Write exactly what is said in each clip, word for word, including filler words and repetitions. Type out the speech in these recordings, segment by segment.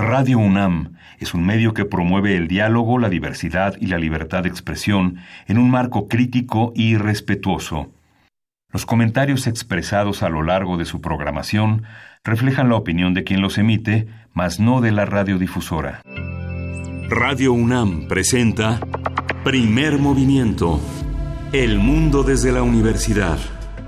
Radio UNAM es un medio que promueve el diálogo, la diversidad y la libertad de expresión en un marco crítico y respetuoso. Los comentarios expresados a lo largo de su programación reflejan la opinión de quien los emite, mas no de la radiodifusora. Radio UNAM presenta Primer Movimiento. El mundo desde la universidad.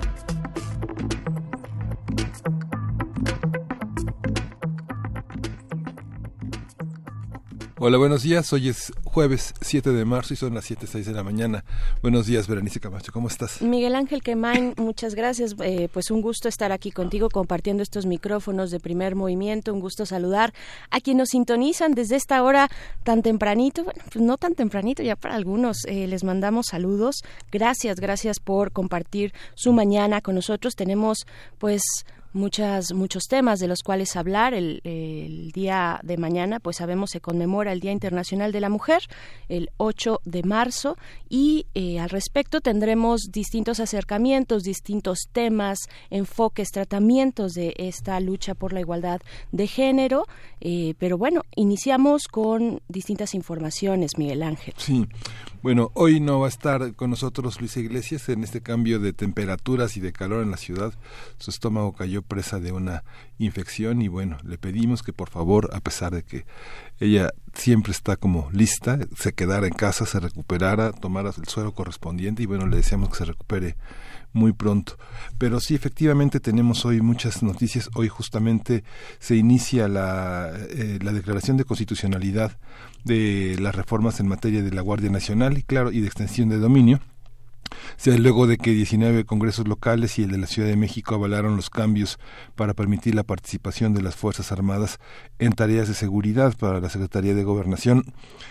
Hola, buenos días. Hoy es jueves siete de marzo y son las siete seis de la mañana. Buenos días, Berenice Camacho. ¿Cómo estás? Miguel Ángel Quemain, muchas gracias. Eh, pues un gusto estar aquí contigo compartiendo estos micrófonos de Primer Movimiento. Un gusto saludar a quienes nos sintonizan desde esta hora tan tempranito. Bueno, pues no tan tempranito ya para algunos. Eh, les mandamos saludos. Gracias, gracias por compartir su mañana con nosotros. Tenemos pues Muchas, muchos temas de los cuales hablar. El, el día de mañana, pues sabemos, se conmemora el Día Internacional de la Mujer, el ocho de marzo, y eh, al respecto tendremos distintos acercamientos, distintos temas, enfoques, tratamientos de esta lucha por la igualdad de género. Eh, pero bueno, iniciamos con distintas informaciones, Miguel Ángel. Sí, bueno, hoy no va a estar con nosotros Luisa Iglesias en este cambio de temperaturas y de calor en la ciudad. Su estómago cayó presa de una infección y bueno, le pedimos que por favor, a pesar de que ella siempre está como lista, se quedara en casa, se recuperara, tomara el suero correspondiente y bueno, le deseamos que se recupere muy pronto. Pero sí, efectivamente tenemos hoy muchas noticias. Hoy justamente se inicia la, eh, la declaración de constitucionalidad de las reformas en materia de la Guardia Nacional y claro, y de extensión de dominio. O sea, luego de que diecinueve congresos locales y el de la Ciudad de México avalaron los cambios para permitir la participación de las Fuerzas Armadas en tareas de seguridad para la Secretaría de Gobernación,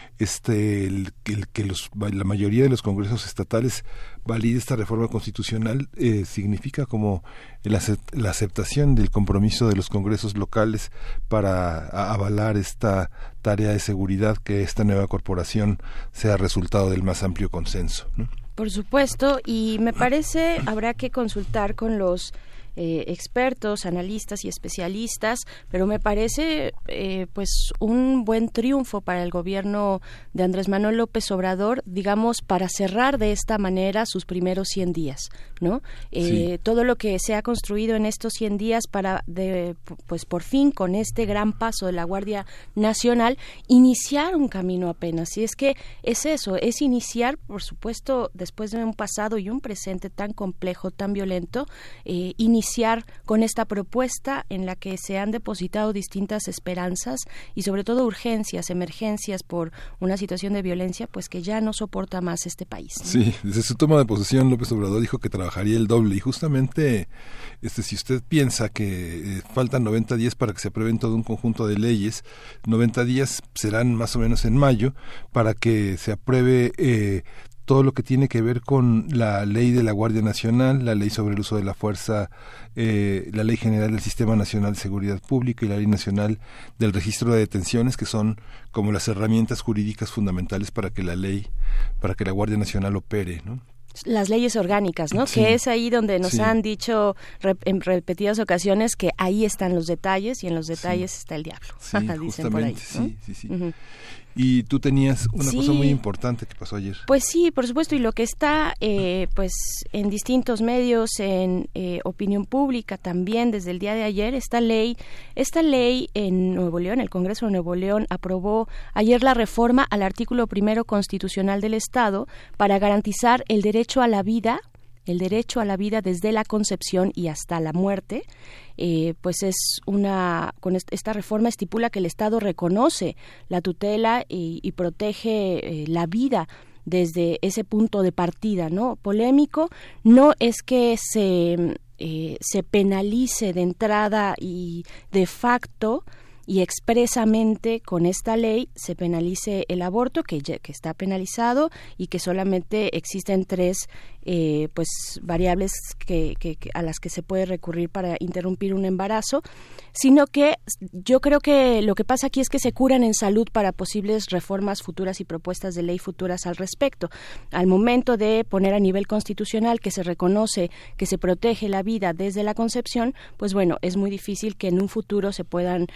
este el, el que los, la mayoría de los congresos estatales valide esta reforma constitucional eh, significa como la, la aceptación del compromiso de los congresos locales para a, avalar esta tarea de seguridad, que esta nueva corporación sea resultado del más amplio consenso, ¿no? Por supuesto, y me parece habrá que consultar con los eh, expertos, analistas y especialistas, pero me parece eh, pues un buen triunfo para el gobierno de Andrés Manuel López Obrador, digamos, para cerrar de esta manera sus primeros cien días, ¿no? Eh, sí. Todo lo que se ha construido en estos cien días para, de, pues por fin, con este gran paso de la Guardia Nacional, iniciar un camino apenas. Y es que es eso, es iniciar, por supuesto, después de un pasado y un presente tan complejo, tan violento, eh, iniciar con esta propuesta en la que se han depositado distintas esperanzas y sobre todo urgencias, emergencias por una situación de violencia pues que ya no soporta más este país, ¿no? Sí, desde su toma de posesión López Obrador dijo que trabajaría el doble y justamente este si usted piensa que eh, faltan noventa días para que se aprueben todo un conjunto de leyes, noventa días serán más o menos en mayo para que se apruebe eh, todo lo que tiene que ver con la ley de la Guardia Nacional, la ley sobre el uso de la fuerza, eh, la ley general del Sistema Nacional de Seguridad Pública y la ley nacional del registro de detenciones, que son como las herramientas jurídicas fundamentales para que la ley, para que la Guardia Nacional opere, ¿no? Las leyes orgánicas, ¿no? Sí. Que es ahí donde nos sí. han dicho rep- en repetidas ocasiones que ahí están los detalles y en los detalles sí. está el diablo. Sí, dicen por ahí, ¿no? Sí, sí, sí. Uh-huh. Y tú tenías una sí, cosa muy importante que pasó ayer. Pues sí, por supuesto, y lo que está eh, pues en distintos medios, en eh, opinión pública también desde el día de ayer, esta ley, esta ley en Nuevo León, el Congreso de Nuevo León aprobó ayer la reforma al artículo primero constitucional del Estado para garantizar el derecho a la vida, el derecho a la vida desde la concepción y hasta la muerte. Eh, pues es una, con esta reforma estipula que el Estado reconoce la tutela y, y protege eh, la vida desde ese punto de partida, ¿no? Polémico, no es que se, eh, se penalice de entrada y de facto y expresamente con esta ley se penalice el aborto, que, ya, que está penalizado y que solamente existen tres eh, pues variables que, que, que a las que se puede recurrir para interrumpir un embarazo, sino que yo creo que lo que pasa aquí es que se curan en salud para posibles reformas futuras y propuestas de ley futuras al respecto. Al momento de poner a nivel constitucional que se reconoce que se protege la vida desde la concepción, pues bueno, es muy difícil que en un futuro se puedan realizar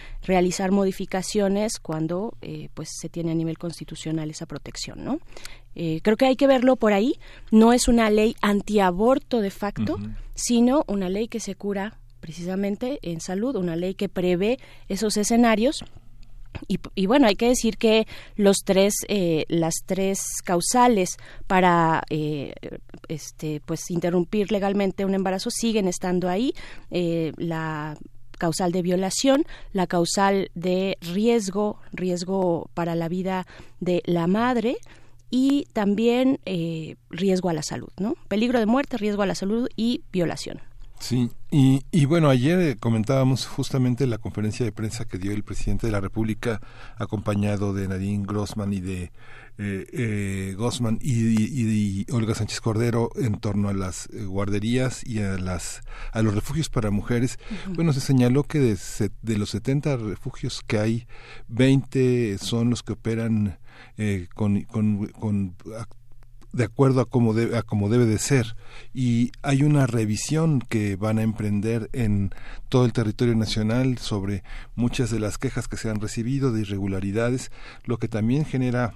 realizar modificaciones cuando eh, pues se tiene a nivel constitucional esa protección, ¿no? Eh, creo que hay que verlo por ahí. No es una ley antiaborto de facto, uh-huh. sino una ley que se cura precisamente en salud, una ley que prevé esos escenarios. Y, y bueno, hay que decir que los tres, eh, las tres causales para eh, este, pues interrumpir legalmente un embarazo siguen estando ahí. Eh, la causal de violación, la causal de riesgo, riesgo para la vida de la madre, y también eh, riesgo a la salud, ¿no? Peligro de muerte, riesgo a la salud y violación. Sí, y, y bueno, ayer comentábamos justamente la conferencia de prensa que dio el presidente de la República, acompañado de Nadine Grossman y de eh, eh, Grossman y, y, y Olga Sánchez Cordero, en torno a las guarderías y a las a los refugios para mujeres. Uh-huh. Bueno, se señaló que de, de los setenta refugios que hay, veinte son los que operan eh, con, con, con de acuerdo a cómo, debe, a cómo debe de ser, y hay una revisión que van a emprender en todo el territorio nacional sobre muchas de las quejas que se han recibido de irregularidades, lo que también genera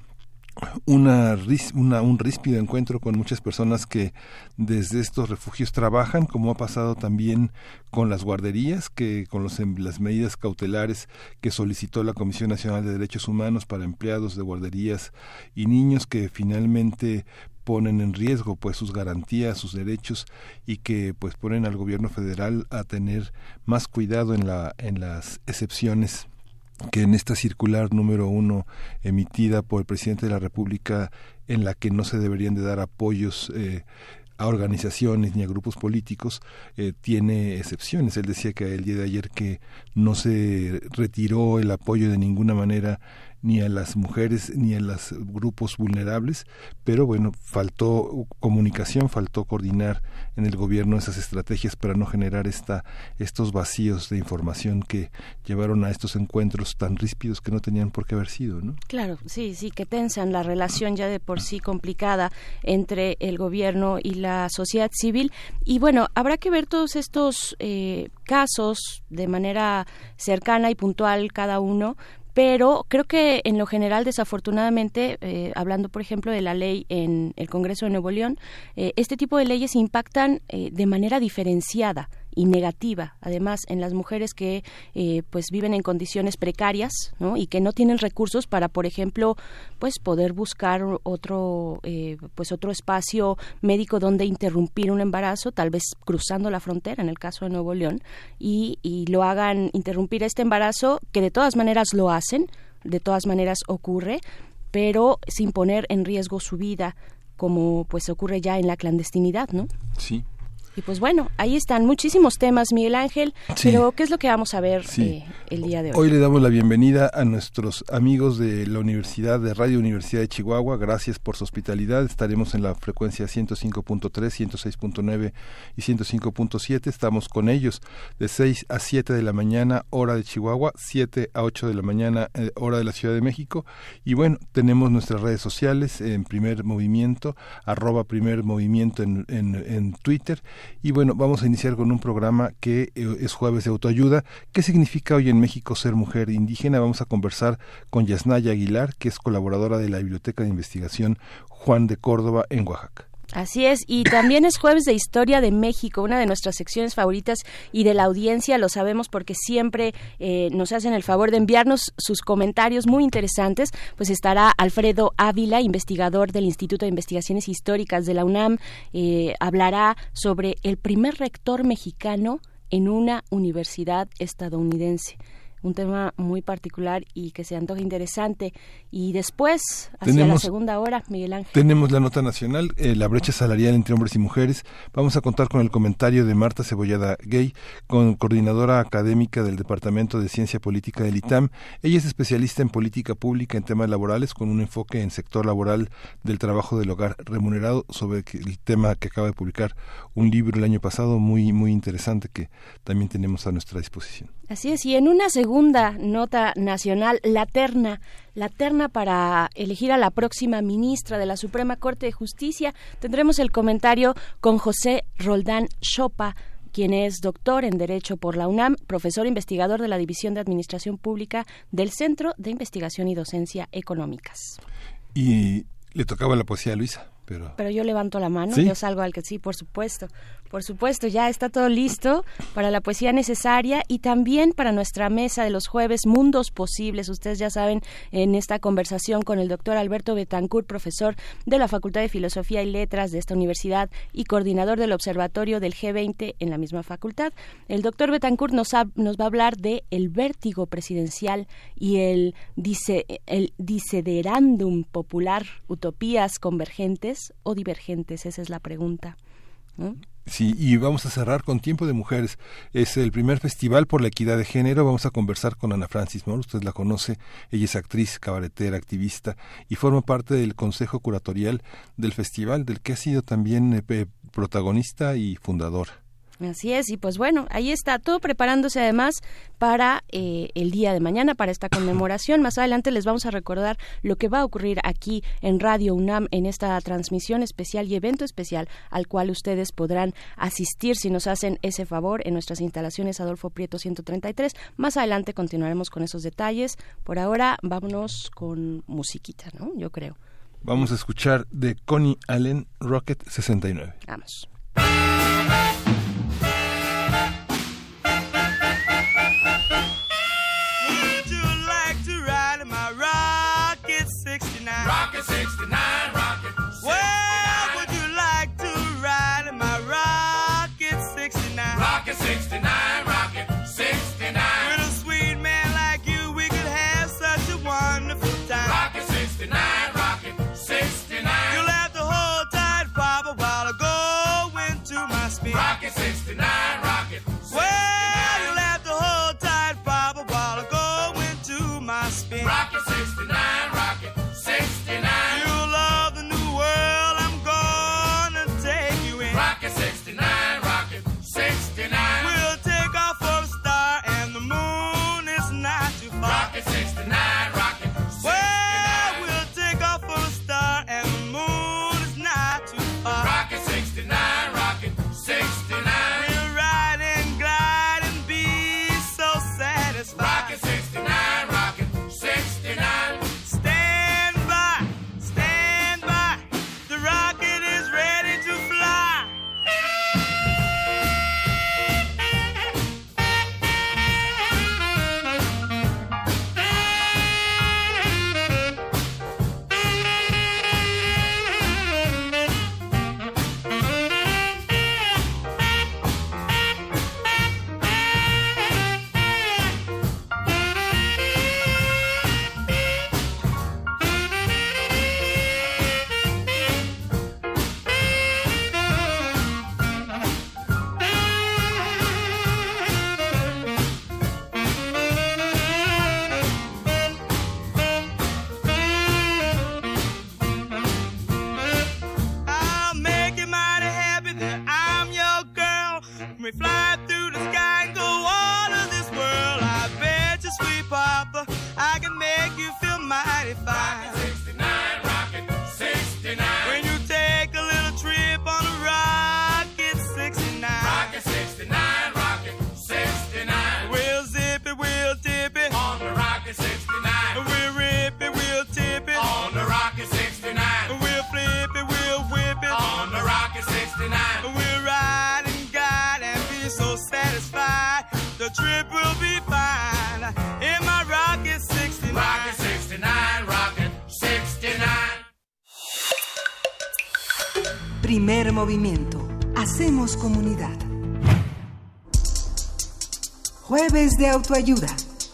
Una, una, un ríspido encuentro con muchas personas que desde estos refugios trabajan, como ha pasado también con las guarderías, que con los, las medidas cautelares que solicitó la Comisión Nacional de Derechos Humanos para empleados de guarderías y niños, que finalmente ponen en riesgo pues sus garantías, sus derechos, y que pues ponen al gobierno federal a tener más cuidado en la en las excepciones que en esta circular número uno emitida por el presidente de la República, en la que no se deberían de dar apoyos eh, a organizaciones ni a grupos políticos, eh, tiene excepciones. Él decía que el día de ayer que no se retiró el apoyo de ninguna manera ni a las mujeres ni a los grupos vulnerables, pero bueno, faltó comunicación, faltó coordinar en el gobierno esas estrategias para no generar esta estos vacíos de información que llevaron a estos encuentros tan ríspidos que no tenían por qué haber sido, ¿no? Claro, sí, sí, que tensan la relación ya de por sí complicada entre el gobierno y la sociedad civil. Y bueno, habrá que ver todos estos eh, casos de manera cercana y puntual cada uno, pero creo que en lo general, desafortunadamente, eh, hablando por ejemplo de la ley en el Congreso de Nuevo León, eh, este tipo de leyes impactan eh, de manera diferenciada y negativa, además, en las mujeres que eh, pues viven en condiciones precarias, ¿no? Y que no tienen recursos para, por ejemplo, pues poder buscar otro eh, pues otro espacio médico donde interrumpir un embarazo, tal vez cruzando la frontera, en el caso de Nuevo León, y, y lo hagan interrumpir este embarazo, que de todas maneras lo hacen, de todas maneras ocurre, pero sin poner en riesgo su vida, como pues ocurre ya en la clandestinidad, ¿no? Sí. Y pues bueno, ahí están muchísimos temas, Miguel Ángel, sí. Pero ¿qué es lo que vamos a ver sí. eh, el día de hoy? Hoy le damos la bienvenida a nuestros amigos de la Universidad de Radio Universidad de Chihuahua. Gracias por su hospitalidad. Estaremos en la frecuencia ciento cinco punto tres, ciento seis punto nueve y ciento cinco punto siete. Estamos con ellos de seis a siete de la mañana, hora de Chihuahua, siete a ocho de la mañana, eh, hora de la Ciudad de México. Y bueno, tenemos nuestras redes sociales en Primer Movimiento, arroba Primer Movimiento en, en, en Twitter. Y bueno, vamos a iniciar con un programa que eh, es Jueves de Autoayuda. ¿Qué significa hoy en México ser mujer indígena? Vamos a conversar con Yasnaya Aguilar, que es colaboradora de la Biblioteca de Investigación Juan de Córdoba en Oaxaca. Así es, y también es Jueves de Historia de México, una de nuestras secciones favoritas y de la audiencia, lo sabemos porque siempre eh, nos hacen el favor de enviarnos sus comentarios muy interesantes. Pues estará Alfredo Ávila, investigador del Instituto de Investigaciones Históricas de la UNAM, eh, hablará sobre el primer rector mexicano en una universidad estadounidense. Un tema muy particular y que se antoja interesante. Y después, hacia tenemos, la segunda hora, Miguel Ángel. Tenemos la nota nacional, eh, la brecha salarial entre hombres y mujeres. Vamos a contar con el comentario de Marta Cebollada Gay, con coordinadora académica del Departamento de Ciencia Política del I T A M. Ella es especialista en política pública en temas laborales, con un enfoque en sector laboral del trabajo del hogar remunerado, sobre el tema que acaba de publicar un libro el año pasado muy, muy interesante, que también tenemos a nuestra disposición. Así es, y en una segunda nota nacional, la terna, la terna para elegir a la próxima ministra de la Suprema Corte de Justicia, tendremos el comentario con José Roldán Chopa, quien es doctor en Derecho por la UNAM, profesor investigador de la División de Administración Pública del Centro de Investigación y Docencia Económicas. Y le tocaba la poesía a Luisa. Pero... Pero yo levanto la mano, ¿Sí? yo salgo al que sí, por supuesto, por supuesto, ya está todo listo para la poesía necesaria y también para nuestra mesa de los jueves, Mundos Posibles. Ustedes ya saben, en esta conversación con el doctor Alberto Betancourt, profesor de la Facultad de Filosofía y Letras de esta universidad y coordinador del Observatorio del G veinte en la misma facultad. El doctor Betancourt nos, ha, nos va a hablar de el vértigo presidencial y el, dice, el desiderandum popular, utopías convergentes o divergentes, esa es la pregunta, ¿no? Sí, y vamos a cerrar con Tiempo de Mujeres. Es el primer festival por la equidad de género. Vamos a conversar con Ana Francis Moore. Usted la conoce. Ella es actriz, cabaretera, activista y forma parte del consejo curatorial del festival, del que ha sido también eh, protagonista y fundadora. Así es, y pues bueno, ahí está todo preparándose además para eh, el día de mañana, para esta conmemoración. Más adelante les vamos a recordar lo que va a ocurrir aquí en Radio UNAM en esta transmisión especial y evento especial al cual ustedes podrán asistir si nos hacen ese favor en nuestras instalaciones Adolfo Prieto ciento treinta y tres. Más adelante continuaremos con esos detalles. Por ahora vámonos con musiquita, ¿no? Yo creo. Vamos a escuchar de Connie Allen, Rocket sesenta y nueve. Vamos. Rocket sixty-nine, rocket. Well, would you like to ride in my rocket sixty-nine? Rocket sixty-nine, rocket sixty-nine. With a sweet man like you, we could have such a wonderful time. Rocket sixty-nine, rocket sixty-nine. You'll have to hold tight, Papa, while I go into my spin. Rocket sixty-nine, rocket sixty-nine. Well, you'll have to hold tight, Papa, while I go into my spin. Rocket sixty-nine, rocket sixty-nine. You'll love the new world I'm gonna take you in. Rocket sixty-nine, rocket sixty-nine. We'll take off for a star and the moon is not too far. Rocket sixty-nine, rocket sixty-nine. Well, we'll take off for a star and the moon is not too far. Rocket sixty-nine, rocket sixty-nine. We'll ride and glide and be so satisfied. Rocket sixty-nine, rocket sixty-nine. Stand by, stand by, the rocket is ready to fly. I'll make you mighty happy that I'm your girl. When we fly through the sky and go all of this world, I bet you, sweet Papa, I can make you feel mighty fine. Rocket sixty-nine, rocket sixty-nine. When you take a little trip on a rocket sixty-nine. Rocket sixty-nine, rocket sixty-nine. We'll zip it, we'll tip it on the rocket sixty-nine. We'll rip it, we'll tip it on the rocket sixty-nine. We'll flip it, we'll whip it on the rocket sixty-nine. We'll ride and guide and be so satisfied. The trip will be fine in my rocket sixty-nine. Rocket sixty-nine, rocket sixty-nine. Primer movimiento. Hacemos comunidad. Jueves de autoayuda.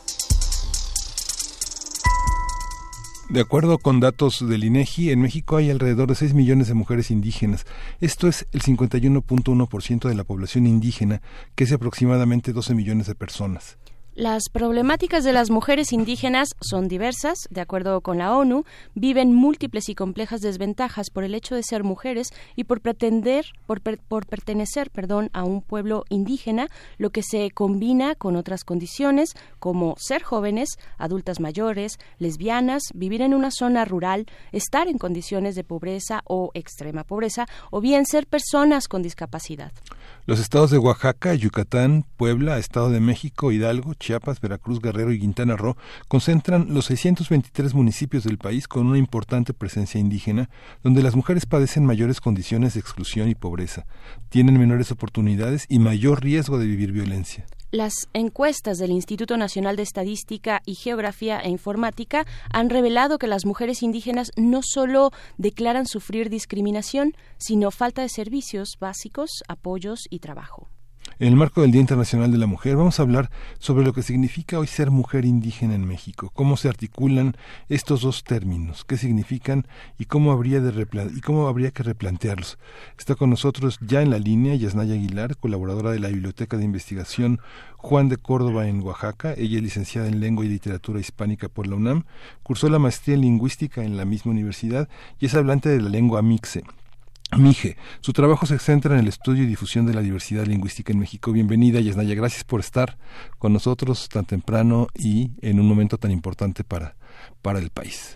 De acuerdo con datos del INEGI, en México hay alrededor de seis millones de mujeres indígenas. Esto es el cincuenta y uno punto uno por ciento de la población indígena, que es aproximadamente doce millones de personas. Las problemáticas de las mujeres indígenas son diversas. De acuerdo con la ONU, viven múltiples y complejas desventajas por el hecho de ser mujeres y por pretender, por, per, por pertenecer, perdón, a un pueblo indígena, lo que se combina con otras condiciones como ser jóvenes, adultas mayores, lesbianas, vivir en una zona rural, estar en condiciones de pobreza o extrema pobreza, o bien ser personas con discapacidad. Los estados de Oaxaca, Yucatán, Puebla, Estado de México, Hidalgo, Chiapas, Veracruz, Guerrero y Quintana Roo concentran los seiscientos veintitrés municipios del país con una importante presencia indígena, donde las mujeres padecen mayores condiciones de exclusión y pobreza, tienen menores oportunidades y mayor riesgo de vivir violencia. Las encuestas del Instituto Nacional de Estadística y Geografía e Informática han revelado que las mujeres indígenas no solo declaran sufrir discriminación, sino falta de servicios básicos, apoyos y trabajo. En el marco del Día Internacional de la Mujer vamos a hablar sobre lo que significa hoy ser mujer indígena en México, cómo se articulan estos dos términos, qué significan y cómo habría de repla- y cómo habría que replantearlos. Está con nosotros ya en la línea Yasnaya Aguilar, colaboradora de la Biblioteca de Investigación Juan de Córdoba en Oaxaca. Ella es licenciada en Lengua y Literatura Hispánica por la UNAM, cursó la maestría en Lingüística en la misma universidad y es hablante de la lengua mixe. Mije. Su trabajo se centra en el estudio y difusión de la diversidad lingüística en México. Bienvenida, Yasnaya. Gracias por estar con nosotros tan temprano y en un momento tan importante para, para el país.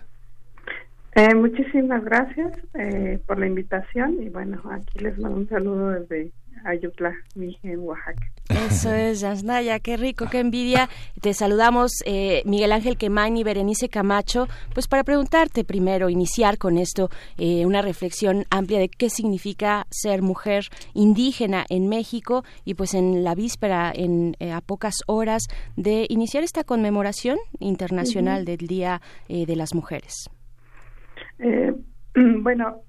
Eh, muchísimas gracias eh, por la invitación y bueno, aquí les mando un saludo desde Ayutla, Mije, en Oaxaca. Eso es, Yasnaya, qué rico, qué envidia. Te saludamos, eh, Miguel Ángel Quemain y Berenice Camacho, pues para preguntarte primero, iniciar con esto, eh, una reflexión amplia de qué significa ser mujer indígena en México y pues en la víspera, en eh, a pocas horas de iniciar esta conmemoración internacional uh-huh. del Día eh, de las Mujeres. Eh, bueno,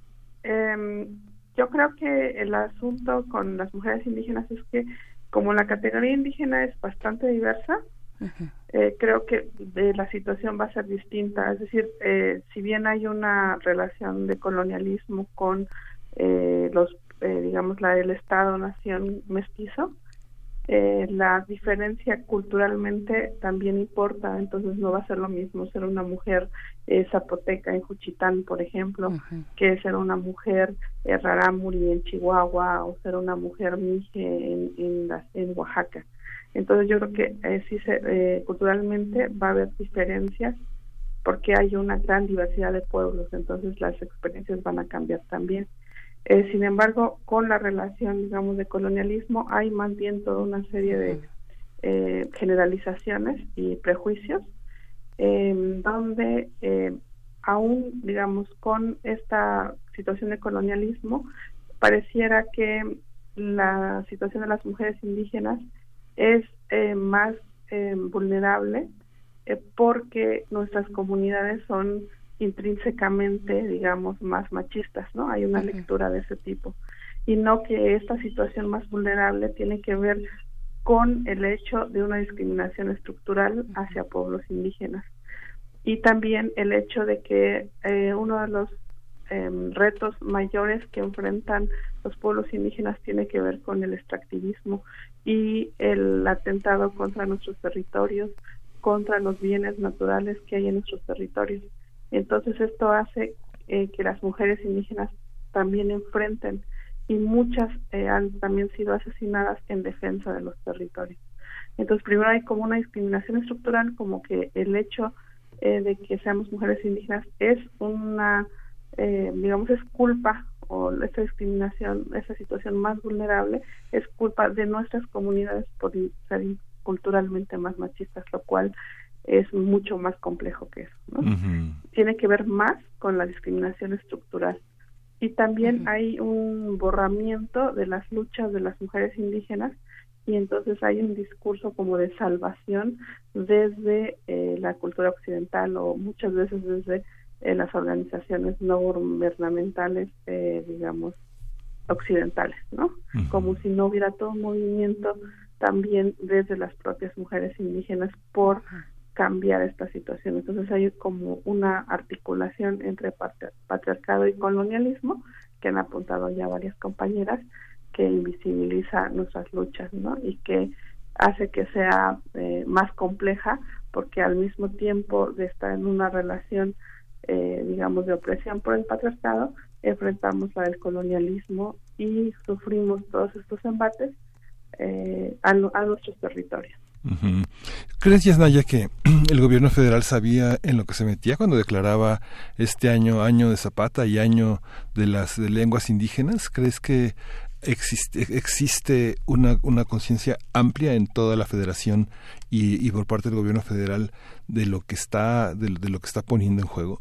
eh, yo creo que el asunto con las mujeres indígenas es que como la categoría indígena es bastante diversa, uh-huh. eh, creo que de la situación va a ser distinta. Es decir, eh, si bien hay una relación de colonialismo con eh, los, eh, digamos, la el Estado-nación mestizo, eh, la diferencia culturalmente también importa. Entonces no va a ser lo mismo ser una mujer eh, zapoteca en Juchitán, por ejemplo, uh-huh. que ser una mujer eh, rarámuri en Chihuahua o ser una mujer mije en, en, la, en Oaxaca. Entonces yo creo que eh, sí se, eh, culturalmente va a haber diferencias porque hay una gran diversidad de pueblos, entonces las experiencias van a cambiar también. Eh, sin embargo, con la relación, digamos, de colonialismo, hay más bien toda una serie de eh, generalizaciones y prejuicios, eh, donde eh, aún, digamos, con esta situación de colonialismo, pareciera que la situación de las mujeres indígenas es eh, más eh, vulnerable eh, porque nuestras comunidades son intrínsecamente, digamos, más machistas, ¿no? Hay una uh-huh. lectura de ese tipo. Y no que esta situación más vulnerable tiene que ver con el hecho de una discriminación estructural hacia pueblos indígenas. Y también el hecho de que eh, uno de los eh, retos mayores que enfrentan los pueblos indígenas tiene que ver con el extractivismo y el atentado contra nuestros territorios, contra los bienes naturales que hay en nuestros territorios. Entonces esto hace eh, que las mujeres indígenas también enfrenten y muchas eh, han también sido asesinadas en defensa de los territorios. Entonces primero hay como una discriminación estructural, como que el hecho eh, de que seamos mujeres indígenas es una, eh, digamos, es culpa, o esta discriminación, esa situación más vulnerable es culpa de nuestras comunidades por ser culturalmente más machistas, lo cual es mucho más complejo que eso, ¿no? Uh-huh. Tiene que ver más con la discriminación estructural. Y también uh-huh. hay un borramiento de las luchas de las mujeres indígenas y entonces hay un discurso como de salvación desde eh, la cultura occidental o muchas veces desde eh, las organizaciones no gubernamentales, eh, digamos, occidentales, ¿no? Uh-huh. Como si no hubiera todo un movimiento también desde las propias mujeres indígenas por cambiar esta situación. Entonces hay como una articulación entre patriarcado y colonialismo que han apuntado ya varias compañeras, que invisibiliza nuestras luchas, ¿no? Y que hace que sea eh, más compleja, porque al mismo tiempo de estar en una relación, eh, digamos, de opresión por el patriarcado, enfrentamos la del colonialismo y sufrimos todos estos embates eh, a, a nuestros territorios. Uh-huh. ¿Crees, Yasnaya, que el gobierno federal sabía en lo que se metía cuando declaraba este año año de Zapata y año de las de lenguas indígenas? ¿Crees que existe existe una una conciencia amplia en toda la federación y, y por parte del gobierno federal de lo que está de, de lo que está poniendo en juego?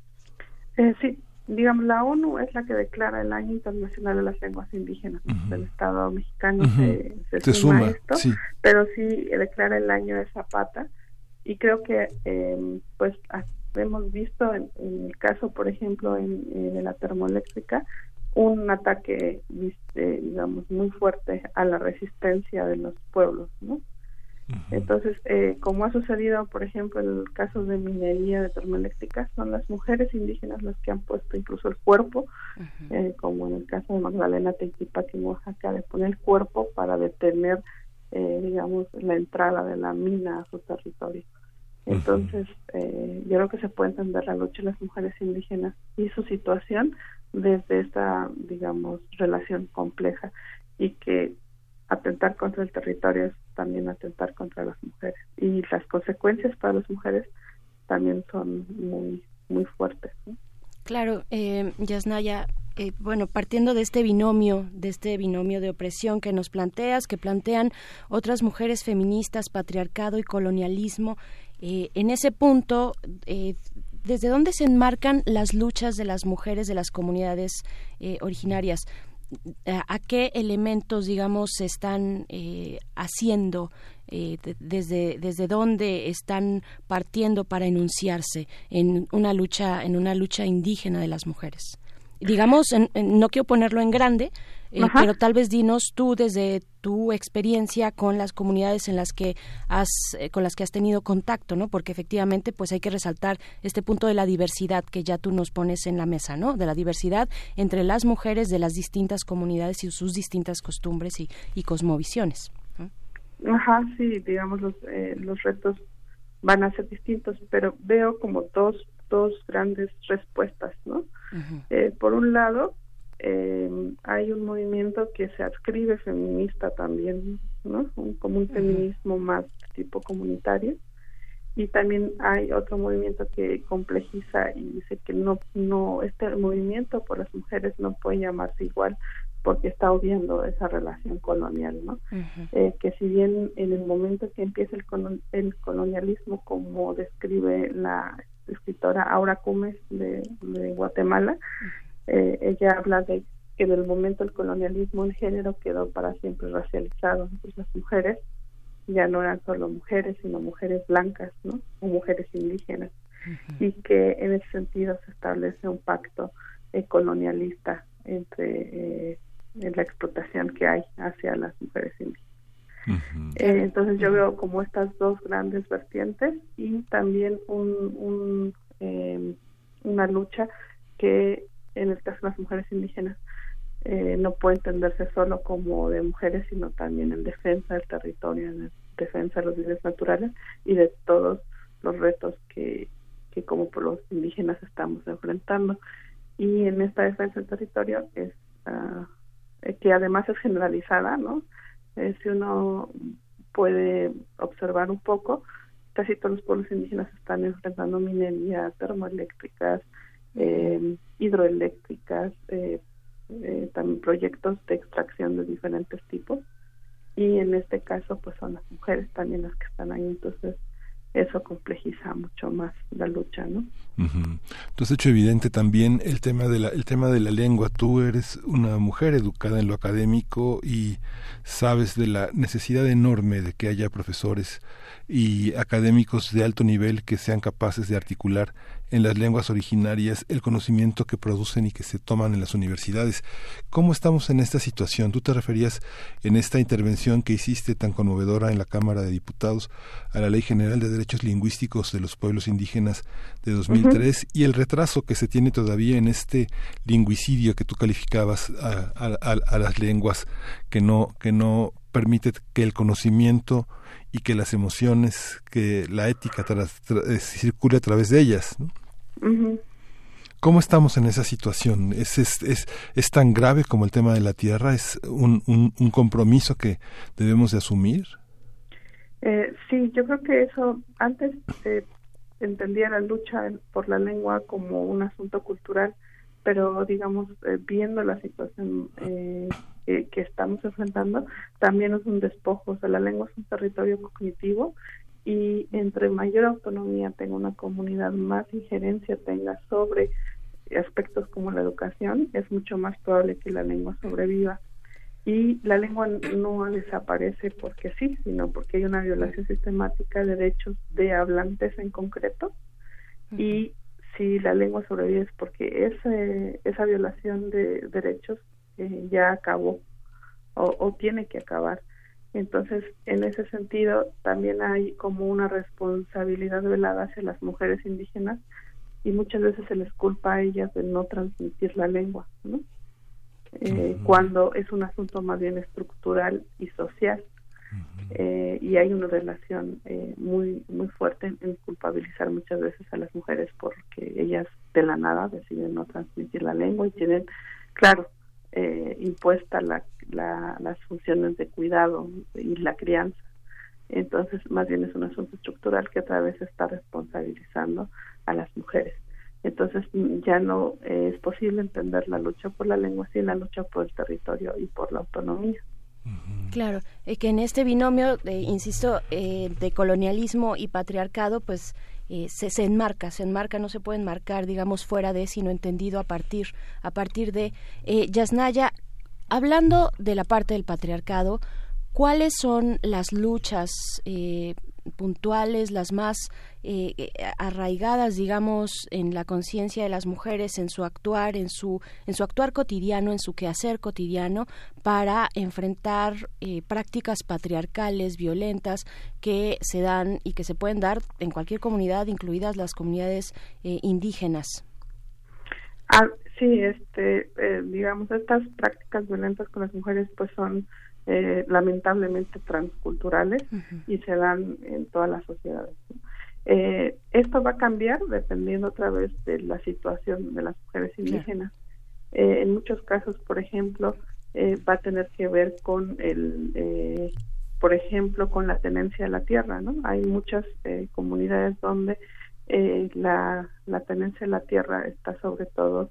Eh, sí. Digamos, la ONU es la que declara el Año Internacional de las Lenguas Indígenas. Uh-huh. El Estado mexicano uh-huh. se, se, se suma, suma a esto, sí. Pero sí declara el Año de Zapata, y creo que eh, pues hemos visto en, en el caso, por ejemplo, en, en de la termoeléctrica, un ataque, eh, digamos, muy fuerte a la resistencia de los pueblos, ¿no? Entonces, eh, como ha sucedido, por ejemplo, en el caso de minería de termoeléctricas, son las mujeres indígenas las que han puesto incluso el cuerpo, uh-huh. eh, como en el caso de Magdalena Tequipaqui, en Oaxaca, de poner el cuerpo para detener, eh, digamos, la entrada de la mina a su territorio. Entonces, eh, yo creo que se puede entender la lucha de las mujeres indígenas y su situación desde esta, digamos, relación compleja, y que atentar contra el territorio es también atentar contra las mujeres, y las consecuencias para las mujeres también son muy muy fuertes, ¿no? Claro, eh, Yasnaya, eh, bueno, partiendo de este binomio, de este binomio de opresión que nos planteas, que plantean otras mujeres feministas, patriarcado y colonialismo, eh, en ese punto, eh, ¿desde dónde se enmarcan las luchas de las mujeres de las comunidades eh, originarias? ¿A qué elementos, digamos, se están eh, haciendo, eh, de, desde desde dónde están partiendo para enunciarse en una lucha en una lucha indígena de las mujeres? Digamos, en, en, no quiero ponerlo en grande, eh, pero tal vez dinos tú desde tu experiencia con las comunidades en las que has eh, con las que has tenido contacto, ¿no? Porque efectivamente, pues hay que resaltar este punto de la diversidad que ya tú nos pones en la mesa, ¿no? De la diversidad entre las mujeres de las distintas comunidades y sus distintas costumbres y, y cosmovisiones, ¿no? Ajá, sí, digamos, los eh, los retos van a ser distintos, pero veo como dos dos grandes respuestas, ¿no? Uh-huh. Eh, por un lado, eh, hay un movimiento que se adscribe feminista también, ¿no? Un, como un uh-huh. feminismo más tipo comunitario, y también hay otro movimiento que complejiza y dice que no, no, este movimiento por las mujeres no puede llamarse igual porque está obviando esa relación colonial, ¿no? Uh-huh. Eh, que si bien en el momento que empieza el, colon, el colonialismo, como describe la escritora Aura Cumes de, de Guatemala, eh, ella habla de que en el momento del colonialismo el género quedó para siempre racializado. Entonces las mujeres ya no eran solo mujeres, sino mujeres blancas, ¿no? O mujeres indígenas. Uh-huh. Y que en ese sentido se establece un pacto eh, colonialista entre eh, la explotación que hay hacia las mujeres indígenas. Uh-huh. Eh, entonces yo veo como estas dos grandes vertientes, y también un, un eh, una lucha que en el caso de las mujeres indígenas eh, no puede entenderse solo como de mujeres, sino también en defensa del territorio, en defensa de los bienes naturales y de todos los retos que, que como pueblos indígenas estamos enfrentando. Y en esta defensa del territorio es uh, que además es generalizada, ¿no? Eh, si uno puede observar un poco, casi todos los pueblos indígenas están enfrentando minería, termoeléctricas, eh, hidroeléctricas, eh, eh, también proyectos de extracción de diferentes tipos, y en este caso pues son las mujeres también las que están ahí. Entonces eso complejiza mucho más la lucha, ¿no? Uh-huh. Tú has hecho evidente también el tema de la el tema de la lengua. Tú eres una mujer educada en lo académico y sabes de la necesidad enorme de que haya profesores y académicos de alto nivel que sean capaces de articular en las lenguas originarias el conocimiento que producen y que se toman en las universidades. ¿Cómo estamos en esta situación? Tú te referías en esta intervención que hiciste tan conmovedora en la Cámara de Diputados a la Ley General de Derechos Lingüísticos de los Pueblos Indígenas de dos mil tres, uh-huh. y el retraso que se tiene todavía en este lingüicidio que tú calificabas a, a, a, a las lenguas que no que no permite que el conocimiento y que las emociones, que la ética tra- tra- eh, circule a través de ellas, ¿no? Uh-huh. ¿Cómo estamos en esa situación? ¿Es, es, es, es tan grave como el tema de la tierra? ¿Es un, un, un compromiso que debemos de asumir? Eh, sí, yo creo que eso, antes se entendía la lucha por la lengua como un asunto cultural, pero digamos, eh, viendo la situación eh, que, que estamos enfrentando, también es un despojo. O sea, la lengua es un territorio cognitivo, y entre mayor autonomía tenga una comunidad, más injerencia tenga sobre aspectos como la educación, es mucho más probable que la lengua sobreviva. Y la lengua no desaparece porque sí, sino porque hay una violación sistemática de derechos de hablantes en concreto. Uh-huh. Y si la lengua sobrevive es porque ese, esa violación de derechos eh, ya acabó o, o tiene que acabar. Entonces, en ese sentido, también hay como una responsabilidad velada hacia las mujeres indígenas, y muchas veces se les culpa a ellas de no transmitir la lengua, ¿no? Eh, uh-huh. Cuando es un asunto más bien estructural y social. Uh-huh. Eh, y hay una relación eh, muy muy fuerte en, en culpabilizar muchas veces a las mujeres porque ellas de la nada deciden no transmitir la lengua y tienen, claro, eh, impuesta la, la, las funciones de cuidado y la crianza. Entonces, más bien es un asunto estructural que otra vez está responsabilizando a las mujeres. Entonces, ya no eh, es posible entender la lucha por la lengua sin la lucha por el territorio y por la autonomía. Claro, eh, que en este binomio, eh, insisto, eh, de colonialismo y patriarcado, pues eh, se, se enmarca, se enmarca, no se puede enmarcar, digamos, fuera de, sino entendido a partir, a partir de. Eh, Yasnaya, hablando de la parte del patriarcado, ¿cuáles son las luchas eh, puntuales, las más eh, arraigadas, digamos, en la conciencia de las mujeres, en su actuar, en su en su actuar cotidiano, en su quehacer cotidiano, para enfrentar eh, prácticas patriarcales, violentas, que se dan y que se pueden dar en cualquier comunidad, incluidas las comunidades eh, indígenas? Ah, sí, este, eh, digamos, estas prácticas violentas con las mujeres, pues son Eh, lamentablemente transculturales. Uh-huh. Y se dan en todas las sociedades. Eh, esto va a cambiar dependiendo otra vez de la situación de las mujeres indígenas. Yeah. Eh, en muchos casos, por ejemplo, eh, va a tener que ver con el, eh, por ejemplo, con la tenencia de la tierra, ¿no? Hay muchas eh, comunidades donde eh, la, la tenencia de la tierra está sobre todo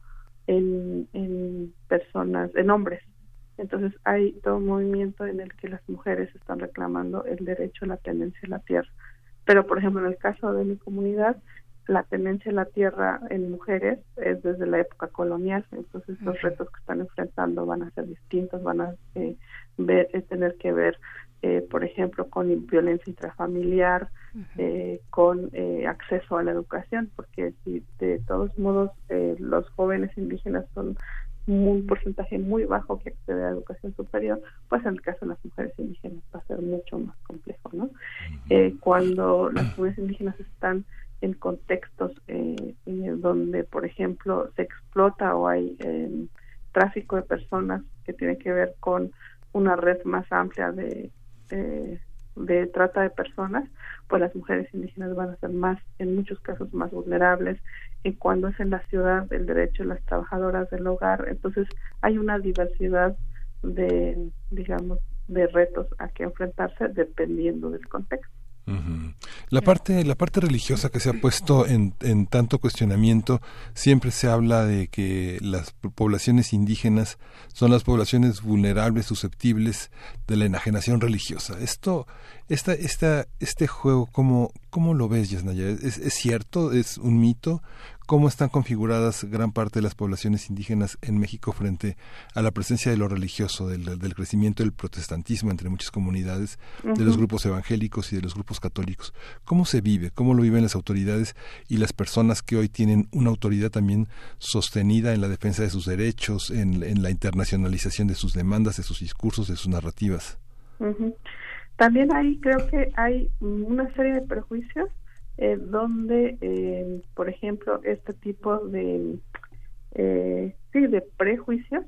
en, en personas, en hombres. Entonces hay todo un movimiento en el que las mujeres están reclamando el derecho a la tenencia de la tierra. Pero, por ejemplo, en el caso de mi comunidad, la tenencia de la tierra en mujeres es desde la época colonial. Entonces uh-huh. los retos que están enfrentando van a ser distintos, van a eh, ver, eh, tener que ver, eh, por ejemplo, con violencia intrafamiliar, uh-huh. eh, con eh, acceso a la educación, porque si de todos modos eh, los jóvenes indígenas son un porcentaje muy bajo que accede a la educación superior, pues en el caso de las mujeres indígenas va a ser mucho más complejo, ¿no? Eh, cuando las mujeres indígenas están en contextos eh, eh, donde, por ejemplo, se explota o hay eh, tráfico de personas que tiene que ver con una red más amplia de, de, de trata de personas, pues las mujeres indígenas van a ser más, en muchos casos, más vulnerables. Y cuando es en la ciudad, el derecho de las trabajadoras del hogar. Entonces hay una diversidad de, digamos, de retos a que enfrentarse dependiendo del contexto. Uh-huh. La parte, la parte religiosa que se ha puesto en, en tanto cuestionamiento, siempre se habla de que las poblaciones indígenas son las poblaciones vulnerables, susceptibles de la enajenación religiosa. Esto, esta, esta, este juego, ¿cómo, cómo lo ves, Yasnaya? ¿Es, es cierto? ¿Es un mito? ¿Cómo están configuradas gran parte de las poblaciones indígenas en México frente a la presencia de lo religioso, del, del crecimiento del protestantismo entre muchas comunidades, uh-huh. de los grupos evangélicos y de los grupos católicos? ¿Cómo se vive? ¿Cómo lo viven las autoridades y las personas que hoy tienen una autoridad también sostenida en la defensa de sus derechos, en, en la internacionalización de sus demandas, de sus discursos, de sus narrativas? Uh-huh. También hay, creo que hay una serie de prejuicios Eh, donde, eh, por ejemplo, este tipo de eh, sí de prejuicios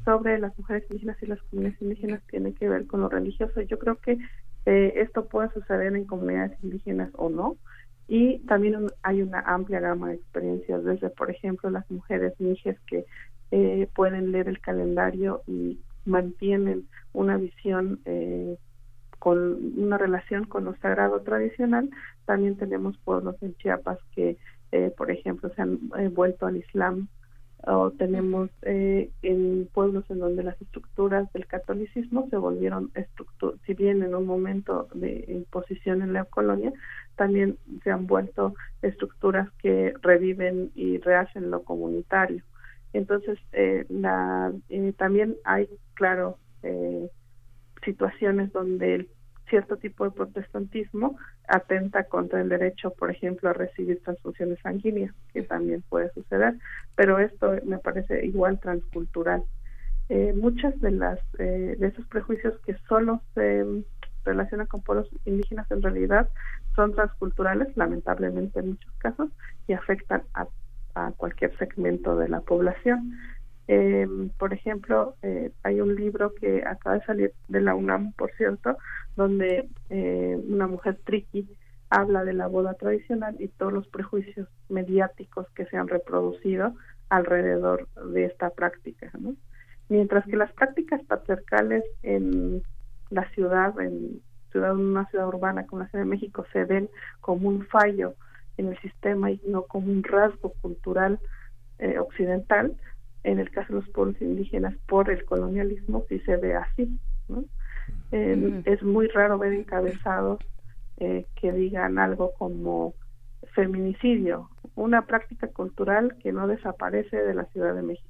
sobre las mujeres indígenas y las comunidades indígenas tiene que ver con lo religioso. Yo creo que eh, esto puede suceder en comunidades indígenas o no, y también un, hay una amplia gama de experiencias, desde, por ejemplo, las mujeres mijes que eh, pueden leer el calendario y mantienen una visión eh, con una relación con lo sagrado tradicional. También tenemos pueblos en Chiapas que, eh, por ejemplo, se han eh, vuelto al Islam, o tenemos eh, en pueblos en donde las estructuras del catolicismo se volvieron estructuras, si bien en un momento de imposición en la colonia, también se han vuelto estructuras que reviven y rehacen lo comunitario. Entonces, eh, la, eh, también hay, claro, eh, situaciones donde el cierto tipo de protestantismo atenta contra el derecho, por ejemplo, a recibir transfusiones sanguíneas, que también puede suceder, pero esto me parece igual transcultural. Eh, muchas de las eh, de esos prejuicios que solo se relacionan con pueblos indígenas en realidad son transculturales, lamentablemente en muchos casos, y afectan a, a cualquier segmento de la población. Eh, por ejemplo, eh, hay un libro que acaba de salir de la UNAM, por cierto, donde eh, una mujer triqui habla de la boda tradicional y todos los prejuicios mediáticos que se han reproducido alrededor de esta práctica, ¿no? Mientras que las prácticas patriarcales en la ciudad, en ciudad, una ciudad urbana como la Ciudad de México, se ven como un fallo en el sistema y no como un rasgo cultural eh, occidental. En el caso de los pueblos indígenas, por el colonialismo, sí se ve así, ¿no? Eh, uh-huh. Es muy raro ver encabezados eh, que digan algo como feminicidio, una práctica cultural que no desaparece de la Ciudad de México,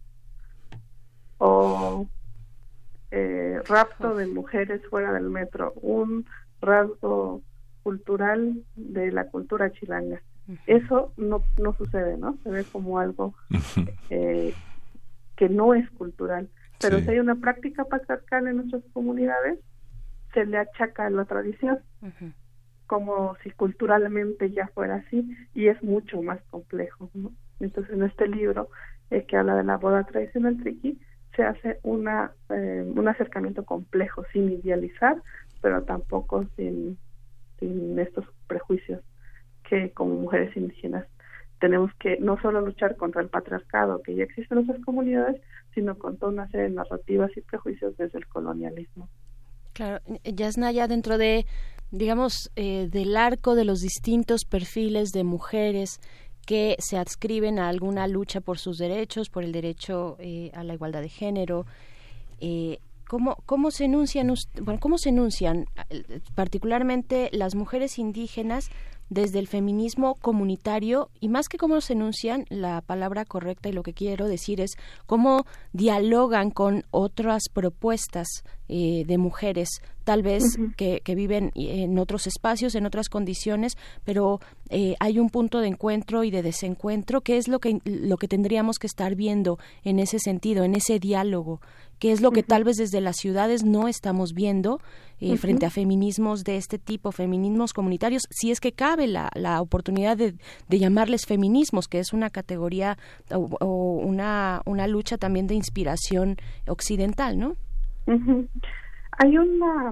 o eh, rapto de mujeres fuera del metro, un rasgo cultural de la cultura chilanga. Uh-huh. Eso no, no sucede, ¿no? Se ve como algo eh, que no es cultural, pero sí. Si hay una práctica patriarcal en nuestras comunidades, se le achaca a la tradición, uh-huh. como si culturalmente ya fuera así, y es mucho más complejo, ¿no? Entonces, en este libro eh, que habla de la boda tradicional triqui, se hace una eh, un acercamiento complejo, sin idealizar, pero tampoco sin, sin estos prejuicios que como mujeres indígenas tenemos que no solo luchar contra el patriarcado que ya existe en nuestras comunidades, sino con toda una serie de narrativas y prejuicios desde el colonialismo. Claro, Yasnaya, dentro de, digamos, eh, del arco de los distintos perfiles de mujeres que se adscriben a alguna lucha por sus derechos, por el derecho eh, a la igualdad de género, eh, ¿cómo, cómo se enuncian, bueno, cómo se enuncian particularmente las mujeres indígenas desde el feminismo comunitario, y más que cómo se enuncian, la palabra correcta y lo que quiero decir es cómo dialogan con otras propuestas eh, de mujeres, tal vez uh-huh. que, que viven en otros espacios, en otras condiciones, pero eh, hay un punto de encuentro y de desencuentro? ¿Qué es lo que, lo que tendríamos que estar viendo en ese sentido, en ese diálogo? ¿Qué es lo que uh-huh. tal vez desde las ciudades no estamos viendo eh, uh-huh. frente a feminismos de este tipo, feminismos comunitarios, si es que cabe la, la oportunidad de, de llamarles feminismos, que es una categoría o, o una, una lucha también de inspiración occidental, ¿no? Uh-huh. Hay una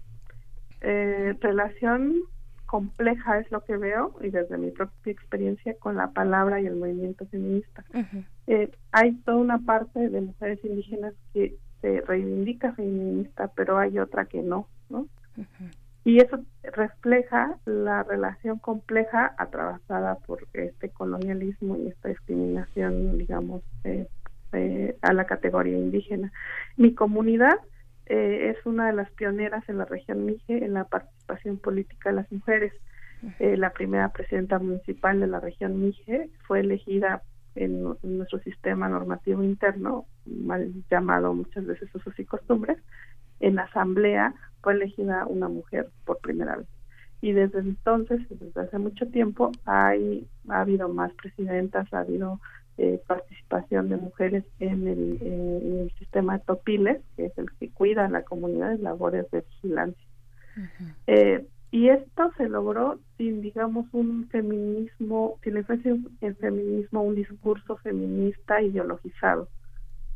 eh, relación compleja, es lo que veo, y desde mi propia experiencia, con la palabra y el movimiento feminista. Uh-huh. Eh, hay toda una parte de mujeres indígenas que se reivindica feminista, pero hay otra que no, ¿no? Uh-huh. Y eso refleja la relación compleja atravesada por este colonialismo y esta discriminación, digamos, eh, eh, a la categoría indígena. Mi comunidad eh, es una de las pioneras en la región Mije en la participación política de las mujeres. Eh, la primera presidenta municipal de la región Mije fue elegida en, en nuestro sistema normativo interno, mal llamado muchas veces usos y costumbres. En asamblea fue elegida una mujer por primera vez. Y desde entonces, desde hace mucho tiempo, hay ha habido más presidentas, ha habido eh, participación de mujeres en el, eh, en el sistema de topiles, que es el que cuida a la comunidad en labores de vigilancia. Uh-huh. Eh, y esto se logró sin, digamos, un feminismo, sin le fuese el feminismo un discurso feminista ideologizado.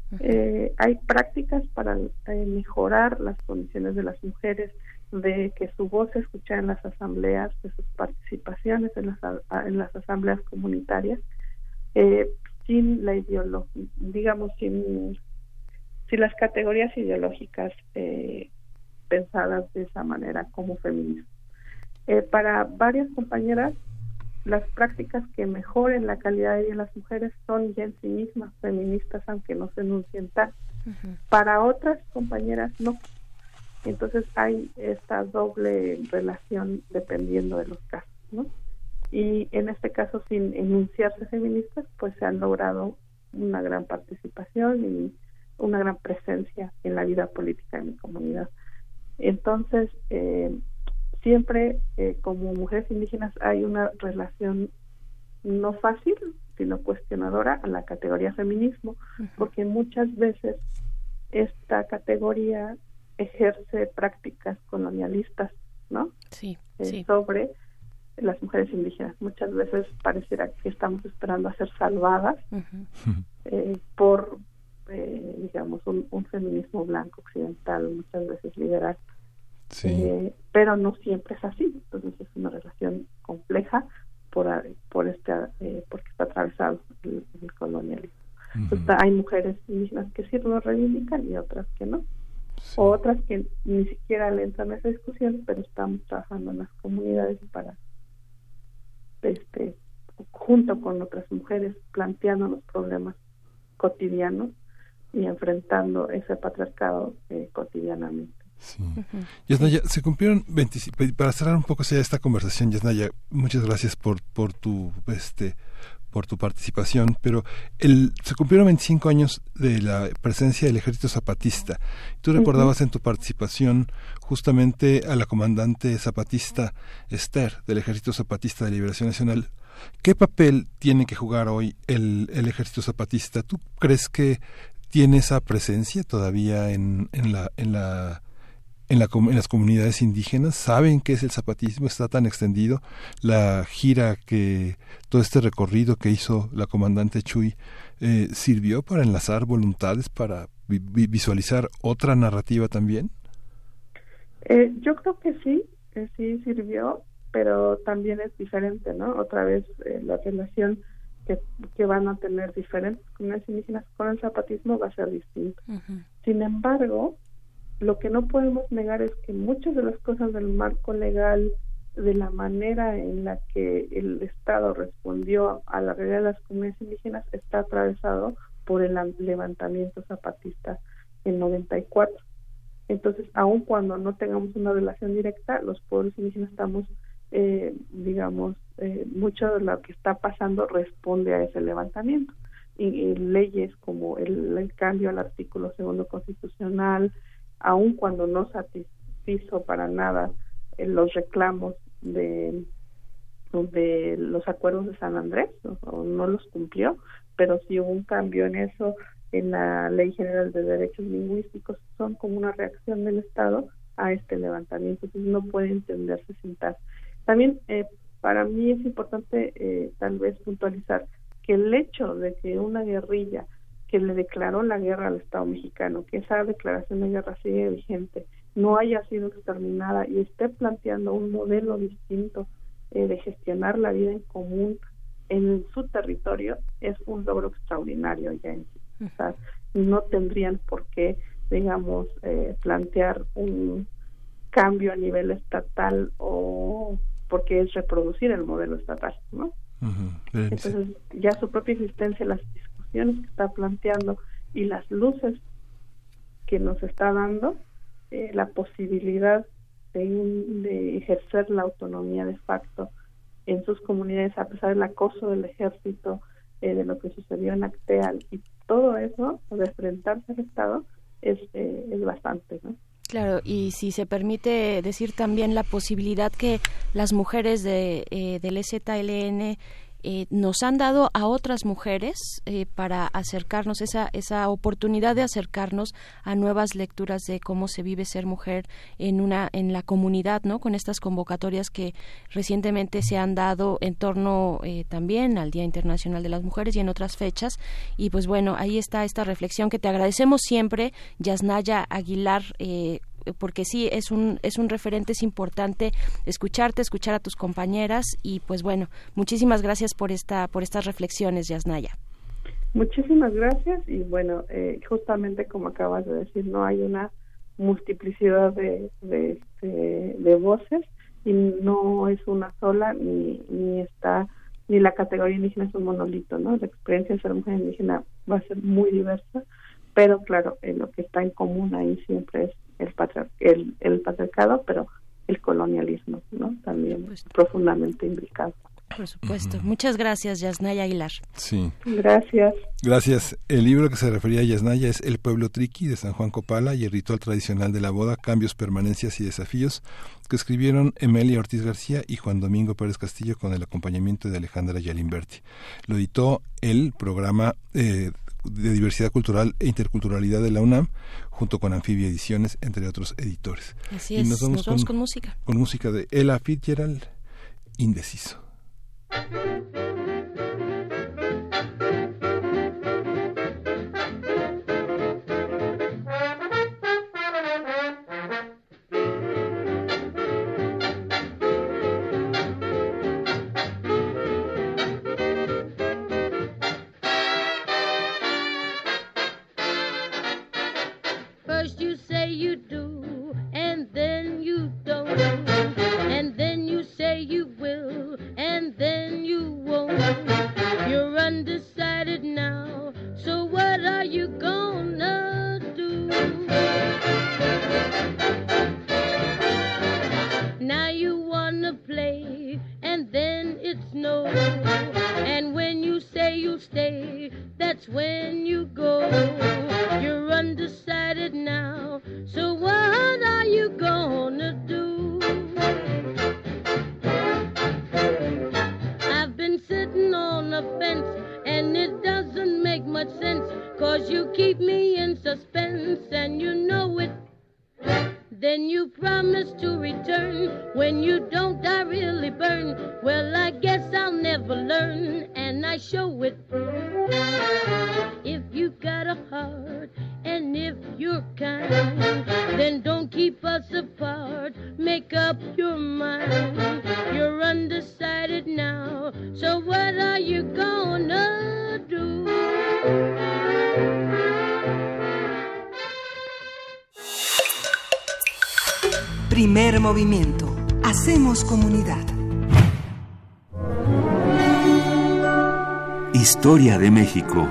Eh, hay prácticas para eh, mejorar las condiciones de las mujeres, de que su voz se escucha en las asambleas, de sus participaciones en las, en las asambleas comunitarias, eh, sin la ideología, digamos, sin, sin las categorías ideológicas eh, pensadas de esa manera como feminismo. Eh, para varias compañeras, las prácticas que mejoren la calidad de vida de las mujeres son ya en sí mismas feministas, aunque no se enuncien tal. Uh-huh. Para otras compañeras no. Entonces hay esta doble relación dependiendo de los casos, ¿no? Y en este caso, sin enunciarse feministas, pues se han logrado una gran participación y una gran presencia en la vida política de mi comunidad. Entonces, eh, siempre eh, como mujeres indígenas hay una relación no fácil, sino cuestionadora a la categoría feminismo, uh-huh. porque muchas veces esta categoría ejerce prácticas colonialistas, ¿no? Sí, eh, sí. sobre las mujeres indígenas. Muchas veces pareciera que estamos esperando a ser salvadas uh-huh. eh, por, eh, digamos, un, un feminismo blanco occidental, muchas veces liberal. Sí. Eh, pero no siempre es así. Entonces es una relación compleja por por este eh, porque está atravesado el, el colonialismo. Uh-huh. Entonces, hay mujeres indígenas que sí lo reivindican y otras que no. Sí. O otras que ni siquiera le entran a esa discusión, pero estamos trabajando en las comunidades para este junto con otras mujeres planteando los problemas cotidianos y enfrentando ese patriarcado eh, cotidianamente. Sí. Uh-huh. Yasnaya, se cumplieron veinticinco, para cerrar un poco ya esta conversación, Yasnaya, muchas gracias por por tu este por tu participación, pero el se cumplieron veinticinco años de la presencia del Ejército Zapatista. Tú recordabas uh-huh. en tu participación justamente a la comandante zapatista Esther del Ejército Zapatista de Liberación Nacional. ¿Qué papel tiene que jugar hoy el el Ejército Zapatista? ¿Tú crees que tiene esa presencia todavía en en la en la En, la, en las comunidades indígenas? ¿Saben qué es el zapatismo? ¿Está tan extendido? La gira que, todo este recorrido que hizo la comandante Chuy, eh, ¿sirvió para enlazar voluntades, para vi- visualizar otra narrativa también? Eh, yo creo que sí, que sí sirvió, pero también es diferente, ¿no? Otra vez eh, la relación que, que van a tener diferentes comunidades indígenas con el zapatismo va a ser distinta. Uh-huh. Sin embargo, lo que no podemos negar es que muchas de las cosas del marco legal, de la manera en la que el Estado respondió a la realidad de las comunidades indígenas, está atravesado por el levantamiento zapatista en noventa y cuatro. Entonces, aun cuando no tengamos una relación directa, los pueblos indígenas estamos, eh, digamos, eh, mucho de lo que está pasando responde a ese levantamiento. Y, y leyes como el, el cambio al artículo segundo constitucional, aun cuando no satisfizo para nada eh, los reclamos de, de los acuerdos de San Andrés, o, o no los cumplió, pero sí hubo un cambio en eso, en la Ley General de Derechos Lingüísticos, son como una reacción del Estado a este levantamiento, entonces no puede entenderse sin tal. También eh, para mí es importante eh, tal vez puntualizar que el hecho de que una guerrilla que le declaró la guerra al Estado mexicano, que esa declaración de guerra sigue vigente, no haya sido exterminada y esté planteando un modelo distinto eh, de gestionar la vida en común en su territorio, es un logro extraordinario ya en sí. O sea, no tendrían por qué, digamos, eh, plantear un cambio a nivel estatal o porque es reproducir el modelo estatal, ¿no? Uh-huh. Entonces, ya su propia existencia, las discusiones que está planteando y las luces que nos está dando, eh, la posibilidad de, un, de ejercer la autonomía de facto en sus comunidades a pesar del acoso del ejército, eh, de lo que sucedió en Acteal y todo eso, de enfrentarse al Estado, es, eh, es bastante, ¿no? Claro, y si se permite decir también la posibilidad que las mujeres de eh, del E Z L N eh, nos han dado a otras mujeres eh, para acercarnos, esa, esa oportunidad de acercarnos a nuevas lecturas de cómo se vive ser mujer en una en la comunidad, ¿no? Con estas convocatorias que recientemente se han dado en torno eh, también al Día Internacional de las Mujeres y en otras fechas. Y pues bueno, ahí está esta reflexión que te agradecemos siempre, Yasnaya Aguilar, eh, porque sí, es un es un referente, es importante escucharte, escuchar a tus compañeras y pues bueno, muchísimas gracias por esta por estas reflexiones, Yasnaya. Muchísimas gracias y bueno, eh, justamente como acabas de decir, no hay una multiplicidad de de, de, de voces y no es una sola ni ni está ni la categoría indígena es un monolito, ¿no? La experiencia de ser mujer indígena va a ser muy diversa, pero claro, eh, lo que está en común ahí siempre es el, patriar- el, el patriarcado, pero el colonialismo, ¿no? También pues, profundamente imbricado. Por supuesto. Uh-huh. Muchas gracias, Yasnaya Aguilar. Sí. Gracias. Gracias. El libro que se refería a Yasnaya es El pueblo triqui, de San Juan Copala, y el ritual tradicional de la boda, cambios, permanencias y desafíos, que escribieron Emelia Ortiz García y Juan Domingo Pérez Castillo con el acompañamiento de Alejandra Yalimberti. Lo editó el programa eh, de Diversidad Cultural e Interculturalidad de la UNAM, junto con Anfibia Ediciones, entre otros editores. Así y es, nos vamos, nos vamos con, con música. Con música de Ella Fitzgerald, Indeciso. First you say you do, and then you don't, and then you say you will, and then you won't. You're undecided now, so what are you gonna do? Now you wanna play, and then it's no, and when you say you'll stay, that's when you go. You're undecided now, so what are you gonna do? I've been sitting on a fence, and it doesn't make much sense, 'cause you keep me in suspense, and you know it. Then you promise to return. When you don't, I really burn. Well, I guess I'll never learn, and I show it. If you got a heart, and if you're kind, then don't keep us apart. Make up your mind. You're undecided now, so what are you gonna do? Primer movimiento. Hacemos comunidad. Historia de México.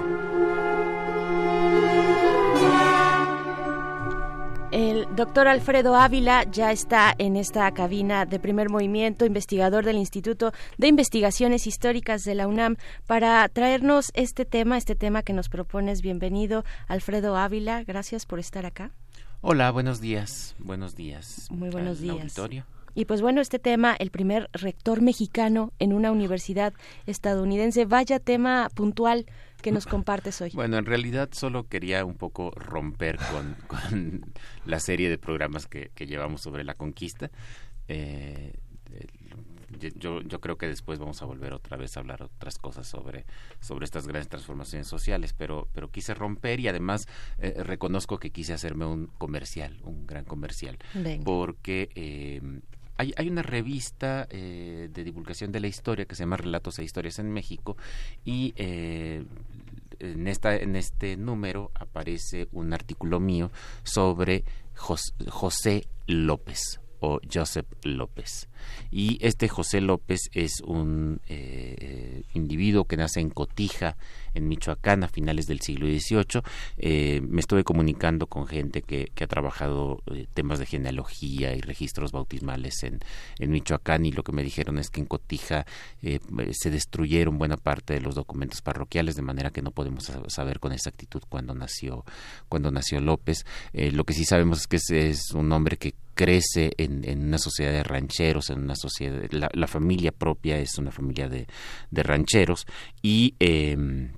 El doctor Alfredo Ávila ya está en esta cabina de Primer Movimiento, investigador del Instituto de Investigaciones Históricas de la UNAM, para traernos este tema, este tema que nos propones. Bienvenido, Alfredo Ávila, gracias por estar acá. Hola, buenos días, buenos días. Muy buenos días. Auditorio. Y pues bueno, este tema, el primer rector mexicano en una universidad estadounidense, vaya tema puntual que nos compartes hoy. Bueno, en realidad solo quería un poco romper con, con la serie de programas que, que llevamos sobre la conquista. Eh, yo, yo creo que después vamos a volver otra vez a hablar otras cosas sobre, sobre estas grandes transformaciones sociales, pero, pero quise romper y además eh, reconozco que quise hacerme un comercial, un gran comercial, Venga. porque eh, hay, hay una revista eh, de divulgación de la historia que se llama Relatos e Historias en México y eh, en, esta, en este número aparece un artículo mío sobre Jos, José López o Joseph López. Y este José López es un eh, individuo que nace en Cotija, en Michoacán, a finales del siglo dieciocho. Eh, me estuve comunicando con gente que, que ha trabajado eh, temas de genealogía y registros bautismales en, en Michoacán, y lo que me dijeron es que en Cotija eh, se destruyeron buena parte de los documentos parroquiales, de manera que no podemos saber con exactitud cuándo nació, cuándo nació López. Eh, lo que sí sabemos es que es, es un hombre que crece en, en una sociedad de rancheros, en una sociedad, la, la familia propia es una familia de, de rancheros y eh,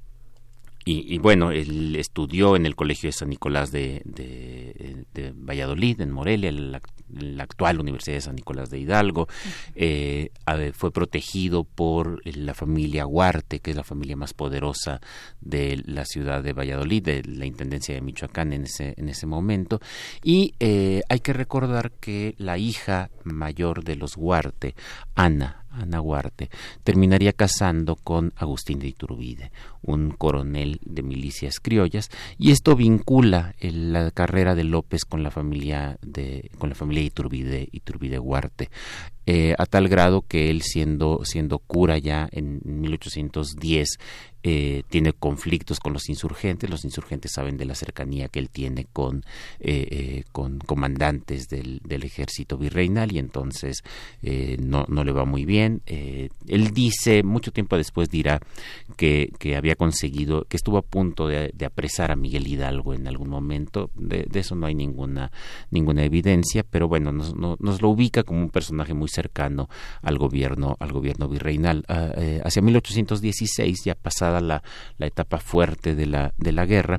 Y, y bueno, él estudió en el Colegio de San Nicolás de, de, de Valladolid, en Morelia, la, la actual Universidad de San Nicolás de Hidalgo. Eh, fue protegido por la familia Huarte, que es la familia más poderosa de la ciudad de Valladolid, de la Intendencia de Michoacán en ese, en ese momento. Y eh, hay que recordar que la hija mayor de los Huarte, Ana, Ana Huarte, terminaría casando con Agustín de Iturbide, un coronel de milicias criollas, y esto vincula el, la carrera de López con la familia de con la familia Iturbide, Iturbide Huarte, eh, a tal grado que él siendo siendo cura ya en mil ochocientos diez eh, tiene conflictos con los insurgentes. Los insurgentes saben de la cercanía que él tiene con eh, eh, con comandantes del, del ejército virreinal y entonces eh, no no le va muy bien. Eh, él dice, mucho tiempo después dirá que, que había conseguido, que estuvo a punto de, de apresar a Miguel Hidalgo en algún momento. De, de eso no hay ninguna ninguna evidencia, pero bueno, nos, no, nos lo ubica como un personaje muy cercano al gobierno al gobierno virreinal. Uh, eh, hacia mil ochocientos dieciséis, ya pasada la, la etapa fuerte de la de la guerra,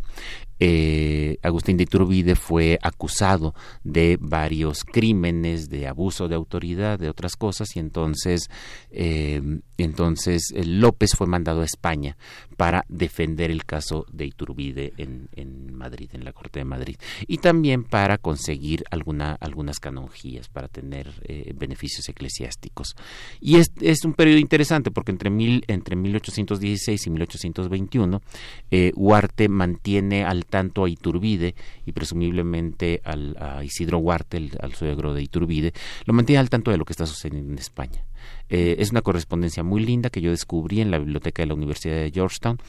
Eh, Agustín de Iturbide fue acusado de varios crímenes, de abuso de autoridad, de otras cosas, y entonces eh, entonces eh, López fue mandado a España para defender el caso de Iturbide en, en Madrid, en la Corte de Madrid, y también para conseguir alguna, algunas canonjías, para tener eh, beneficios eclesiásticos. Y es, es un periodo interesante porque entre, mil, entre mil ochocientos dieciséis y mil ochocientos veintiuno eh, Huarte mantiene al tanto a Iturbide y presumiblemente al, a Isidro Huarte, el, al suegro de Iturbide, lo mantiene al tanto de lo que está sucediendo en España. Eh, es una correspondencia muy linda que yo descubrí en la biblioteca de la Universidad de Georgetown.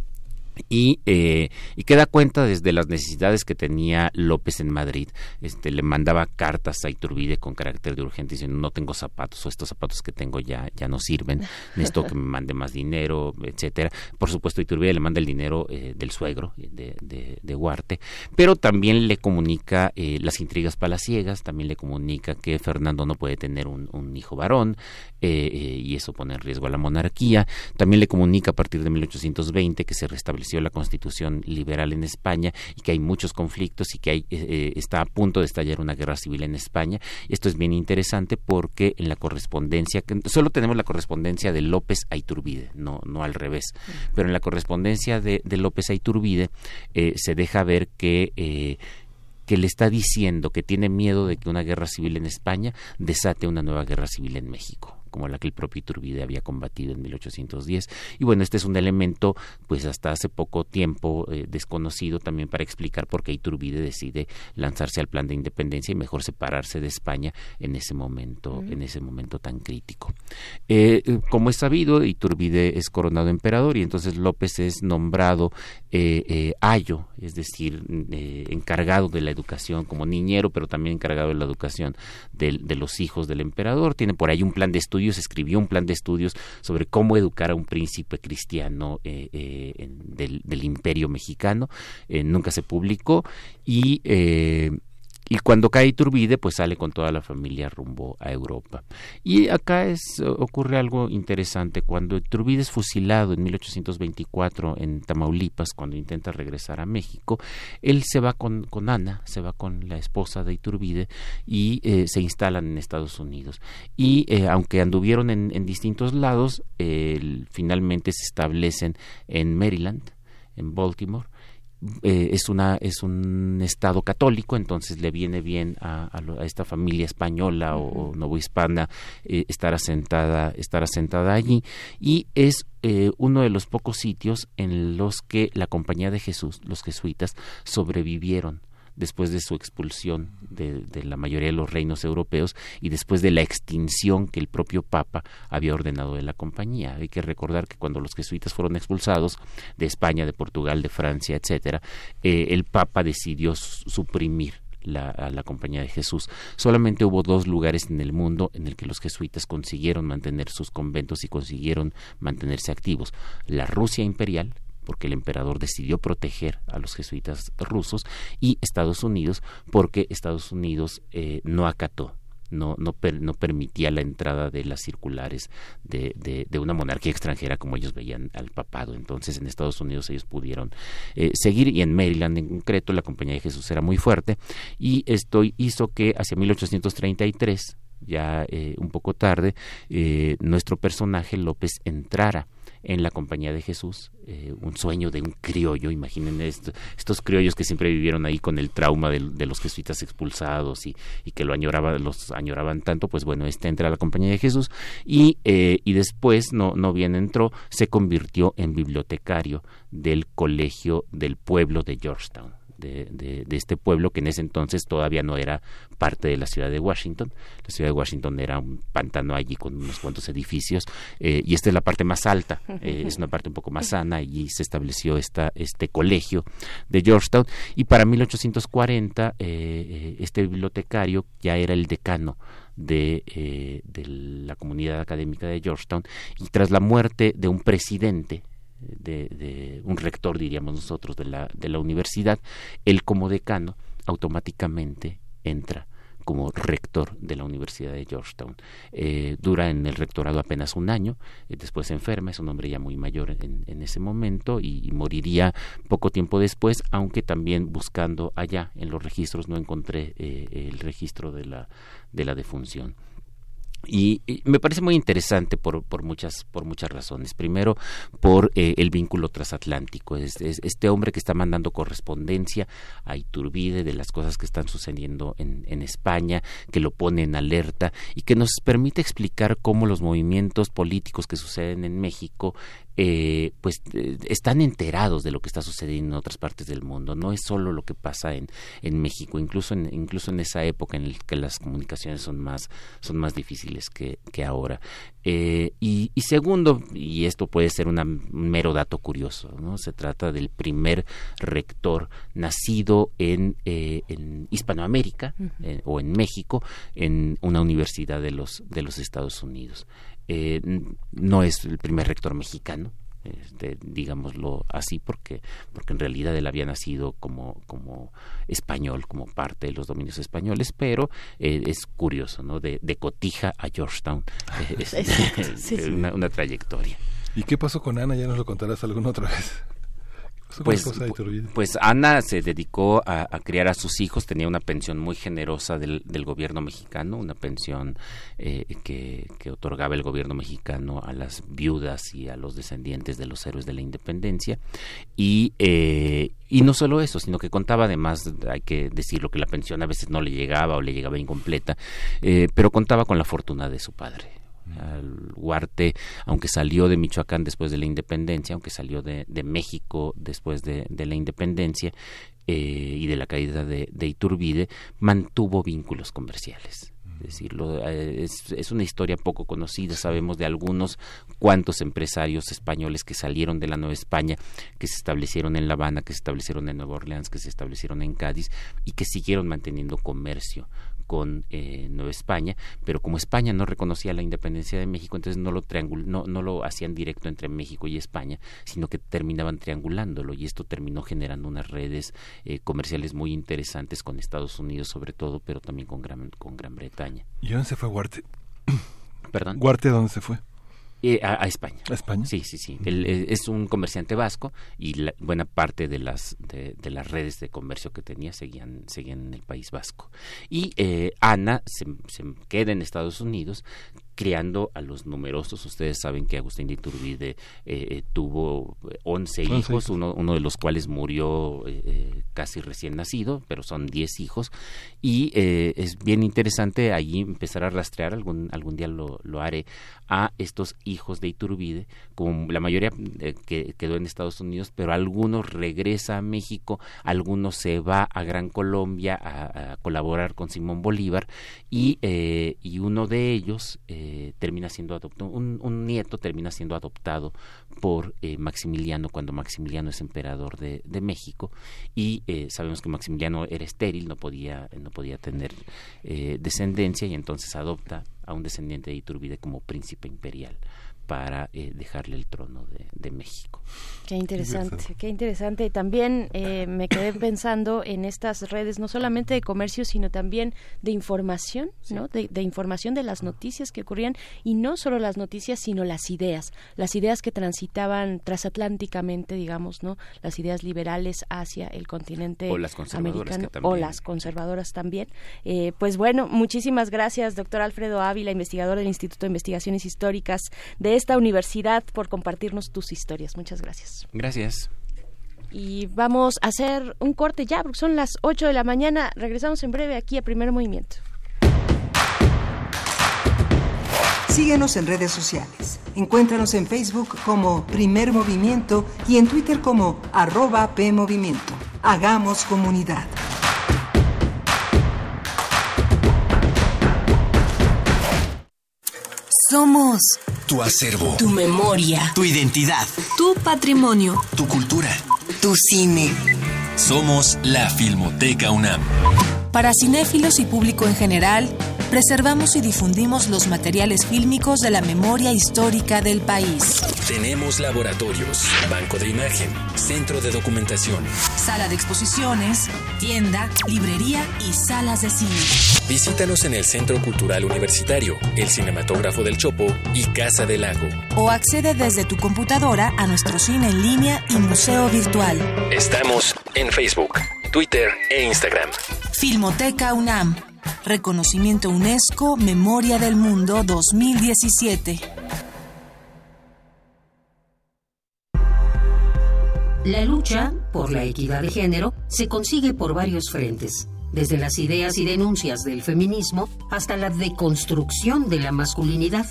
Y, eh, y que da cuenta desde las necesidades que tenía López en Madrid. Este, le mandaba cartas a Iturbide con carácter de urgente diciendo: no tengo zapatos, o estos zapatos que tengo ya, ya no sirven, necesito que me mande más dinero, etcétera. Por supuesto, Iturbide le manda el dinero eh, del suegro de, de, de Huarte, pero también le comunica eh, las intrigas palaciegas, también le comunica que Fernando no puede tener un, un hijo varón, eh, eh, y eso pone en riesgo a la monarquía. También le comunica a partir de mil ochocientos veinte que se restableció la Constitución liberal en España y que hay muchos conflictos y que hay, eh, está a punto de estallar una guerra civil en España. Esto es bien interesante porque en la correspondencia, que solo tenemos la correspondencia de López a Iturbide, no, no al revés, pero en la correspondencia de, de López a Iturbide eh, se deja ver que eh, que le está diciendo que tiene miedo de que una guerra civil en España desate una nueva guerra civil en México, como la que el propio Iturbide había combatido en mil ochocientos diez. Y bueno, este es un elemento pues hasta hace poco tiempo eh, desconocido también para explicar por qué Iturbide decide lanzarse al plan de independencia y mejor separarse de España en ese momento, uh-huh. en ese momento tan crítico. Eh, como es sabido, Iturbide es coronado emperador y entonces López es nombrado eh, eh, ayo, es decir, eh, encargado de la educación como niñero, pero también encargado de la educación de, de los hijos del emperador. Tiene por ahí un plan de estudios, escribió un plan de estudios sobre cómo educar a un príncipe cristiano eh, eh, en, del, del Imperio Mexicano. Eh, nunca se publicó y eh, y cuando cae Iturbide pues sale con toda la familia rumbo a Europa. Y acá es ocurre algo interesante. Cuando Iturbide es fusilado en mil ochocientos veinticuatro en Tamaulipas, cuando intenta regresar a México, él se va con, con Ana, se va con la esposa de Iturbide y eh, se instalan en Estados Unidos. Y eh, aunque anduvieron en, en distintos lados, eh, finalmente se establecen en Maryland, en Baltimore. Eh, es una es un estado católico, entonces le viene bien a, a, lo, a esta familia española o, o novohispana eh, estar asentada estar asentada allí, y es eh, uno de los pocos sitios en los que la Compañía de Jesús, los jesuitas, sobrevivieron después de su expulsión de, de la mayoría de los reinos europeos y después de la extinción que el propio Papa había ordenado de la compañía. Hay que recordar que cuando los jesuitas fueron expulsados de España, de Portugal, de Francia, etcétera, eh, el Papa decidió suprimir La, a la Compañía de Jesús. Solamente hubo dos lugares en el mundo en el que los jesuitas consiguieron mantener sus conventos y consiguieron mantenerse activos: la Rusia imperial, porque el emperador decidió proteger a los jesuitas rusos, y Estados Unidos porque Estados Unidos eh, no acató, no no, per, no permitía la entrada de las circulares de, de, de una monarquía extranjera como ellos veían al papado. Entonces en Estados Unidos ellos pudieron eh, seguir, y en Maryland en concreto la Compañía de Jesús era muy fuerte, y esto hizo que hacia mil ochocientos treinta y tres, ya eh, un poco tarde, eh, nuestro personaje López entrara en la Compañía de Jesús, eh, un sueño de un criollo. Imaginen esto, estos criollos que siempre vivieron ahí con el trauma de, de los jesuitas expulsados y, y que lo añoraban, los añoraban tanto. Pues bueno, este entra a la Compañía de Jesús y, eh, y después, no, no bien entró, se convirtió en bibliotecario del Colegio del Pueblo de Georgetown. De, de, de este pueblo que en ese entonces todavía no era parte de la ciudad de Washington. La ciudad de Washington era un pantano allí con unos cuantos edificios, eh, y esta es la parte más alta, eh, es una parte un poco más sana. Allí se estableció esta, este colegio de Georgetown, y para mil ochocientos cuarenta eh, este bibliotecario ya era el decano de, eh, de la comunidad académica de Georgetown, y tras la muerte de un presidente, De, de un rector, diríamos nosotros, de la, de la universidad, él como decano automáticamente entra como rector de la Universidad de Georgetown. Eh, dura en el rectorado apenas un año, eh, después se enferma, es un hombre ya muy mayor en, en ese momento, y, y moriría poco tiempo después, aunque también buscando allá en los registros no encontré eh, el registro de la, de la defunción. Y, y me parece muy interesante por, por muchas por muchas razones. Primero, por eh, el vínculo transatlántico. Es, es, este hombre que está mandando correspondencia a Iturbide de las cosas que están sucediendo en, en España, que lo pone en alerta y que nos permite explicar cómo los movimientos políticos que suceden en México eh, pues eh, están enterados de lo que está sucediendo en otras partes del mundo. No es solo lo que pasa en, en México, incluso en, incluso en esa época en la que las comunicaciones son más son más difíciles que, que ahora. Eh, y, y segundo, y esto puede ser una, un mero dato curioso, ¿no? Se trata del primer rector nacido en, eh, en Hispanoamérica uh-huh. eh, o en México, en una universidad de los de los Estados Unidos. Eh, no es el primer rector mexicano, este, digámoslo así, porque porque en realidad él había nacido como como español, como parte de los dominios españoles, pero eh, es curioso, ¿no? De, de Cotija a Georgetown, eh, es, sí, sí. Una, una trayectoria. ¿Y qué pasó con Ana? Ya nos lo contarás alguna otra vez. Pues, pues Ana se dedicó a, a criar a sus hijos, tenía una pensión muy generosa del, del gobierno mexicano, una pensión eh, que, que otorgaba el gobierno mexicano a las viudas y a los descendientes de los héroes de la independencia, y eh, y no solo eso, sino que contaba además, hay que decirlo, que la pensión a veces no le llegaba o le llegaba incompleta, eh, pero contaba con la fortuna de su padre. Huarte, aunque salió de Michoacán después de la independencia, aunque salió de, de México después de, de la independencia eh, y de la caída de, de Iturbide, mantuvo vínculos comerciales. Es decir, lo, eh, es, es una historia poco conocida. Sabemos de algunos cuantos empresarios españoles que salieron de la Nueva España, que se establecieron en La Habana, que se establecieron en Nueva Orleans, que se establecieron en Cádiz y que siguieron manteniendo comercio con eh, Nueva España, pero como España no reconocía la independencia de México, entonces no lo triangul no, no lo hacían directo entre México y España, sino que terminaban triangulándolo, y esto terminó generando unas redes eh, comerciales muy interesantes con Estados Unidos sobre todo, pero también con Gran, con Gran Bretaña. ¿Y dónde se fue Huarte? ¿Perdón? ¿Huarte dónde se fue? Eh, a, a España. ¿A España? Sí, sí, sí. Él eh, es un comerciante vasco, y la, buena parte de las de, de las redes de comercio que tenía seguían seguían en el País Vasco. Y eh, Ana se, se queda en Estados Unidos criando a los numerosos. Ustedes saben que Agustín de Iturbide eh, tuvo once hijos, uno, uno de los cuales murió eh, casi recién nacido, pero son diez hijos, y eh, es bien interesante allí empezar a rastrear, algún algún día lo, lo haré, a estos hijos de Iturbide, como la mayoría eh, que quedó en Estados Unidos, pero algunos regresa a México, algunos se va a Gran Colombia a, a colaborar con Simón Bolívar, y, eh, y uno de ellos eh, Eh, termina siendo adoptado, un, un nieto termina siendo adoptado por eh, Maximiliano cuando Maximiliano es emperador de, de México, y eh, sabemos que Maximiliano era estéril, no podía no podía tener eh, descendencia, y entonces adopta a un descendiente de Iturbide como príncipe imperial para eh, dejarle el trono de, de México. Qué interesante, qué interesante. También eh, me quedé pensando en estas redes, no solamente de comercio, sino también de información, sí. ¿no? De, de información de las noticias que ocurrían, y no solo las noticias, sino las ideas, las ideas que transitaban transatlánticamente, digamos, ¿no? Las ideas liberales hacia el continente o las conservadoras americano, que también. o las conservadoras también. Eh, pues bueno, muchísimas gracias, doctor Alfredo Ávila, investigador del Instituto de Investigaciones Históricas de esta universidad, por compartirnos tus historias. Muchas gracias. Gracias. Y vamos a hacer un corte ya, porque son las ocho de la mañana. Regresamos en breve aquí a Primer Movimiento. Síguenos en redes sociales. Encuéntranos en Facebook como Primer Movimiento y en Twitter como arroba PMovimiento. Hagamos comunidad. Somos tu acervo, tu memoria, tu identidad, tu patrimonio, tu cultura, tu cine. Somos la Filmoteca UNAM. Para cinéfilos y público en general, preservamos y difundimos los materiales fílmicos de la memoria histórica del país. Tenemos laboratorios, banco de imagen, centro de documentación, sala de exposiciones, tienda, librería y salas de cine. Visítanos en el Centro Cultural Universitario, el Cinematógrafo del Chopo y Casa del Lago. O accede desde tu computadora a nuestro cine en línea y museo virtual. Estamos en Facebook, Twitter e Instagram. Filmoteca UNAM. Reconocimiento UNESCO Memoria del Mundo dos mil diecisiete. La lucha por la equidad de género se consigue por varios frentes, desde las ideas y denuncias del feminismo hasta la deconstrucción de la masculinidad.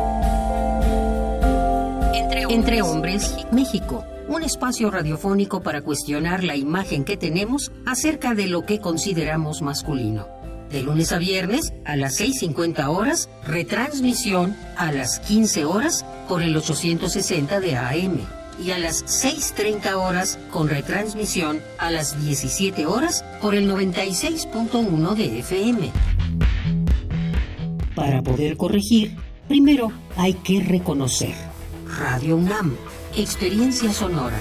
Entre hombres, Entre hombres México, un espacio radiofónico para cuestionar la imagen que tenemos acerca de lo que consideramos masculino. De lunes a viernes a las seis cincuenta horas, retransmisión a las quince horas por el ochocientos sesenta de A M y a las seis treinta horas con retransmisión a las diecisiete horas por el noventa y seis punto uno de F M. Para poder corregir, primero hay que reconocer. Radio UNAM, experiencia sonora.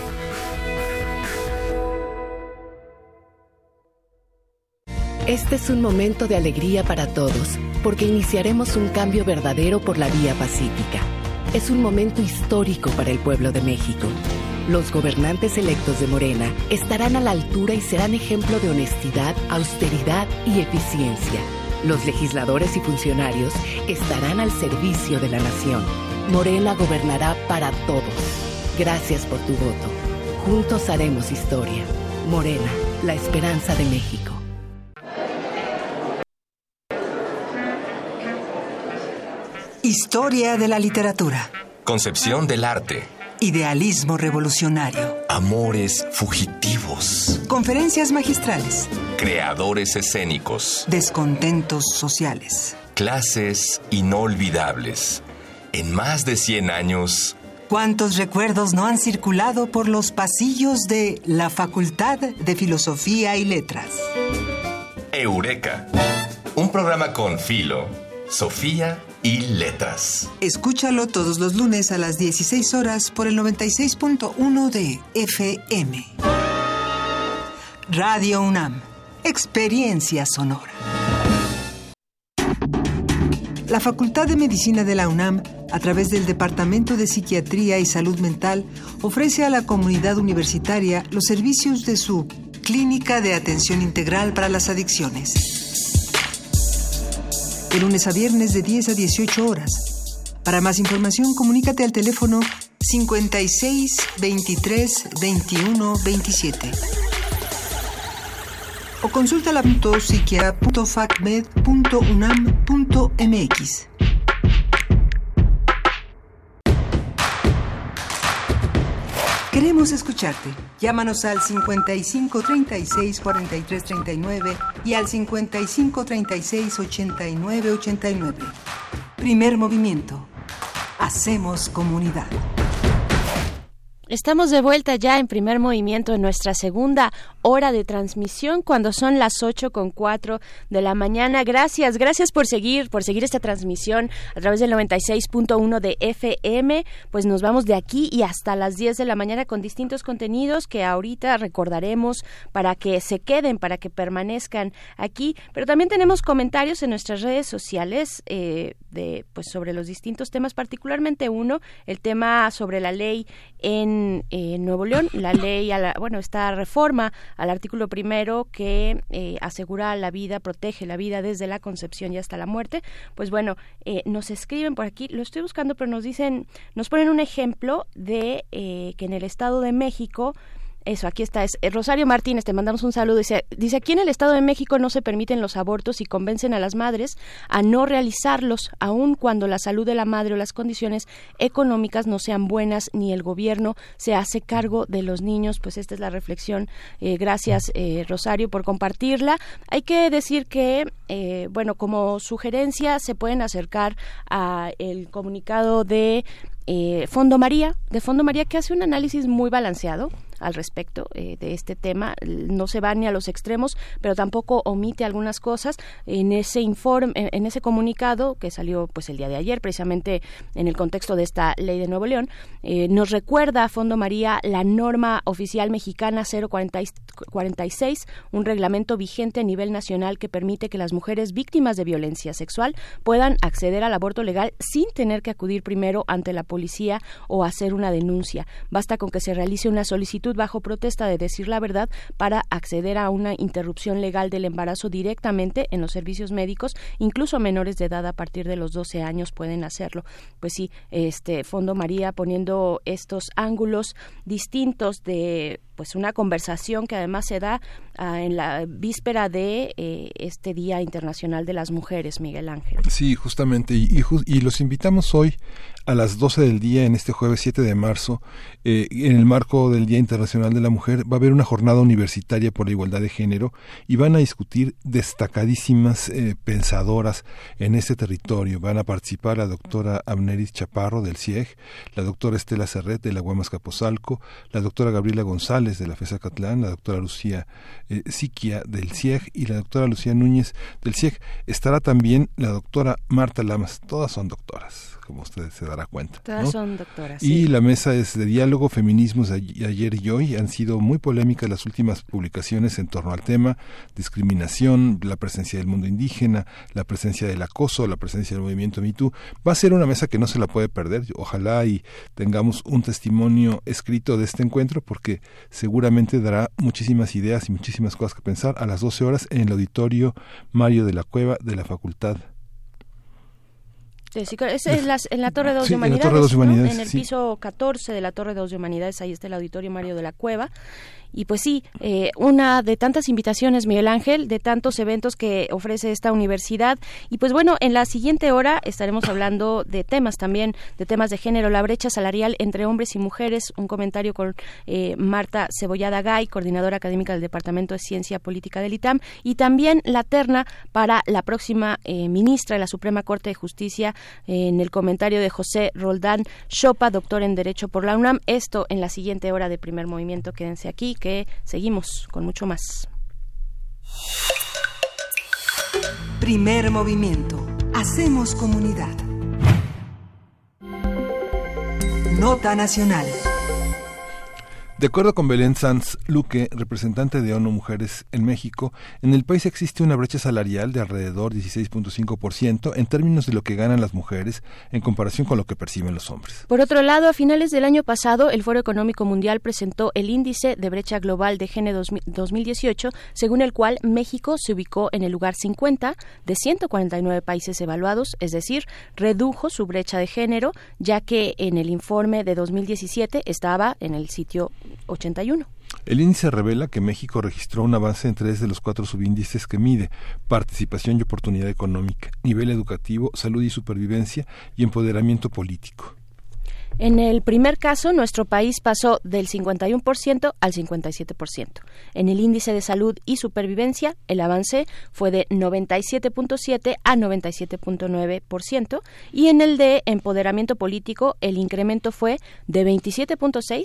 Este es un momento de alegría para todos, porque iniciaremos un cambio verdadero por la vía pacífica. Es un momento histórico para el pueblo de México. Los gobernantes electos de Morena estarán a la altura y serán ejemplo de honestidad, austeridad y eficiencia. Los legisladores y funcionarios estarán al servicio de la nación. Morena gobernará para todos. Gracias por tu voto. Juntos haremos historia. Morena, la esperanza de México. Historia de la literatura. Concepción del arte. Idealismo revolucionario. Amores fugitivos. Conferencias magistrales. Creadores escénicos. Descontentos sociales. Clases inolvidables. En más de cien años... ¿Cuántos recuerdos no han circulado por los pasillos de la Facultad de Filosofía y Letras? Eureka. Un programa con filo, Sofía y Letras. Escúchalo todos los lunes a las dieciséis horas por el noventa y seis punto uno de F M. Radio UNAM. Experiencia sonora. La Facultad de Medicina de la UNAM, a través del Departamento de Psiquiatría y Salud Mental, ofrece a la comunidad universitaria los servicios de su Clínica de Atención Integral para las Adicciones. De lunes a viernes de diez a dieciocho horas. Para más información, comunícate al teléfono cincuenta y seis, veintitrés, veintiuno, veintisiete. O consúltala en psiquia punto facmed punto unam punto m x. Queremos escucharte. Llámanos al cincuenta y cinco, treinta y seis, cuarenta y tres, treinta y nueve y al cincuenta y cinco, treinta y seis, ochenta y nueve, ochenta y nueve. Primer movimiento. Hacemos comunidad. Estamos de vuelta ya en Primer Movimiento en nuestra segunda hora de transmisión cuando son las ocho con cuatro de la mañana. Gracias, gracias por seguir, por seguir esta transmisión a través del noventa y seis punto uno de F M. Pues nos vamos de aquí y hasta las diez de la mañana con distintos contenidos que ahorita recordaremos para que se queden, para que permanezcan aquí. Pero también tenemos comentarios en nuestras redes sociales eh, de pues sobre los distintos temas, particularmente uno, el tema sobre la ley en En, eh, Nuevo León, la ley, a la, bueno, esta reforma al artículo primero que eh, asegura la vida, protege la vida desde la concepción y hasta la muerte. Pues bueno, eh, nos escriben por aquí, lo estoy buscando, pero nos dicen, nos ponen un ejemplo de eh, que en el Estado de México, eso, aquí está, es eh, Rosario Martínez, te mandamos un saludo, dice, dice, aquí en el Estado de México no se permiten los abortos y convencen a las madres a no realizarlos, aun cuando la salud de la madre o las condiciones económicas no sean buenas, ni el gobierno se hace cargo de los niños. Pues esta es la reflexión, eh, gracias eh, Rosario por compartirla. Hay que decir que, eh, bueno, como sugerencia se pueden acercar a el comunicado de Eh, Fondo María, de Fondo María, que hace un análisis muy balanceado al respecto eh, de este tema. No se va ni a los extremos, pero tampoco omite algunas cosas. En ese informe, en ese comunicado que salió pues el día de ayer, precisamente en el contexto de esta ley de Nuevo León, eh, nos recuerda a Fondo María la norma oficial mexicana cero cuarenta y seis, un reglamento vigente a nivel nacional que permite que las mujeres víctimas de violencia sexual puedan acceder al aborto legal sin tener que acudir primero ante la policía o hacer una denuncia. Basta con que se realice una solicitud bajo protesta de decir la verdad para acceder a una interrupción legal del embarazo directamente en los servicios médicos. Incluso menores de edad a partir de los doce años pueden hacerlo. Pues sí, este Fondo María poniendo estos ángulos distintos de pues una conversación que además se da uh, en la víspera de eh, este Día Internacional de las Mujeres, Miguel Ángel. Sí, justamente, y, y, ju- y los invitamos hoy a las doce del día, en este jueves siete de marzo, eh, en el marco del Día Internacional de la Mujer, va a haber una jornada universitaria por la igualdad de género y van a discutir destacadísimas eh, pensadoras en este territorio. Van a participar la doctora Abneris Chaparro del C I E G, la doctora Estela Serret de la U A M Azcapotzalco, la doctora Gabriela González de la FES Acatlán, la doctora Lucía eh, Siquia del C I E G y la doctora Lucía Núñez del C I E G. Estará también la doctora Marta Lamas. Todas son doctoras, como usted se dará cuenta. Todas ¿no? son doctoras. Y sí. la mesa es de diálogo, feminismos de ayer y hoy. Han sido muy polémicas las últimas publicaciones en torno al tema: discriminación, la presencia del mundo indígena, la presencia del acoso, la presencia del movimiento Me Too. Va a ser una mesa que no se la puede perder. Ojalá y tengamos un testimonio escrito de este encuentro, porque seguramente dará muchísimas ideas y muchísimas cosas que pensar. A las doce horas en el auditorio Mario de la Cueva de la Facultad. Es en la, en la Torre dos sí, de Humanidades, en, la Torre dos de Humanidades, ¿no? En el sí. piso catorce de la Torre dos de Humanidades, ahí está el Auditorio Mario de la Cueva. Y pues sí, eh, una de tantas invitaciones, Miguel Ángel, de tantos eventos que ofrece esta universidad. Y pues bueno, en la siguiente hora estaremos hablando de temas también, de temas de género, la brecha salarial entre hombres y mujeres, un comentario con eh, Marta Cebollada Gay, coordinadora académica del Departamento de Ciencia Política del I T A M, y también la terna para la próxima eh, ministra de la Suprema Corte de Justicia, eh, en el comentario de José Roldán Chopa, doctor en Derecho por la UNAM. Esto en la siguiente hora de Primer Movimiento. Quédense aquí, que seguimos con mucho más. Primer Movimiento. Hacemos comunidad. Nota nacional. De acuerdo con Belén Sanz Luque, representante de ONU Mujeres en México, en el país existe una brecha salarial de alrededor dieciséis punto cinco por ciento en términos de lo que ganan las mujeres en comparación con lo que perciben los hombres. Por otro lado, a finales del año pasado, el Foro Económico Mundial presentó el Índice de Brecha Global de Género dos mil dieciocho, según el cual México se ubicó en el lugar cincuenta de ciento cuarenta y nueve países evaluados, es decir, redujo su brecha de género, ya que en el informe de dos mil diecisiete estaba en el sitio ochenta y uno. El índice revela que México registró un avance en tres de los cuatro subíndices que mide: participación y oportunidad económica, nivel educativo, salud y supervivencia y empoderamiento político. En el primer caso, nuestro país pasó del cincuenta y uno por ciento al cincuenta y siete por ciento. En el índice de salud y supervivencia, el avance fue de noventa y siete punto siete a noventa y siete punto nueve por ciento, y en el de empoderamiento político, el incremento fue de veintisiete punto seis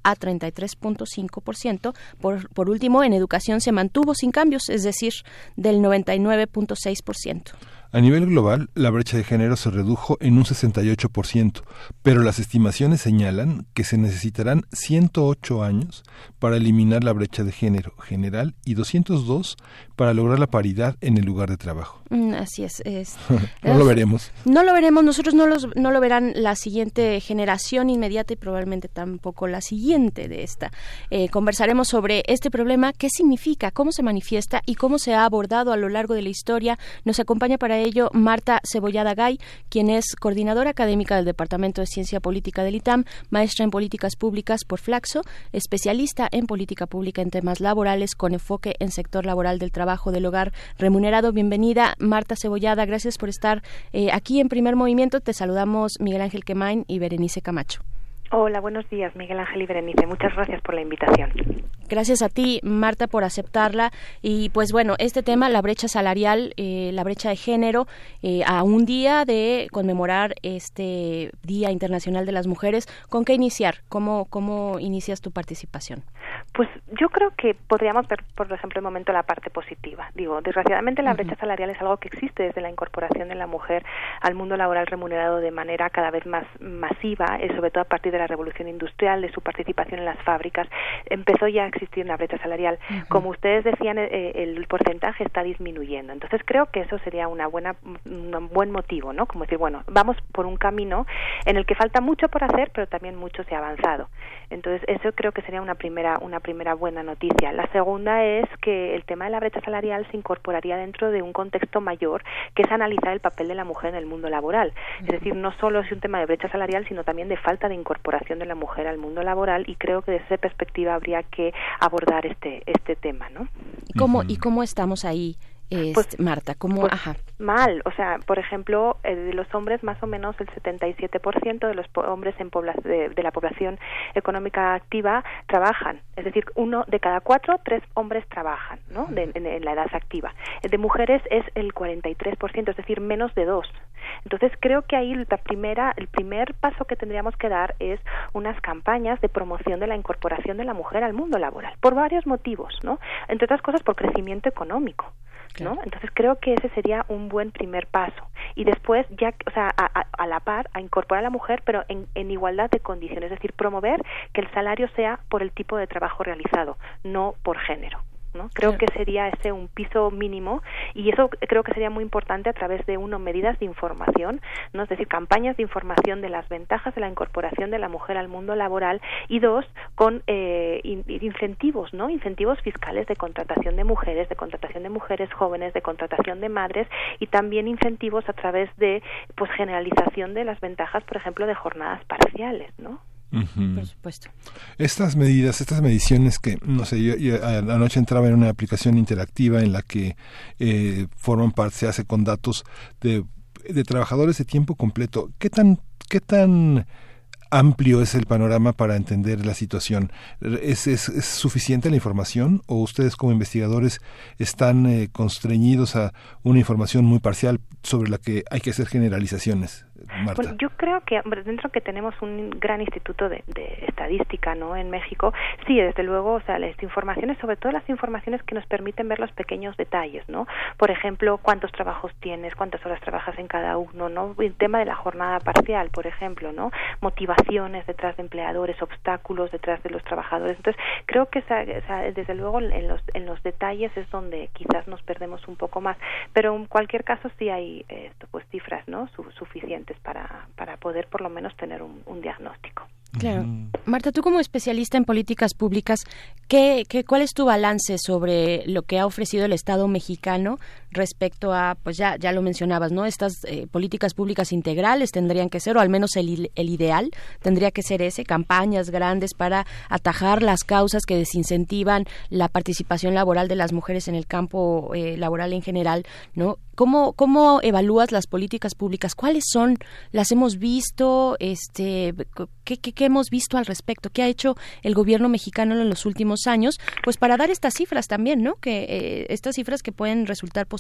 a treinta y tres punto cinco por ciento. Por, por último, en educación se mantuvo sin cambios, es decir, del noventa y nueve punto seis por ciento. A nivel global, la brecha de género se redujo en un sesenta y ocho por ciento, pero las estimaciones señalan que se necesitarán ciento ocho años para eliminar la brecha de género general y doscientos dos para lograr la paridad en el lugar de trabajo. Mm, así es. es no es, lo veremos. No lo veremos, nosotros no, los, no lo verán la siguiente generación inmediata y probablemente tampoco la siguiente de esta. Eh, conversaremos sobre este problema, qué significa, cómo se manifiesta y cómo se ha abordado a lo largo de la historia. Nos acompaña para ello Marta Cebollada Gay, quien es coordinadora académica del Departamento de Ciencia Política del I T A M, maestra en Políticas Públicas por Flaxo, especialista en política pública en temas laborales con enfoque en sector laboral del trabajo del hogar remunerado. Bienvenida, Marta Cebollada, gracias por estar eh, aquí en Primer Movimiento. Te saludamos Miguel Ángel Quemain y Berenice Camacho. Hola, buenos días, Miguel Ángel y Berenice. Muchas gracias por la invitación. Gracias a ti, Marta, por aceptarla. Y pues bueno, este tema, la brecha salarial, eh, la brecha de género, eh, a un día de conmemorar este Día Internacional de las Mujeres, ¿con qué iniciar? ¿Cómo, cómo inicias tu participación? Pues yo creo que podríamos ver, por ejemplo, el momento la parte positiva. Digo, desgraciadamente la brecha uh-huh. salarial es algo que existe desde la incorporación de la mujer al mundo laboral remunerado de manera cada vez más masiva, eh, sobre todo a partir de la revolución industrial, de su participación en las fábricas. Empezó ya a existir una brecha salarial. Uh-huh. Como ustedes decían, eh, el porcentaje está disminuyendo. Entonces creo que eso sería una buena, un buen motivo, ¿no? Como decir, bueno, vamos por un camino en el que falta mucho por hacer, pero también mucho se ha avanzado. Entonces eso creo que sería una primera, una primera buena noticia. La segunda es que el tema de la brecha salarial se incorporaría dentro de un contexto mayor, que es analizar el papel de la mujer en el mundo laboral. Uh-huh. Es decir, no solo es un tema de brecha salarial, sino también de falta de incorporación de la mujer al mundo laboral, y creo que desde esa perspectiva habría que abordar este este tema, ¿no? ¿Cómo, ¿Y cómo estamos ahí? Este, pues, Marta, ¿cómo? Pues, Ajá. Mal, o sea, por ejemplo, eh, de los hombres más o menos el setenta y siete por ciento de los po- hombres en pobla- de, de la población económica activa trabajan, es decir, uno de cada cuatro, tres hombres trabajan, ¿no? De, en, en la edad activa. De mujeres es el cuarenta y tres por ciento, es decir, menos de dos. Entonces creo que ahí la primera, el primer paso que tendríamos que dar es unas campañas de promoción de la incorporación de la mujer al mundo laboral, por varios motivos, ¿no? Entre otras cosas por crecimiento económico, ¿no? Entonces creo que ese sería un buen primer paso, y después ya, o sea, a, a, a la par, a incorporar a la mujer, pero en, en igualdad de condiciones, es decir, promover que el salario sea por el tipo de trabajo realizado, no por género, ¿no? Creo claro. que sería ese un piso mínimo, y eso creo que sería muy importante a través de, uno, medidas de información, ¿no? Es decir, campañas de información de las ventajas de la incorporación de la mujer al mundo laboral, y dos, con eh, in, incentivos, ¿no? Incentivos fiscales de contratación de mujeres, de contratación de mujeres jóvenes, de contratación de madres, y también incentivos a través de, pues, generalización de las ventajas, por ejemplo, de jornadas parciales, ¿no? Uh-huh. Por supuesto. Estas medidas, estas mediciones que, no sé, yo, yo anoche entraba en una aplicación interactiva en la que eh, forman parte, se hace con datos de, de trabajadores de tiempo completo. ¿Qué tan, qué tan amplio es el panorama para entender la situación? ¿Es, es, es suficiente la información, o ustedes como investigadores están eh, constreñidos a una información muy parcial sobre la que hay que hacer generalizaciones? Marta. Bueno, yo creo que dentro que tenemos un gran instituto de, de estadística, ¿no?, en México, sí, desde luego, o sea, las informaciones, sobre todo las informaciones que nos permiten ver los pequeños detalles, ¿no? Por ejemplo, cuántos trabajos tienes, cuántas horas trabajas en cada uno, ¿no? El tema de la jornada parcial, por ejemplo, ¿no? Motivaciones detrás de empleadores, obstáculos detrás de los trabajadores. Entonces, creo que esa, esa, desde luego en los en los detalles es donde quizás nos perdemos un poco más, pero en cualquier caso sí hay esto, pues cifras, ¿no?, Su, suficientes para para poder por lo menos tener un, un diagnóstico. Claro. Marta, tú como especialista en políticas públicas, ¿qué, qué, ¿cuál es tu balance sobre lo que ha ofrecido el Estado mexicano respecto a, pues ya ya lo mencionabas, ¿no? Estas eh, políticas públicas integrales tendrían que ser, o al menos el, el ideal tendría que ser ese, campañas grandes para atajar las causas que desincentivan la participación laboral de las mujeres en el campo eh, laboral en general, ¿no? ¿Cómo, ¿Cómo evalúas las políticas públicas? ¿Cuáles son? ¿Las hemos visto? Este, ¿qué, qué, qué hemos visto al respecto? ¿Qué ha hecho el gobierno mexicano en los últimos años? Pues para dar estas cifras también, ¿no? Que eh, estas cifras que pueden resultar positivas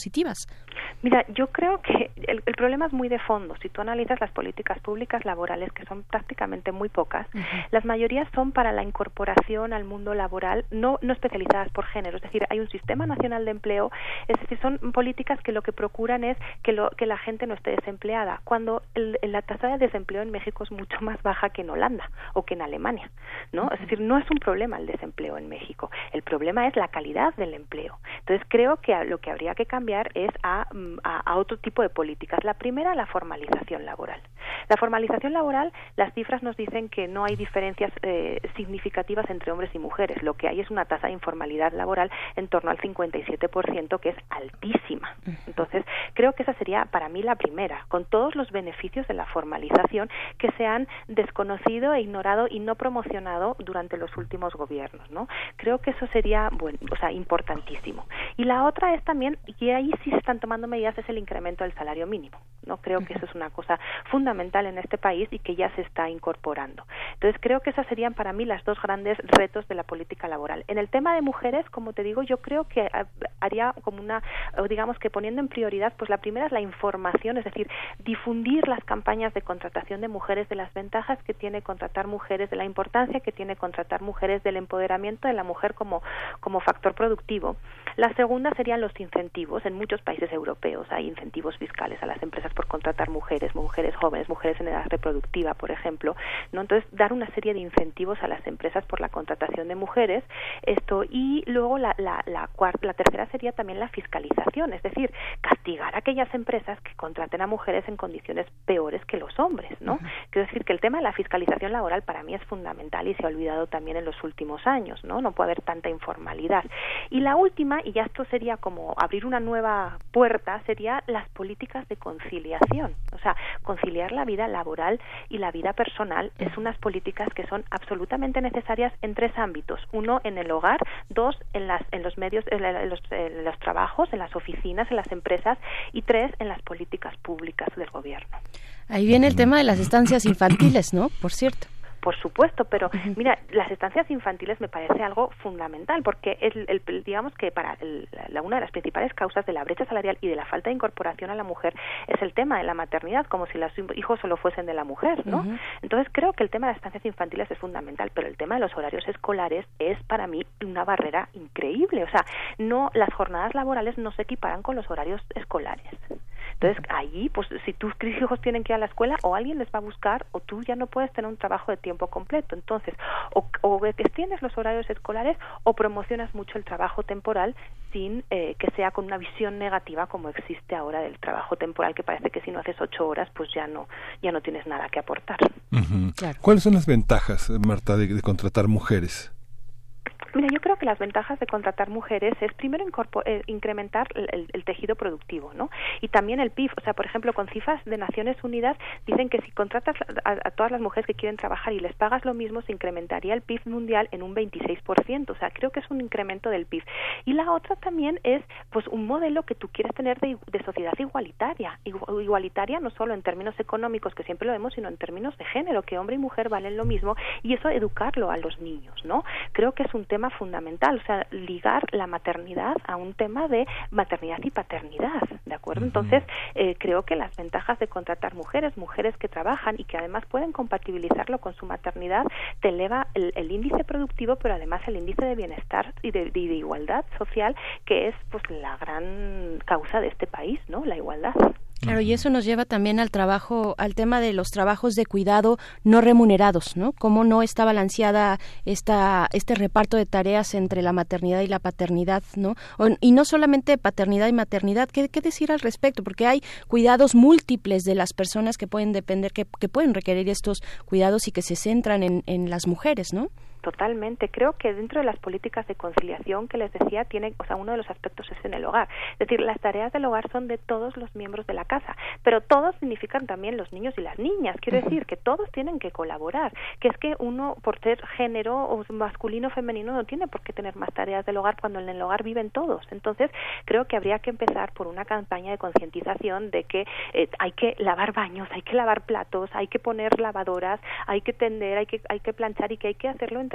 positivas. Mira, yo creo que el, el problema es muy de fondo. Si tú analizas las políticas públicas laborales, que son prácticamente muy pocas, uh-huh. las mayorías son para la incorporación al mundo laboral, no, no especializadas por género. Es decir, hay un sistema nacional de empleo, es decir, son políticas que lo que procuran es que, lo, que la gente no esté desempleada, cuando el, la tasa de desempleo en México es mucho más baja que en Holanda o que en Alemania, ¿no? Uh-huh. Es decir, no es un problema el desempleo en México, el problema es la calidad del empleo. Entonces, creo que lo que habría que cambiar es a A, a otro tipo de políticas. La primera, la formalización laboral. La formalización laboral, las cifras nos dicen que no hay diferencias eh, significativas entre hombres y mujeres. Lo que hay es una tasa de informalidad laboral en torno al cincuenta y siete por ciento, que es altísima. Entonces, creo que esa sería para mí la primera, con todos los beneficios de la formalización que se han desconocido e ignorado y no promocionado durante los últimos gobiernos, ¿no? Creo que eso sería, bueno, o sea, importantísimo. Y la otra es también, y ahí sí se están tomando medidas, es el incremento del salario mínimo, ¿no? Creo que eso es una cosa fundamental en este país y que ya se está incorporando. Entonces, creo que esas serían para mí las dos grandes retos de la política laboral. En el tema de mujeres, como te digo, yo creo que haría como una, digamos que poniendo en prioridad, pues la primera es la información, es decir, difundir las campañas de contratación de mujeres, de las ventajas que tiene contratar mujeres, de la importancia que tiene contratar mujeres, del empoderamiento de la mujer como, como factor productivo. La segunda serían los incentivos. En muchos países europeos hay incentivos fiscales a las empresas por contratar mujeres, mujeres jóvenes, mujeres en edad reproductiva, por ejemplo, ¿no? Entonces, dar una serie de incentivos a las empresas por la contratación de mujeres, esto, y luego la, la, la, cuarta, la tercera sería también la fiscalización, es decir, castigar a aquellas empresas que contraten a mujeres en condiciones peores que los hombres, ¿no? Uh-huh. Quiero decir que el tema de la fiscalización laboral para mí es fundamental y se ha olvidado también en los últimos años, ¿no? No puede haber tanta informalidad. Y la última, y ya esto sería como abrir una nueva puerta, sería las políticas de conciliación. O sea, conciliar la vida laboral y la vida personal es unas políticas que son absolutamente necesarias en tres ámbitos. Uno, en el hogar; dos, en las en los medios, en, la, en, los, en los trabajos, en las oficinas, en las empresas; y tres, en las políticas públicas del gobierno. Ahí viene el tema de las estancias infantiles, ¿no? Por cierto. Por supuesto, pero mira, las estancias infantiles me parece algo fundamental, porque el, el, digamos que para el, la, una de las principales causas de la brecha salarial y de la falta de incorporación a la mujer es el tema de la maternidad, como si los hijos solo fuesen de la mujer, ¿no? Uh-huh. Entonces creo que el tema de las estancias infantiles es fundamental, pero el tema de los horarios escolares es para mí una barrera increíble. O sea, no, las jornadas laborales no se equiparan con los horarios escolares. Entonces, allí, pues, si tus hijos tienen que ir a la escuela, o alguien les va a buscar, o tú ya no puedes tener un trabajo de tiempo completo. Entonces, o, o extiendes los horarios escolares, o promocionas mucho el trabajo temporal sin eh, que sea con una visión negativa como existe ahora del trabajo temporal, que parece que si no haces ocho horas, pues ya no, ya no tienes nada que aportar. Uh-huh. Claro. ¿Cuáles son las ventajas, Marta, de, de contratar mujeres? Mira, yo creo que las ventajas de contratar mujeres es primero eh, incrementar el, el tejido productivo, ¿no? Y también el P I B. O sea, por ejemplo, con cifras de Naciones Unidas dicen que si contratas a, a todas las mujeres que quieren trabajar y les pagas lo mismo, se incrementaría el P I B mundial en un veintiséis por ciento. O sea, creo que es un incremento del P I B. Y la otra también es, pues, un modelo que tú quieres tener de, de sociedad igualitaria. Igualitaria no solo en términos económicos, que siempre lo vemos, sino en términos de género, que hombre y mujer valen lo mismo, y eso educarlo a los niños, ¿no? Creo que es un tema fundamental, o sea, ligar la maternidad a un tema de maternidad y paternidad, ¿de acuerdo? Uh-huh. Entonces, eh, creo que las ventajas de contratar mujeres, mujeres que trabajan y que además pueden compatibilizarlo con su maternidad, te eleva el, el índice productivo, pero además el índice de bienestar y de, de, de igualdad social, que es, pues, la gran causa de este país, ¿no? La igualdad. Claro, y eso nos lleva también al trabajo, al tema de los trabajos de cuidado no remunerados, ¿no? Cómo no está balanceada esta este reparto de tareas entre la maternidad y la paternidad, ¿no? O, y no solamente paternidad y maternidad, ¿qué, qué decir al respecto? Porque hay cuidados múltiples de las personas que pueden depender, que, que pueden requerir estos cuidados y que se centran en, en las mujeres, ¿no? Totalmente. Creo que dentro de las políticas de conciliación que les decía, tiene, o sea, uno de los aspectos es en el hogar. Es decir, las tareas del hogar son de todos los miembros de la casa, pero todos significan también los niños y las niñas. Quiero decir que todos tienen que colaborar, que es que uno, por ser género o masculino o femenino, no tiene por qué tener más tareas del hogar cuando en el hogar viven todos. Entonces, creo que habría que empezar por una campaña de concientización de que eh, hay que lavar baños, hay que lavar platos, hay que poner lavadoras, hay que tender, hay que hay que planchar, y que hay que hacerlo entre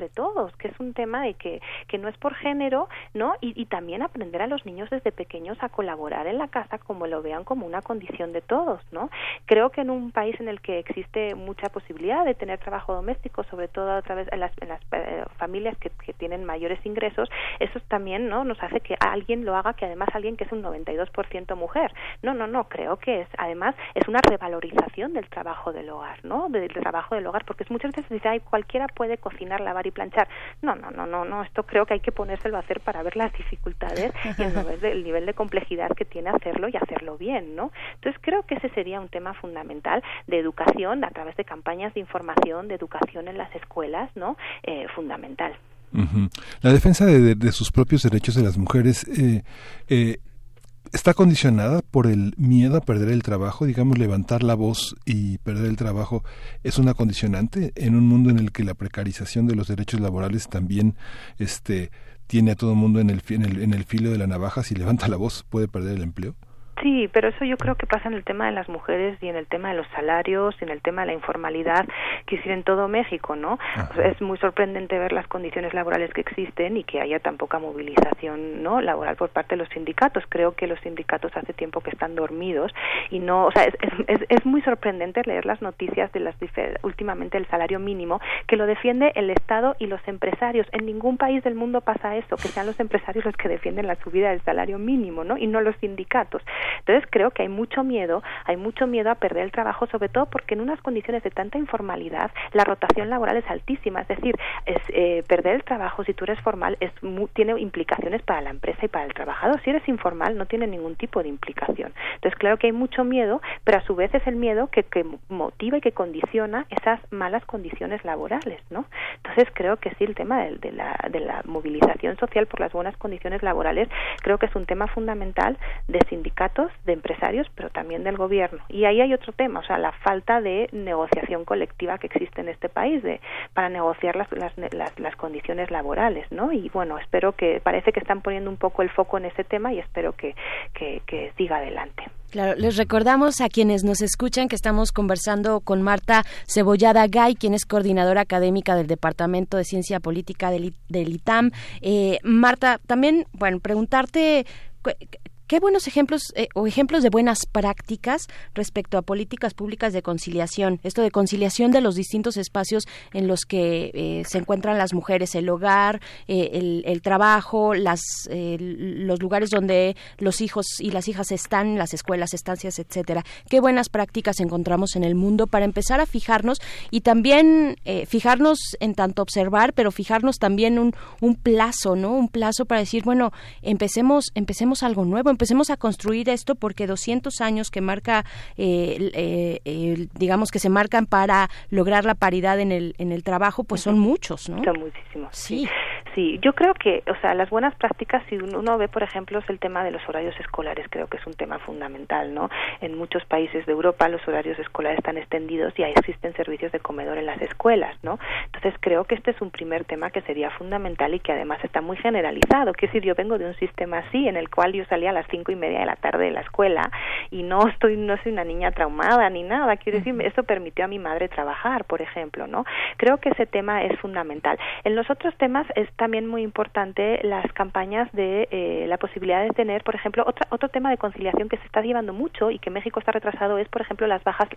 entre todos, que es un tema de que, que no es por género, ¿no? Y, y también aprender a los niños desde pequeños a colaborar en la casa como lo vean como una condición de todos, ¿no? Creo que en un país en el que existe mucha posibilidad de tener trabajo doméstico, sobre todo a través de las, en las eh, familias que, que tienen mayores ingresos, eso también, ¿no?, nos hace que alguien lo haga, que además alguien que es un noventa y dos por ciento mujer. No, no, no, creo que es, además, es una revalorización del trabajo del hogar, ¿no?, del trabajo del hogar, porque muchas veces se dice, ay, cualquiera puede cocinar, lavar y planchar. No, no, no, no, no, esto creo que hay que ponérselo a hacer para ver las dificultades y el nivel, de, el nivel de complejidad que tiene hacerlo y hacerlo bien, ¿no? Entonces creo que ese sería un tema fundamental de educación a través de campañas de información, de educación en las escuelas, ¿no? Eh, fundamental. Uh-huh. La defensa de, de, de sus propios derechos de las mujeres eh, eh, está condicionada por el miedo a perder el trabajo, digamos, levantar la voz y perder el trabajo es una condicionante en un mundo en el que la precarización de los derechos laborales también este tiene a todo el mundo en el, en el en el filo de la navaja. Si levanta la voz puede perder el empleo. Sí, pero eso yo creo que pasa en el tema de las mujeres y en el tema de los salarios y en el tema de la informalidad que existe en todo México, ¿no? O sea, es muy sorprendente ver las condiciones laborales que existen y que haya tan poca movilización, ¿no?, laboral por parte de los sindicatos. Creo que los sindicatos hace tiempo que están dormidos y no, o sea, es, es, es muy sorprendente leer las noticias de las últimamente el salario mínimo, que lo defiende el Estado y los empresarios. En ningún país del mundo pasa eso, que sean los empresarios los que defienden la subida del salario mínimo, ¿no?, y no los sindicatos. Entonces creo que hay mucho miedo, hay mucho miedo a perder el trabajo, sobre todo porque en unas condiciones de tanta informalidad la rotación laboral es altísima, es decir, es, eh, perder el trabajo si tú eres formal es muy, tiene implicaciones para la empresa y para el trabajador. Si eres informal no tiene ningún tipo de implicación. Entonces claro que hay mucho miedo, pero a su vez es el miedo que, que motiva y que condiciona esas malas condiciones laborales, ¿no? Entonces creo que sí, el tema de, de, la, de la movilización social por las buenas condiciones laborales creo que es un tema fundamental de sindicatos, de empresarios, pero también del gobierno. Y ahí hay otro tema, o sea, la falta de negociación colectiva que existe en este país de para negociar las, las, las, las condiciones laborales, ¿no? Y bueno, espero que, parece que están poniendo un poco el foco en ese tema y espero que, que, que siga adelante. Claro, les recordamos a quienes nos escuchan que estamos conversando con Marta Cebollada Gay, quien es coordinadora académica del Departamento de Ciencia Política del, del I T A M. Eh, Marta, también, bueno, preguntarte ¿qué buenos ejemplos eh, o ejemplos de buenas prácticas respecto a políticas públicas de conciliación? Esto de conciliación de los distintos espacios en los que eh, se encuentran las mujeres, el hogar, eh, el, el trabajo, las eh, los lugares donde los hijos y las hijas están, las escuelas, estancias, etcétera. ¿Qué buenas prácticas encontramos en el mundo para empezar a fijarnos y también eh, fijarnos en tanto observar, pero fijarnos también un, un plazo, ¿no? Un plazo para decir, bueno, empecemos, empecemos algo nuevo, empecemos a construir esto porque doscientos años que marca, eh, eh, eh, digamos que se marcan para lograr la paridad en el en el trabajo, pues son muchos, ¿no? Son muchísimos. Sí. Sí, yo creo que, o sea, las buenas prácticas, si uno ve, por ejemplo, es el tema de los horarios escolares, creo que es un tema fundamental, ¿no? En muchos países de Europa los horarios escolares están extendidos y ahí existen servicios de comedor en las escuelas, ¿no? Entonces creo que este es un primer tema que sería fundamental y que además está muy generalizado. Quiero decir, yo vengo de un sistema así, en el cual yo salía a las cinco y media de la tarde de la escuela y no estoy, no soy una niña traumada ni nada. Quiero decir, eso permitió a mi madre trabajar, por ejemplo, ¿no? Creo que ese tema es fundamental. En los otros temas es también muy importante las campañas de eh, la posibilidad de tener, por ejemplo, otra, otro tema de conciliación que se está llevando mucho y que México está retrasado es, por ejemplo, las bajas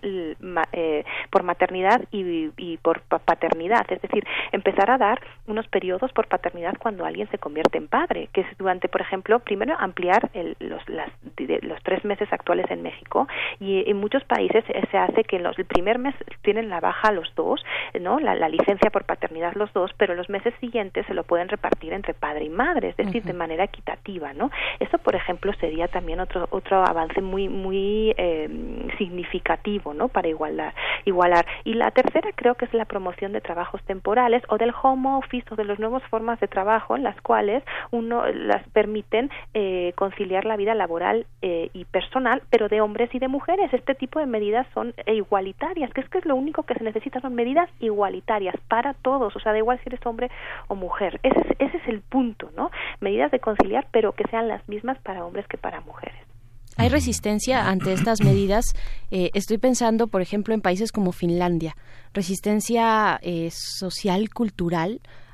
eh, por maternidad y, y por paternidad, es decir, empezar a dar unos periodos por paternidad cuando alguien se convierte en padre, que es durante, por ejemplo, primero ampliar el, los, las, de, los tres meses actuales en México y en muchos países se hace que los, el primer mes tienen la baja los dos, ¿no? La, la licencia por paternidad los dos, pero los meses siguientes se lo pueden repartir entre padre y madre, es decir, uh-huh. de manera equitativa, ¿no? Eso, por ejemplo, sería también otro otro avance muy muy eh, significativo, ¿no? Para igualar, igualar. Y la tercera creo que es la promoción de trabajos temporales o del home office o de las nuevas formas de trabajo en las cuales uno las permiten eh, conciliar la vida laboral eh, y personal, pero de hombres y de mujeres. Este tipo de medidas son igualitarias, que es que es lo único que se necesita, son medidas igualitarias para todos, o sea, da igual si eres hombre o mujer. Ese es, ese es el punto, ¿no? Medidas de conciliar, pero que sean las mismas para hombres que para mujeres. ¿Hay resistencia ante estas medidas? Eh, estoy pensando, por ejemplo, en países como Finlandia. ¿Resistencia eh, social, cultural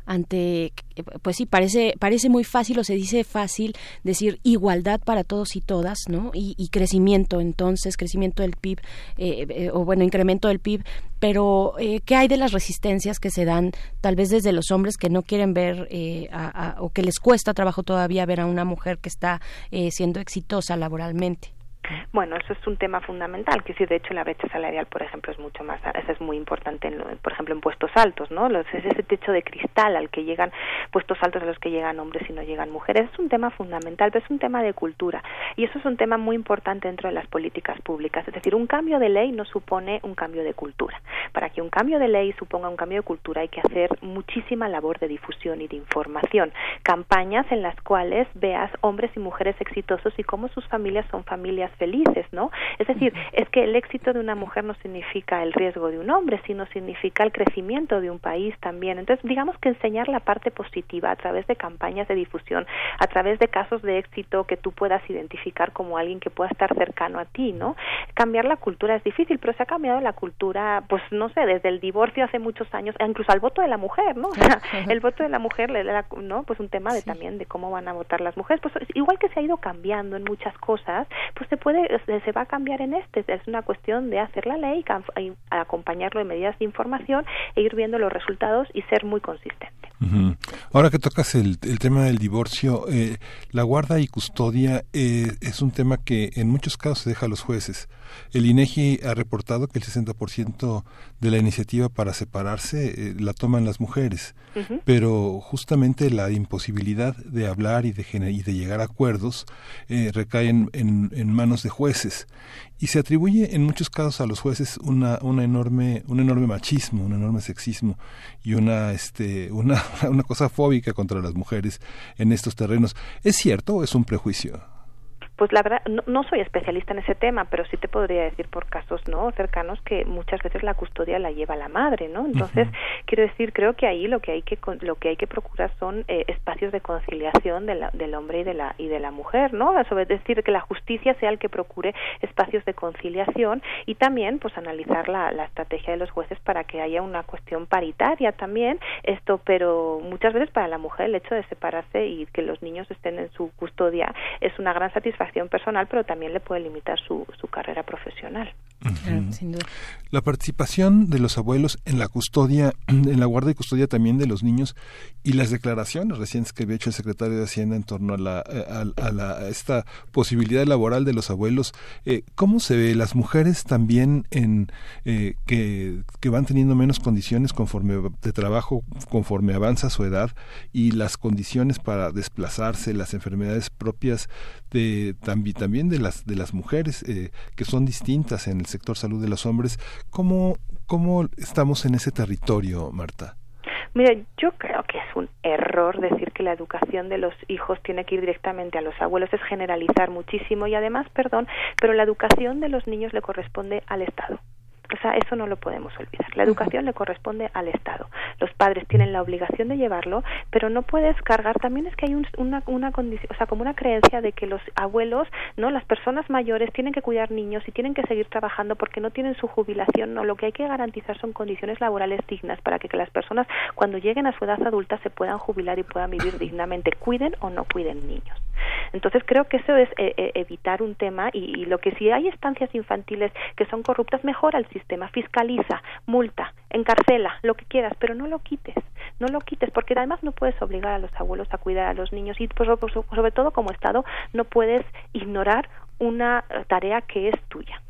ante, pues sí, parece parece muy fácil o se dice fácil decir igualdad para todos y todas, ¿no? Y, y crecimiento, entonces, crecimiento del P I B, eh, eh, o bueno, incremento del P I B, pero eh, ¿qué hay de las resistencias que se dan tal vez desde los hombres que no quieren ver eh, a, a, o que les cuesta trabajo todavía ver a una mujer que está eh, siendo exitosa laboralmente? Bueno, eso es un tema fundamental, que sí, de hecho la brecha salarial, por ejemplo, es mucho más, eso es muy importante, en, por ejemplo, en puestos altos, ¿no? Los, es ese techo de cristal al que llegan, puestos altos a los que llegan hombres y no llegan mujeres, es un tema fundamental, pero es un tema de cultura, y eso es un tema muy importante dentro de las políticas públicas, es decir, un cambio de ley no supone un cambio de cultura. Para que un cambio de ley suponga un cambio de cultura hay que hacer muchísima labor de difusión y de información, campañas en las cuales veas hombres y mujeres exitosos y cómo sus familias son familias felices, ¿no? Es decir, es que el éxito de una mujer no significa el riesgo de un hombre, sino significa el crecimiento de un país también. Entonces, digamos que enseñar la parte positiva a través de campañas de difusión, a través de casos de éxito que tú puedas identificar como alguien que pueda estar cercano a ti, ¿no? Cambiar la cultura es difícil, pero se ha cambiado la cultura, pues no sé, desde el divorcio hace muchos años, incluso al voto de la mujer, ¿no? O sea, el voto de la mujer, ¿no? Pues un tema de también de cómo van a votar las mujeres, pues igual que se ha ido cambiando en muchas cosas, pues se puede, se va a cambiar en este, es una cuestión de hacer la ley, acompañarlo de medidas de información e ir viendo los resultados y ser muy consistente. Uh-huh. Ahora que tocas el, el tema del divorcio, eh, la guarda y custodia eh, es un tema que en muchos casos se deja a los jueces. El INEGI ha reportado que el sesenta por ciento de la iniciativa para separarse eh, la toman las mujeres, uh-huh. pero justamente la imposibilidad de hablar y de, y de llegar a acuerdos eh, recae en, en, en manos de jueces. Y se atribuye en muchos casos a los jueces una, una enorme, un enorme machismo, un enorme sexismo y una, este, una, una cosa fóbica contra las mujeres en estos terrenos. ¿Es cierto o es un prejuicio? Pues la verdad, no, no soy especialista en ese tema, pero sí te podría decir por casos no cercanos que muchas veces la custodia la lleva la madre, ¿no? Entonces, uh-huh. quiero decir, creo que ahí lo que hay que lo que hay que procurar son eh, espacios de conciliación de la, del hombre y de la y de la mujer, ¿no? Sobre decir que la justicia sea el que procure espacios de conciliación y también, pues, analizar la, la estrategia de los jueces para que haya una cuestión paritaria también, esto, pero muchas veces para la mujer el hecho de separarse y que los niños estén en su custodia es una gran satisfacción personal, pero también le puede limitar su, su carrera profesional. Uh-huh. Sin duda. La participación de los abuelos en la custodia, en la guarda y custodia también de los niños y las declaraciones recientes que había hecho el secretario de Hacienda en torno a, la, a, a, la, a esta posibilidad laboral de los abuelos, eh, ¿cómo se ve? Las mujeres también en eh, que, que van teniendo menos condiciones conforme de trabajo, conforme avanza su edad y las condiciones para desplazarse, las enfermedades propias de también también de las de las mujeres eh, que son distintas en el sector salud de los hombres. ¿Cómo cómo estamos en ese territorio, Marta? Mira, yo creo que es un error decir que la educación de los hijos tiene que ir directamente a los abuelos, es generalizar muchísimo y además, perdón, pero la educación de los niños le corresponde al Estado. O sea, eso no lo podemos olvidar. La educación le corresponde al Estado. Los padres tienen la obligación de llevarlo, pero no puedes cargar. También es que hay un, una, una condición, o sea, como una creencia de que los abuelos, no, las personas mayores tienen que cuidar niños y tienen que seguir trabajando porque no tienen su jubilación. No, lo que hay que garantizar son condiciones laborales dignas para que, que las personas, cuando lleguen a su edad adulta, se puedan jubilar y puedan vivir dignamente, cuiden o no cuiden niños. Entonces creo que eso es eh, eh, evitar un tema y, y lo que si hay estancias infantiles que son corruptas, mejora el sistema, fiscaliza, multa, encarcela, lo que quieras, pero no lo quites, no lo quites, porque además no puedes obligar a los abuelos a cuidar a los niños y pues, sobre todo como Estado no puedes ignorar una tarea que es tuya.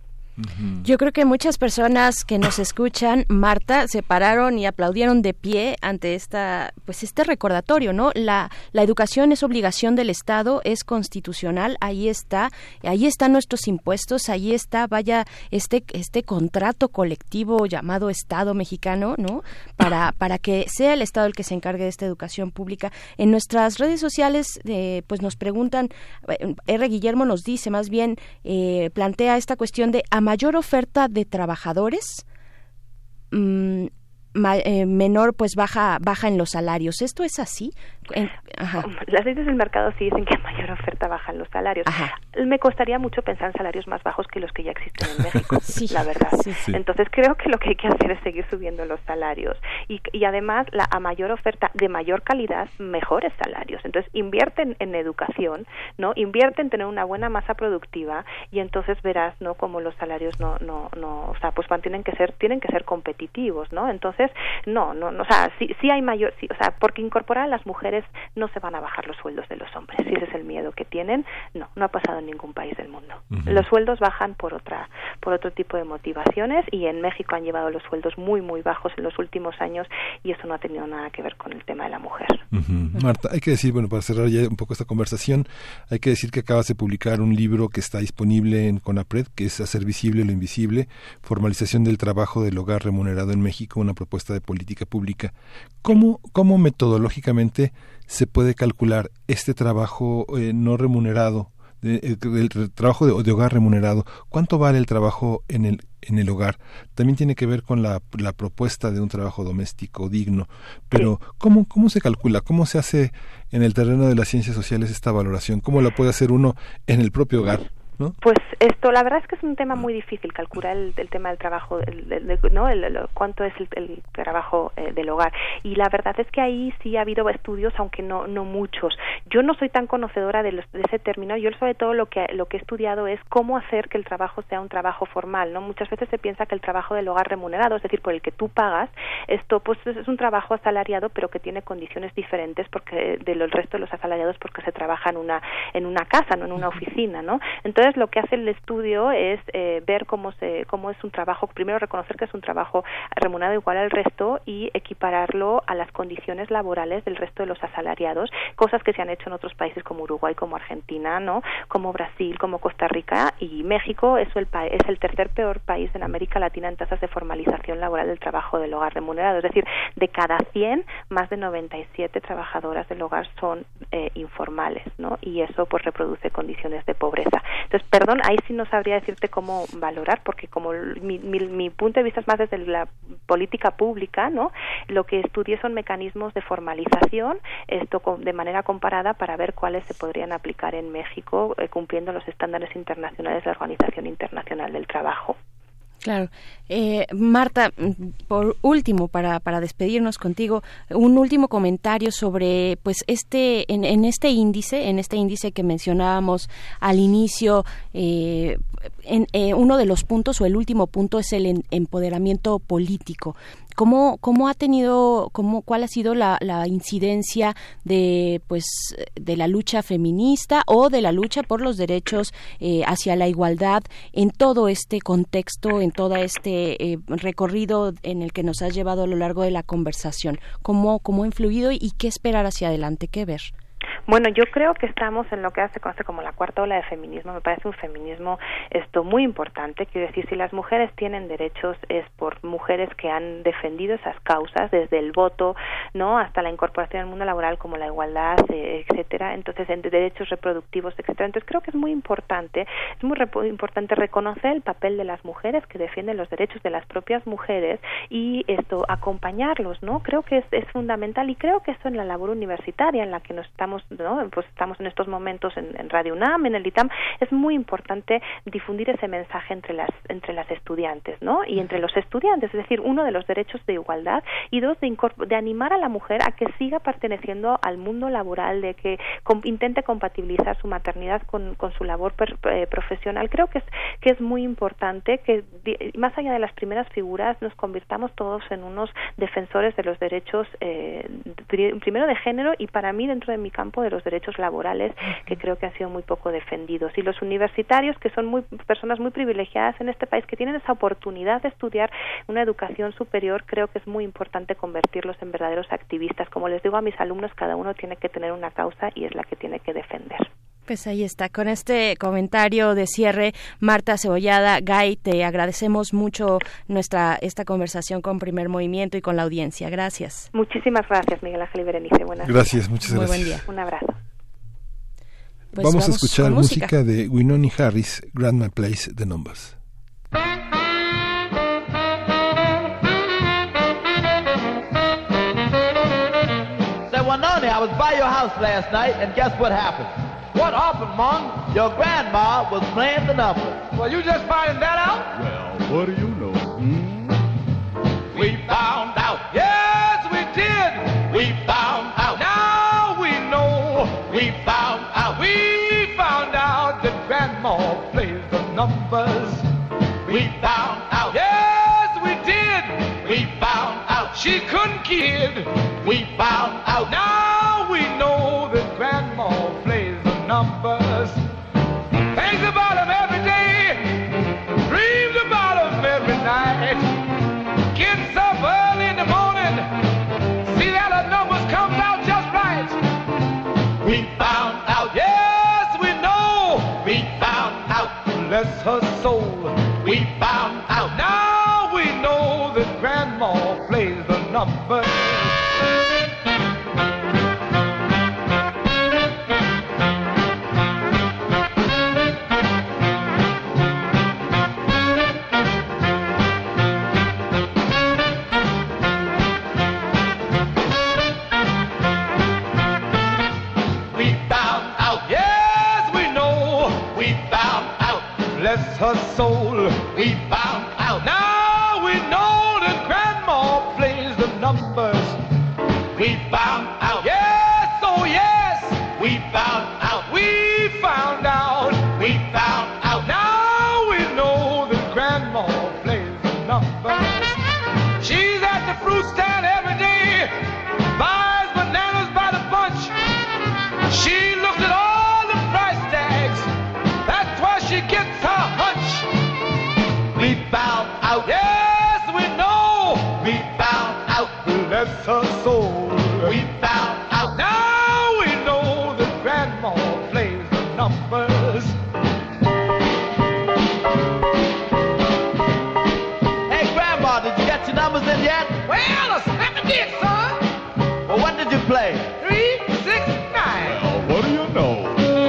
Yo creo que muchas personas que nos escuchan, Marta, se pararon y aplaudieron de pie ante esta, pues este recordatorio, ¿no? La, la educación es obligación del Estado, es constitucional, ahí está, ahí están nuestros impuestos, ahí está, vaya, este, este contrato colectivo llamado Estado mexicano, ¿no? Para, para que sea el Estado el que se encargue de esta educación pública. En nuestras redes sociales, eh, pues nos preguntan, R. Guillermo nos dice, más bien, eh, plantea esta cuestión de a mayor oferta de trabajadores, mmm, ma, eh, menor pues baja baja en los salarios. ¿Esto es así? En, ajá. Las leyes del mercado sí dicen que a mayor oferta bajan los salarios. Ajá. Me costaría mucho pensar en salarios más bajos que los que ya existen en México, sí, la verdad. Sí, sí. Entonces creo que lo que hay que hacer es seguir subiendo los salarios y, y además la, a mayor oferta de mayor calidad, mejores salarios. Entonces invierten en educación, ¿no? Invierte en tener una buena masa productiva y entonces verás, ¿no? Como los salarios no no no, o sea, pues van, tienen que ser tienen que ser competitivos, ¿no? Entonces, no, no, no o sea, sí sí hay mayor, sí, o sea, porque incorporar a las mujeres no se van a bajar los sueldos de los hombres. Si ese es el miedo que tienen, no, no ha pasado en ningún país del mundo. Uh-huh. Los sueldos bajan por otra por otro tipo de motivaciones y en México han llevado los sueldos muy muy bajos en los últimos años y eso no ha tenido nada que ver con el tema de la mujer. Uh-huh. Marta, hay que decir, bueno, para cerrar ya un poco esta conversación, hay que decir que acabas de publicar un libro que está disponible en CONAPRED, que es Hacer visible lo invisible, formalización del trabajo del hogar remunerado en México, una propuesta de política pública. ¿Cómo, cómo metodológicamente se puede calcular este trabajo eh, no remunerado, de, el, el trabajo de, de hogar remunerado? ¿Cuánto vale el trabajo en el en el hogar? También tiene que ver con la, la propuesta de un trabajo doméstico digno, pero sí. ¿cómo, ¿cómo se calcula? ¿Cómo se hace en el terreno de las ciencias sociales esta valoración? ¿Cómo la puede hacer uno en el propio hogar? ¿No? Pues esto, la verdad es que es un tema muy difícil calcular el, el tema del trabajo, el, el, el, ¿no? El, el, cuánto es el, el trabajo eh, del hogar. Y la verdad es que ahí sí ha habido estudios, aunque no no muchos. Yo no soy tan conocedora de, los, de ese término. Yo sobre todo lo que lo que he estudiado es cómo hacer que el trabajo sea un trabajo formal, ¿no? Muchas veces se piensa que el trabajo del hogar remunerado, es decir, por el que tú pagas, esto pues es un trabajo asalariado, pero que tiene condiciones diferentes porque de los resto de los asalariados porque se trabaja en una en una casa, no en una oficina, ¿no? Entonces lo que hace el estudio es eh, ver cómo se cómo es un trabajo, primero reconocer que es un trabajo remunerado igual al resto y equipararlo a las condiciones laborales del resto de los asalariados, cosas que se han hecho en otros países como Uruguay, como Argentina, ¿no? Como Brasil, como Costa Rica y México es el pa- es el tercer peor país en América Latina en tasas de formalización laboral del trabajo del hogar remunerado, es decir, de cada cien, más de noventa y siete trabajadoras del hogar son eh, informales, ¿no? Y eso pues reproduce condiciones de pobreza. Entonces, perdón, ahí sí no sabría decirte cómo valorar, porque como mi, mi, mi punto de vista es más desde la política pública, ¿no? Lo que estudié son mecanismos de formalización, esto con, de manera comparada para ver cuáles se podrían aplicar en México eh, cumpliendo los estándares internacionales de la Organización Internacional del Trabajo. Claro. Eh, Marta, por último, para, para despedirnos contigo, un último comentario sobre, pues, este, en, en este índice, en este índice que mencionábamos al inicio, eh, en, eh, uno de los puntos o el último punto es el en, empoderamiento político. ¿Cómo, cómo ha tenido, cómo, cuál ha sido la, la incidencia de, pues, de la lucha feminista o de la lucha por los derechos eh, hacia la igualdad en todo este contexto, en todo este eh, recorrido en el que nos has llevado a lo largo de la conversación? ¿Cómo, cómo ha influido y qué esperar hacia adelante? ¿Qué ver? Bueno, yo creo que estamos en lo que se conoce como la cuarta ola de feminismo. Me parece un feminismo esto muy importante. Quiero decir, si las mujeres tienen derechos es por mujeres que han defendido esas causas desde el voto, no, hasta la incorporación al mundo laboral como la igualdad, eh, etcétera. Entonces, en derechos reproductivos, etcétera. Entonces, creo que es muy importante, es muy rep- importante reconocer el papel de las mujeres que defienden los derechos de las propias mujeres y esto acompañarlos, ¿no? Creo que es, es fundamental y creo que esto en la labor universitaria en la que nos estamos ¿no? Pues estamos en estos momentos en, en Radio UNAM, en el ITAM, es muy importante difundir ese mensaje entre las entre las estudiantes, ¿no? Y entre los estudiantes, es decir, uno de los derechos de igualdad y dos de, incorpor- de animar a la mujer a que siga perteneciendo al mundo laboral, de que com- intente compatibilizar su maternidad con, con su labor per- eh, profesional. Creo que es que es muy importante que di- más allá de las primeras figuras nos convirtamos todos en unos defensores de los derechos eh, primero de género y para mí dentro de mi campo de los derechos laborales que creo que han sido muy poco defendidos, y los universitarios que son muy personas muy privilegiadas en este país que tienen esa oportunidad de estudiar una educación superior, creo que es muy importante convertirlos en verdaderos activistas. Como les digo a mis alumnos, cada uno tiene que tener una causa y es la que tiene que defender. Pues ahí está, con este comentario de cierre, Marta Cebollada, Gay, te agradecemos mucho nuestra esta conversación con Primer Movimiento y con la audiencia. Gracias. Muchísimas gracias, Miguel Ángel y Berenice. Buenas Gracias, días. muchas Muy gracias. buen día. Un abrazo. Pues vamos, vamos a escuchar música. música de Wynonie Harris, Grandma Plays the Numbers. I was by your house last night, and guess what happened? What happened, Mom? Your grandma was playing the numbers. Well, you just finding that out? Well, what do you know? Hmm? We found out. Yes, we did. We found out. Now we know. We found out. We found out that Grandma plays the numbers. We found out. Yes, we did. We found out. She couldn't kid. We found out. Now we know that Grandma plays the numbers. Thinks about them every day. Dreams about them every night. Gets up early in the morning. See that the numbers come out just right. We found out. Yes, we know. We found out. Bless her soul. We found out. Now we know that Grandma plays the numbers. We found out. Yes, we know. We found out. Bless her soul. We found out. Now we know that Grandma plays the numbers. We found out. Yes, oh yes. We found out. We found out. We found out. Now we know that Grandma plays the numbers. She's at the fruit stand every day. Buys bananas by the bunch. She looks at all the price tags. That's why she gets her hunch. We found out. Yes, we know. We found out. Bless her soul. We found out. Now we know that Grandma plays the numbers. Hey, Grandma, did you get your numbers in yet? Well, I never did, son. Well, what did you play? Three, six, nine. Well, what do you know?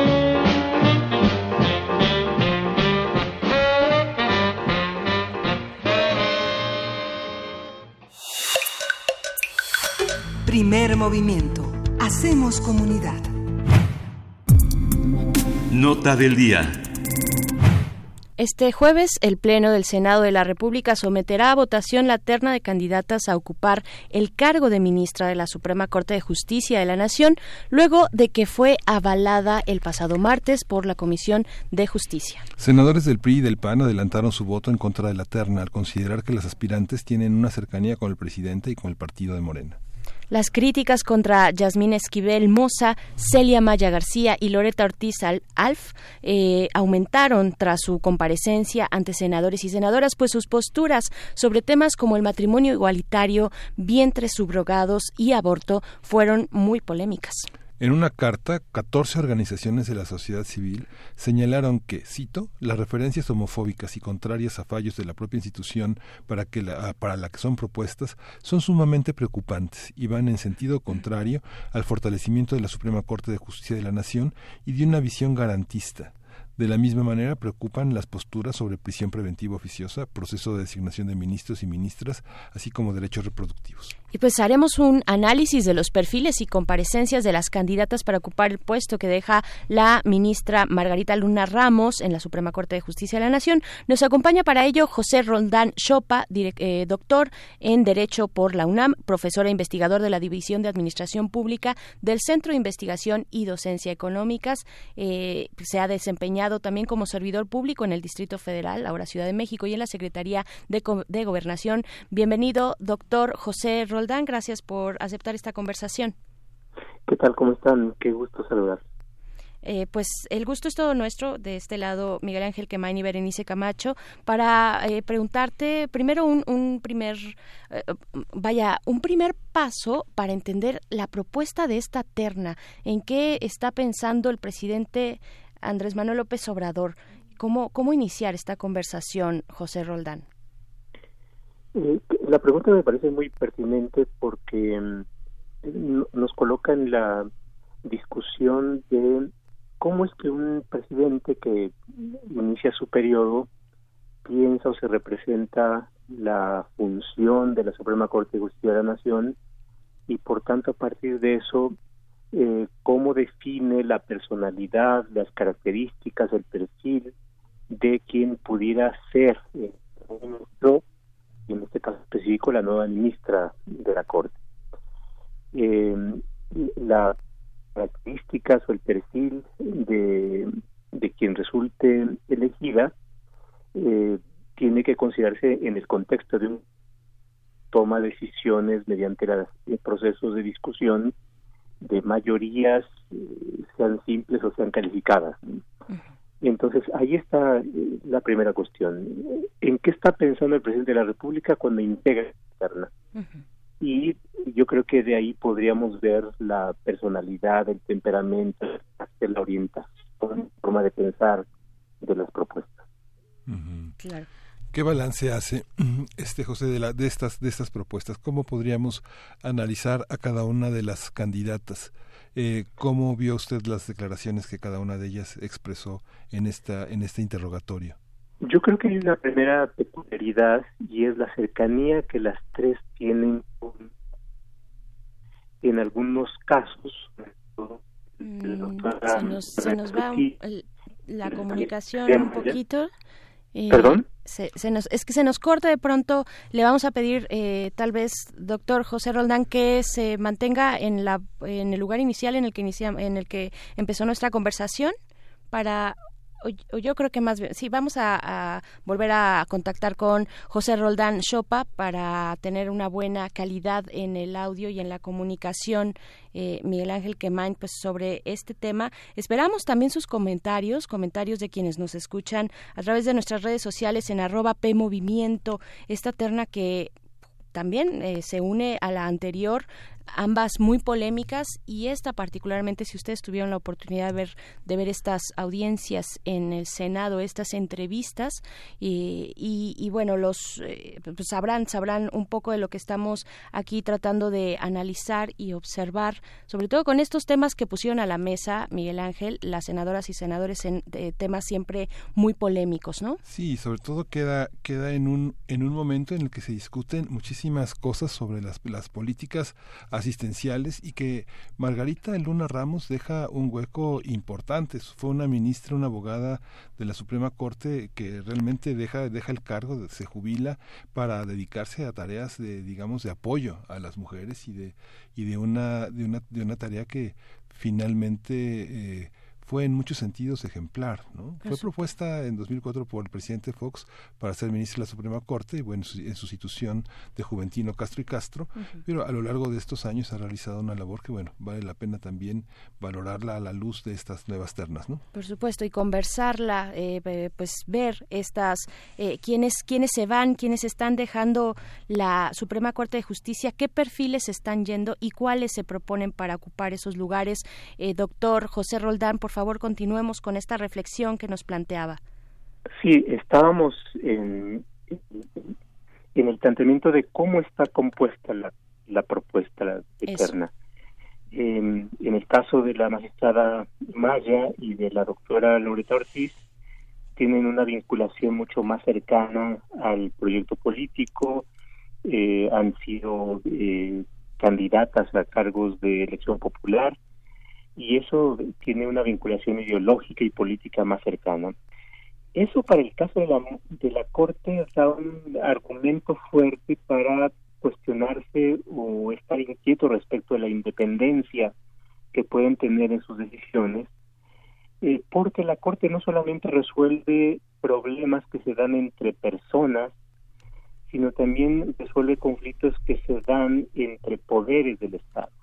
Primer movimiento. Hacemos comunidad. Nota del día. Este jueves, el Pleno del Senado de la República someterá a votación la terna de candidatas a ocupar el cargo de ministra de la Suprema Corte de Justicia de la Nación, luego de que fue avalada el pasado martes por la Comisión de Justicia. Senadores del P R I y del P A N adelantaron su voto en contra de la terna al considerar que las aspirantes tienen una cercanía con el presidente y con el partido de Morena. Las críticas contra Yasmín Esquivel Moza, Celia Maya García y Loretta Ortiz Alf eh, aumentaron tras su comparecencia ante senadores y senadoras, pues sus posturas sobre temas como el matrimonio igualitario, vientres subrogados y aborto fueron muy polémicas. En una carta, catorce organizaciones de la sociedad civil señalaron que, cito, las referencias homofóbicas y contrarias a fallos de la propia institución para, que la, para la que son propuestas son sumamente preocupantes y van en sentido contrario al fortalecimiento de la Suprema Corte de Justicia de la Nación y de una visión garantista. De la misma manera, preocupan las posturas sobre prisión preventiva oficiosa, proceso de designación de ministros y ministras, así como derechos reproductivos. Y pues haremos un análisis de los perfiles y comparecencias de las candidatas para ocupar el puesto que deja la ministra Margarita Luna Ramos en la Suprema Corte de Justicia de la Nación. Nos acompaña para ello José Roldán Chopa, direct, eh, doctor en Derecho por la UNAM, profesor e investigador de la División de Administración Pública del Centro de Investigación y Docencia Económicas. Eh, se ha desempeñado también como servidor público en el Distrito Federal, ahora Ciudad de México, y en la Secretaría de, Co- de Gobernación. Bienvenido, doctor José Roldán, gracias por aceptar esta conversación. ¿Qué tal? ¿Cómo están? Qué gusto saludar. Eh, pues el gusto es todo nuestro, de este lado Miguel Ángel Quemain y Berenice Camacho, para eh, preguntarte primero un, un primer, eh, vaya, un primer paso para entender la propuesta de esta terna. ¿En qué está pensando el presidente Andrés Manuel López Obrador? ¿Cómo, cómo iniciar esta conversación, José Roldán? Eh, la pregunta me parece muy pertinente porque eh, nos coloca en la discusión de cómo es que un presidente que inicia su periodo piensa o se representa la función de la Suprema Corte de Justicia de la Nación y por tanto a partir de eso eh, cómo define la personalidad, las características, el perfil de quien pudiera ser eh, ministro, y en este caso específico la nueva ministra de la Corte. Eh, las características o el perfil de, de quien resulte elegida eh, tiene que considerarse en el contexto de un toma decisiones mediante los procesos de discusión de mayorías, eh, sean simples o sean calificadas. Uh-huh. Entonces, ahí está eh, la primera cuestión. ¿En qué está pensando el presidente de la República cuando integra la terna? Uh-huh. Y yo creo que de ahí podríamos ver la personalidad, el temperamento, la orientación, la forma de pensar de las propuestas. Uh-huh. Claro. ¿Qué balance hace este José de, la, de estas de estas propuestas? ¿Cómo podríamos analizar a cada una de las candidatas? Eh, ¿Cómo vio usted las declaraciones que cada una de ellas expresó en esta en este interrogatorio? Yo creo que hay una primera peculiaridad y es la cercanía que las tres tienen con, en algunos casos. Mm, se, nos, se nos va un, el, la comunicación un poquito. Eh, ¿Perdón? Se, se nos, es que se nos corta de pronto. Le vamos a pedir, eh, tal vez, doctor José Roldán, que se mantenga en la en el lugar inicial en el que inicia, en el que empezó nuestra conversación para. O yo creo que más bien, sí, vamos a, a volver a contactar con José Roldán Chopa para tener una buena calidad en el audio y en la comunicación, eh, Miguel Ángel Quemain, pues sobre este tema. Esperamos también sus comentarios, comentarios de quienes nos escuchan a través de nuestras redes sociales en arroba P Movimiento, esta terna que también eh, se une a la anterior, ambas muy polémicas, y esta particularmente, si ustedes tuvieron la oportunidad de ver de ver estas audiencias en el Senado, estas entrevistas, y, y, y bueno, los eh, pues sabrán sabrán un poco de lo que estamos aquí tratando de analizar y observar, sobre todo con estos temas que pusieron a la mesa, Miguel Ángel, las senadoras y senadores, en de temas siempre muy polémicos, ¿no? Sí, sobre todo queda queda en un en un momento en el que se discuten muchísimas cosas sobre las las políticas asistenciales, y que Margarita Luna Ramos deja un hueco importante. Fue una ministra, una abogada de la Suprema Corte que realmente deja deja el cargo, se jubila para dedicarse a tareas de, digamos, de apoyo a las mujeres y de y de una de una de una tarea que finalmente eh, fue en muchos sentidos ejemplar, ¿no? Fue propuesta en dos mil cuatro por el presidente Fox para ser ministro de la Suprema Corte, y bueno, en sustitución de Juventino Castro y Castro, uh-huh. pero a lo largo de estos años ha realizado una labor que, bueno, vale la pena también valorarla a la luz de estas nuevas ternas, ¿no? Por supuesto, y conversarla, eh, pues ver estas, eh, quiénes, quiénes se van, quiénes están dejando la Suprema Corte de Justicia, qué perfiles están yendo y cuáles se proponen para ocupar esos lugares. Eh, doctor José Roldán, por favor, Por favor, continuemos con esta reflexión que nos planteaba. Sí, estábamos en, en el planteamiento de cómo está compuesta la, la propuesta eterna. Eh, en el caso de la magistrada Maya y de la doctora Loreta Ortiz, tienen una vinculación mucho más cercana al proyecto político, eh, han sido eh, candidatas a cargos de elección popular, y eso tiene una vinculación ideológica y política más cercana. Eso, para el caso de la, de la Corte, da un argumento fuerte para cuestionarse o estar inquieto respecto de la independencia que pueden tener en sus decisiones, eh, porque la Corte no solamente resuelve problemas que se dan entre personas, sino también resuelve conflictos que se dan entre poderes del Estado,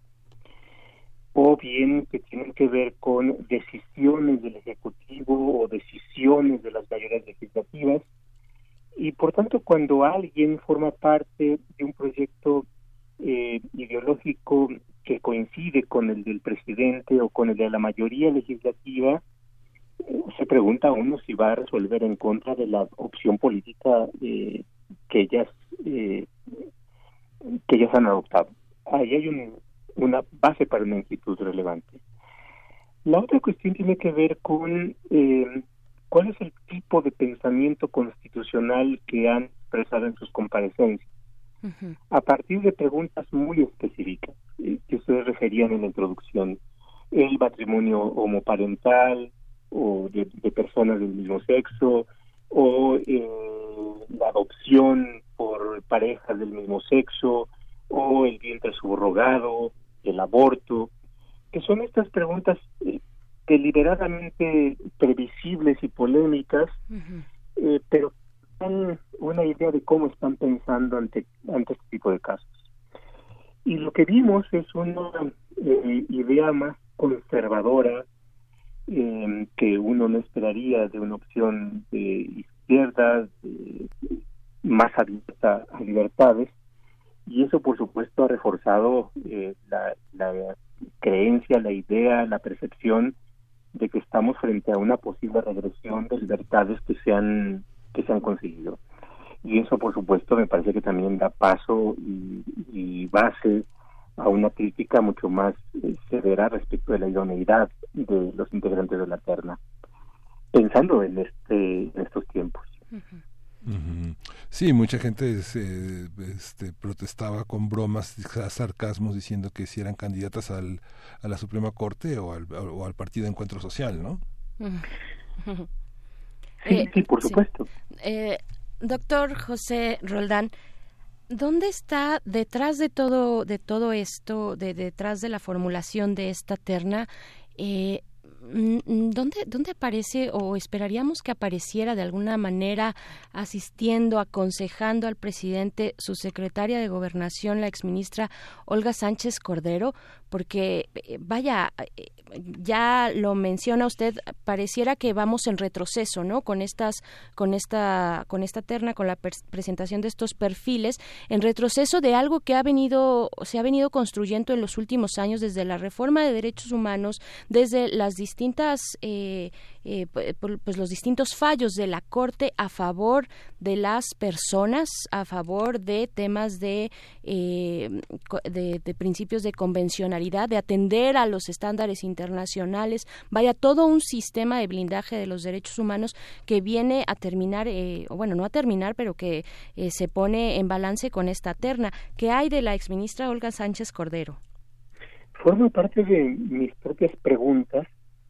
o bien que tienen que ver con decisiones del Ejecutivo o decisiones de las mayorías legislativas, y por tanto cuando alguien forma parte de un proyecto eh, ideológico que coincide con el del presidente o con el de la mayoría legislativa, eh, se pregunta a uno si va a resolver en contra de la opción política eh, que ellas eh, que ellas han adoptado. Ahí hay un una base para una inquietud relevante. La otra cuestión tiene que ver con eh, cuál es el tipo de pensamiento constitucional que han expresado en sus comparecencias, uh-huh. a partir de preguntas muy específicas eh, que ustedes referían en la introducción. el matrimonio homoparental o de, de personas del mismo sexo, o eh, la adopción por parejas del mismo sexo, o el vientre subrogado, el aborto, que son estas preguntas eh, deliberadamente previsibles y polémicas, uh-huh. eh, pero dan una idea de cómo están pensando ante, ante este tipo de casos. Y lo que vimos es una eh, idea más conservadora, eh, que uno no esperaría de una opción de izquierda, de, más abierta a libertades, y eso por supuesto ha reforzado eh, la, la creencia, la idea, la percepción de que estamos frente a una posible regresión de libertades que se han, que se han conseguido. Y eso por supuesto me parece que también da paso y, y base a una crítica mucho más eh, severa respecto de la idoneidad de los integrantes de la terna, pensando en este en estos tiempos. Uh-huh. Uh-huh. Sí, mucha gente se, este, protestaba con bromas, sarcasmos, diciendo que si eran candidatas al, a la Suprema Corte o al, o al Partido Encuentro Social, ¿no? Uh-huh. Sí, eh, sí, por supuesto. Sí. Eh, doctor José Roldán, ¿dónde está detrás de todo de todo esto, de detrás de la formulación de esta terna? Eh, ¿Dónde, ¿Dónde aparece o esperaríamos que apareciera de alguna manera asistiendo, aconsejando al presidente su secretaria de Gobernación, la exministra Olga Sánchez Cordero? Porque, vaya, ya lo menciona usted, pareciera que vamos en retroceso, ¿no? Con estas, con esta, con esta terna, con la per- presentación de estos perfiles, en retroceso de algo que ha venido, se ha venido construyendo en los últimos años desde la reforma de derechos humanos, desde las distintas, eh, eh, pues los distintos fallos de la Corte a favor de las personas, a favor de temas de, eh, de, de principios de convencionalidad, de atender a los estándares internacionales, vaya, todo un sistema de blindaje de los derechos humanos que viene a terminar, eh, o bueno, no a terminar, pero que eh, se pone en balance con esta terna. ¿Qué hay de la exministra Olga Sánchez Cordero? Forma parte de mis propias preguntas,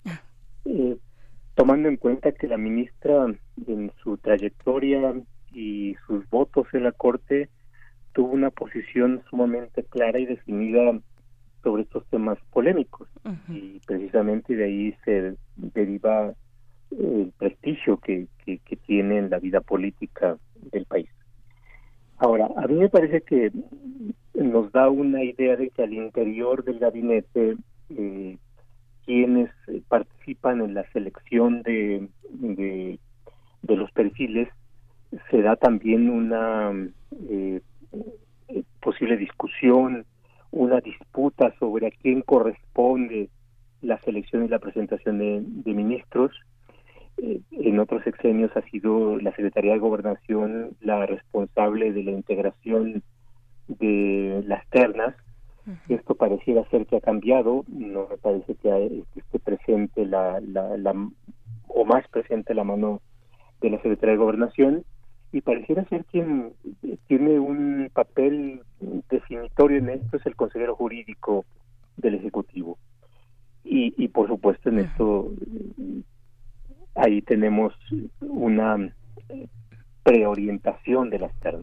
eh, tomando en cuenta que la ministra en su trayectoria y sus votos en la Corte tuvo una posición sumamente clara y definida sobre estos temas polémicos, uh-huh. y precisamente de ahí se deriva el prestigio que, que, que tiene en la vida política del país. Ahora, a mí me parece que nos da una idea de que al interior del gabinete eh, quienes participan en la selección de, de, de los perfiles, se da también una eh, posible discusión, una disputa sobre a quién corresponde la selección y la presentación de, de ministros. Eh, en otros sexenios ha sido la Secretaría de Gobernación la responsable de la integración de las ternas. Uh-huh. Esto pareciera ser que ha cambiado, no me parece que, ha, que esté presente la, la, la o más presente la mano de la Secretaría de Gobernación, y pareciera ser quien tiene un papel definitorio en esto es el consejero jurídico del Ejecutivo. Y, y por supuesto en esto ahí tenemos una preorientación de las ternas.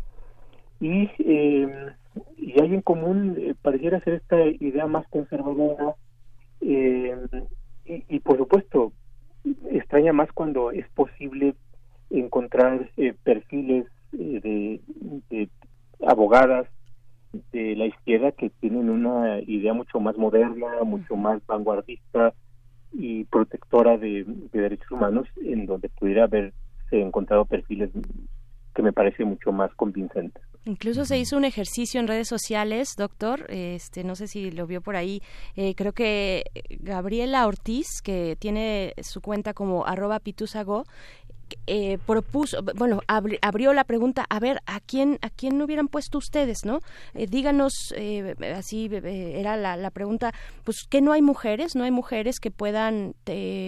Y, eh, y hay en común, eh, pareciera ser esta idea más conservadora, eh, y, y por supuesto extraña más cuando es posible encontrar eh, perfiles eh, de, de abogadas de la izquierda que tienen una idea mucho más moderna, mucho más vanguardista y protectora de, de derechos humanos, en donde pudiera haberse encontrado perfiles que me parece mucho más convincentes. Incluso se hizo un ejercicio en redes sociales, doctor, este, no sé si lo vio por ahí, eh, creo que Gabriela Ortiz, que tiene su cuenta como arroba pitusago, Eh, propuso, bueno, abri, abrió la pregunta, a ver, ¿a quién a quién hubieran puesto ustedes, no? Eh, díganos, eh, así eh, era la, la pregunta, pues que no hay mujeres, no hay mujeres que puedan eh,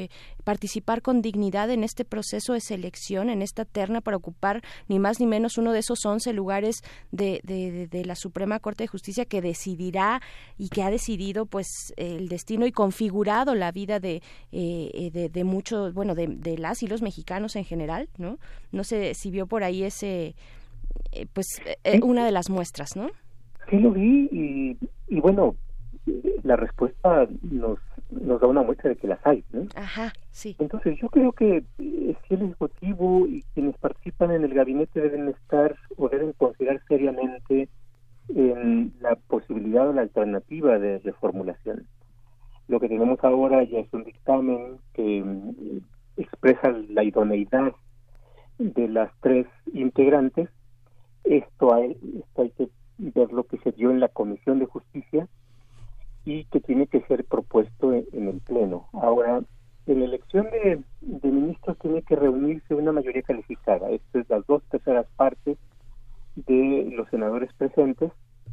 participar con dignidad en este proceso de selección, en esta terna para ocupar ni más ni menos uno de esos once lugares de, de, de, de la Suprema Corte de Justicia que decidirá y que ha decidido pues el destino y configurado la vida de, eh, de, de muchos, bueno, de, de las y los mexicanos en general, ¿no? No sé si vio por ahí ese, eh, pues, eh, una de las muestras, ¿no? Sí lo vi y, y bueno, la respuesta nos nos da una muestra de que las hay, ¿no? Ajá, sí. Entonces yo creo que eh, si el Ejecutivo y quienes participan en el gabinete deben estar o deben considerar seriamente en la posibilidad o la alternativa de reformulación. Lo que tenemos ahora ya es un dictamen que eh, expresa la idoneidad de las tres integrantes. Esto hay, esto hay que ver lo que se dio en la Comisión de Justicia y que tiene que ser propuesto en, en el Pleno. Ahora, en la elección de, de ministros tiene que reunirse una mayoría calificada. Esto es las dos terceras partes de los senadores presentes,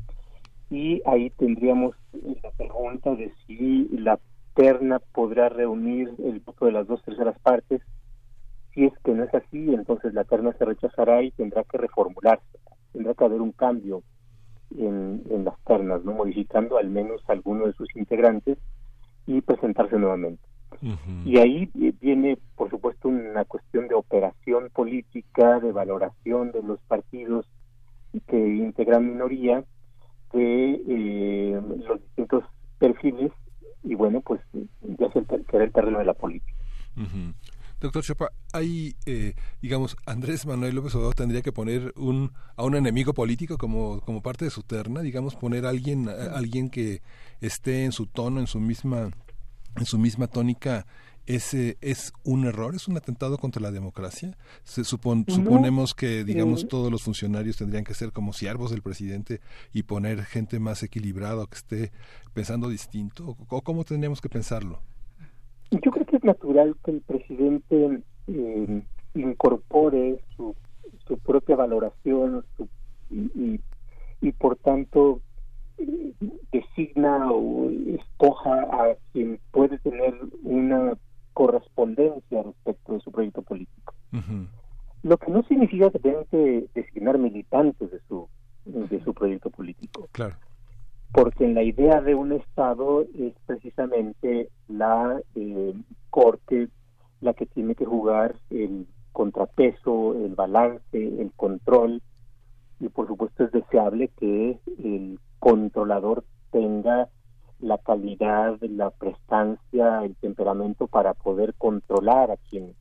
y ahí tendríamos la pregunta de si la terna podrá reunir el voto de las dos terceras partes. Si es que no es así, entonces la terna se rechazará y tendrá que reformularse. Tendrá que haber un cambio en, en las ternas, ¿no? Modificando al menos alguno de sus integrantes y presentarse nuevamente. Uh-huh. Y ahí viene, por supuesto, una cuestión de operación política, de valoración de los partidos que integran minoría, de eh, los distintos perfiles, y bueno, pues ya se queda el terreno de la política. Uh-huh. Doctor Chopa, hay, eh, digamos, Andrés Manuel López Obrador tendría que poner un a un enemigo político como como parte de su terna, digamos, poner a alguien a alguien que esté en su tono, en su misma en su misma tónica. ¿Ese es un error? ¿Es un atentado contra la democracia? Se supon, no, suponemos que, digamos, eh, todos los funcionarios tendrían que ser como siervos del presidente y poner gente más equilibrada que esté pensando distinto. ¿O cómo tendríamos que pensarlo? Yo creo que es natural que el presidente eh, incorpore su, su propia valoración su, y, y, y por tanto eh, designa o escoja a quien puede tener una correspondencia respecto de su proyecto político. Uh-huh. Lo que no significa que tengan que designar militantes de su de su proyecto político. Claro. Porque en la idea de un Estado es precisamente la eh, Corte la que tiene que jugar el contrapeso, el balance, el control, y por supuesto es deseable que el controlador tenga la calidad, la prestancia, el temperamento para poder controlar a quien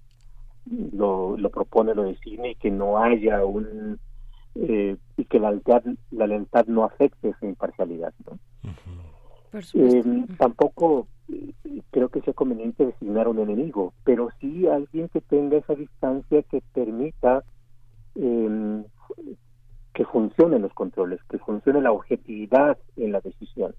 lo, lo propone, lo designa, y que no haya un eh, y que la lealtad, la lealtad no afecte su imparcialidad, ¿no? Uh-huh. Eh, uh-huh. Tampoco eh, creo que sea conveniente designar un enemigo, pero sí alguien que tenga esa distancia que permita eh, que funcionen los controles, que funcione la objetividad en la decisión.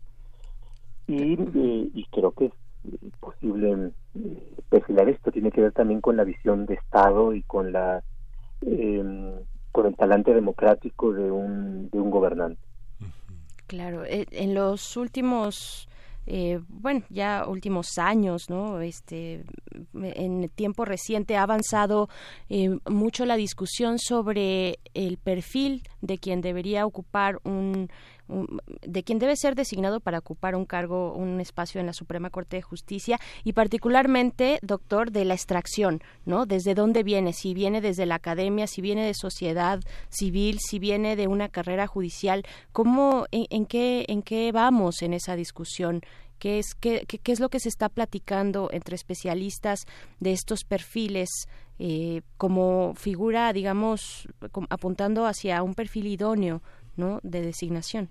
Y, eh, y creo que es posible eh, perfilar esto. Tiene que ver también con la visión de Estado y con la eh, con el talante democrático de un de un gobernante. Claro, eh, en los últimos eh, bueno, ya últimos años, ¿no? Este, en tiempo reciente ha avanzado eh, mucho la discusión sobre el perfil de quien debería ocupar un, un, de quien debe ser designado para ocupar un cargo, un espacio en la Suprema Corte de Justicia, y particularmente, doctor, de la extracción, ¿no? Desde dónde viene, si viene desde la academia, si viene de sociedad civil, si viene de una carrera judicial. ¿Cómo, en, en qué, en qué vamos en esa discusión? ¿Qué es, qué, qué, qué es lo que se está platicando entre especialistas de estos perfiles eh, como figura, digamos, como apuntando hacia un perfil idóneo, ¿no?, de designación?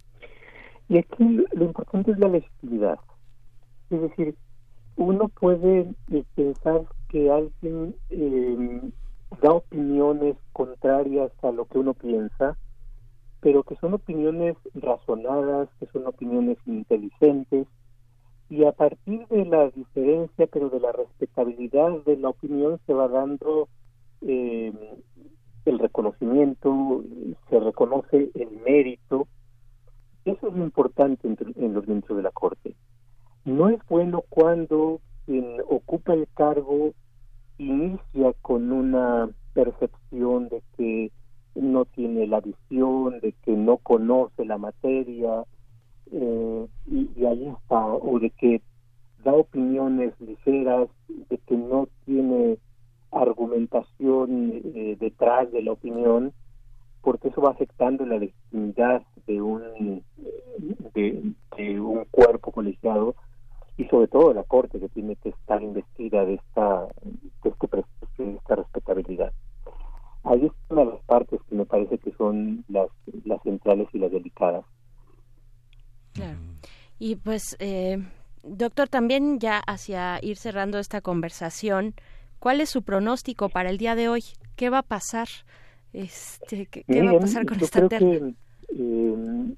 Y aquí lo importante es la legitimidad. Es decir, uno puede eh, pensar que alguien eh, da opiniones contrarias a lo que uno piensa, pero que son opiniones razonadas, que son opiniones inteligentes, y a partir de la diferencia, pero de la respetabilidad de la opinión, se va dando eh, el reconocimiento, se reconoce el mérito. Eso es lo importante en, en los miembros de la Corte. No es bueno cuando quien ocupa ocupa el cargo inicia con una percepción de que no tiene la visión, de que no conoce la materia, eh, y, y ahí está, o de que da opiniones ligeras, de que no tiene argumentación eh, detrás de la opinión, porque eso va afectando la legitimidad de un de, de un cuerpo colegiado y sobre todo de la Corte, que tiene que estar investida de esta de este prestigio, de esta respetabilidad. Ahí es una de las partes que me parece que son las las centrales y las delicadas. Claro. Y pues, eh, doctor, también ya hacia ir cerrando esta conversación, ¿cuál es su pronóstico para el día de hoy? ¿Qué va a pasar? Este, ¿qué, qué Bien, va a pasar con yo esta creo terna? Que, eh,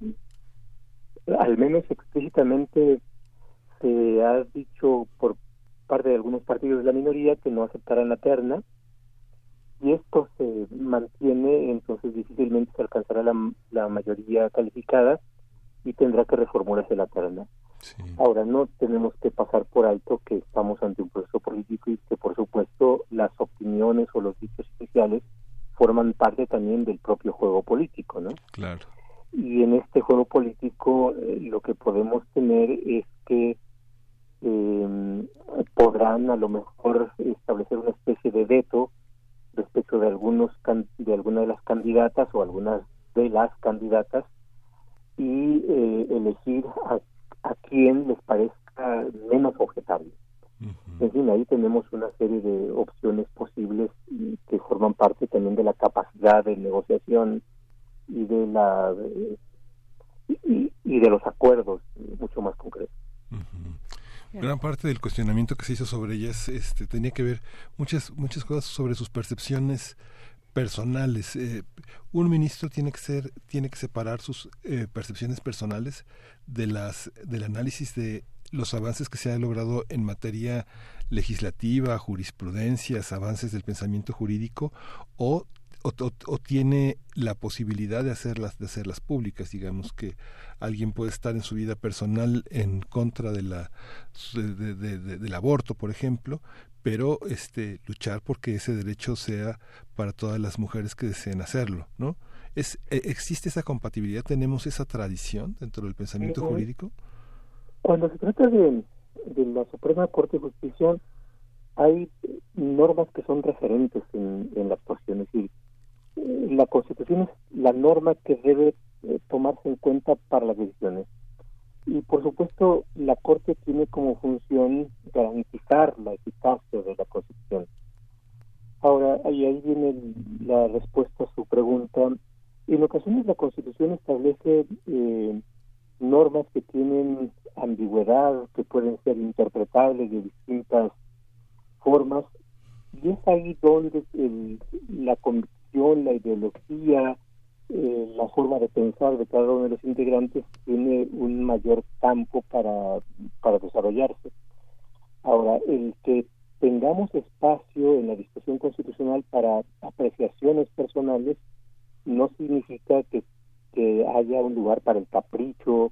al menos explícitamente se ha dicho por parte de algunos partidos de la minoría que no aceptarán la terna, y esto se mantiene, entonces difícilmente se alcanzará la, la mayoría calificada y tendrá que reformularse la terna. Sí. Ahora, no tenemos que pasar por alto que estamos ante un proceso político y que, por supuesto, las opiniones o los dichos oficiales forman parte también del propio juego político, ¿no? Claro. Y en este juego político eh, lo que podemos tener es que eh, podrán a lo mejor establecer una especie de veto respecto de algunos de algunas de las candidatas o algunas de las candidatas y eh, elegir a, a quien les parezca menos objetable. En fin, ahí tenemos una serie de opciones posibles que forman parte también de la capacidad de negociación y de la y, y de los acuerdos mucho más concretos. Uh-huh. Gran parte del cuestionamiento que se hizo sobre ellas este, tenía que ver muchas muchas cosas sobre sus percepciones personales. Eh, un ministro tiene que ser tiene que separar sus eh, percepciones personales de las del análisis de los avances que se han logrado en materia legislativa, jurisprudencias, avances del pensamiento jurídico, o, o, o tiene la posibilidad de hacerlas, de hacerlas públicas. Digamos que alguien puede estar en su vida personal en contra de la de, de, de, del aborto, por ejemplo, pero este luchar porque ese derecho sea para todas las mujeres que deseen hacerlo, ¿no? Es, ¿existe esa compatibilidad? ¿Tenemos esa tradición dentro del pensamiento uh-huh. jurídico? Cuando se trata de, de la Suprema Corte de Justicia, hay normas que son referentes en, en la actuación. Es decir, la Constitución es la norma que debe eh, tomarse en cuenta para las decisiones. Y, por supuesto, la Corte tiene como función garantizar la eficacia de la Constitución. Ahora, ahí, ahí viene la respuesta a su pregunta. En ocasiones la Constitución establece eh, normas que tienen ambigüedad, que pueden ser interpretables de distintas formas, y es ahí donde el, la convicción, la ideología, eh, la forma de pensar de cada uno de los integrantes tiene un mayor campo para, para desarrollarse. Ahora, el que tengamos espacio en la discusión constitucional para apreciaciones personales no significa que que haya un lugar para el capricho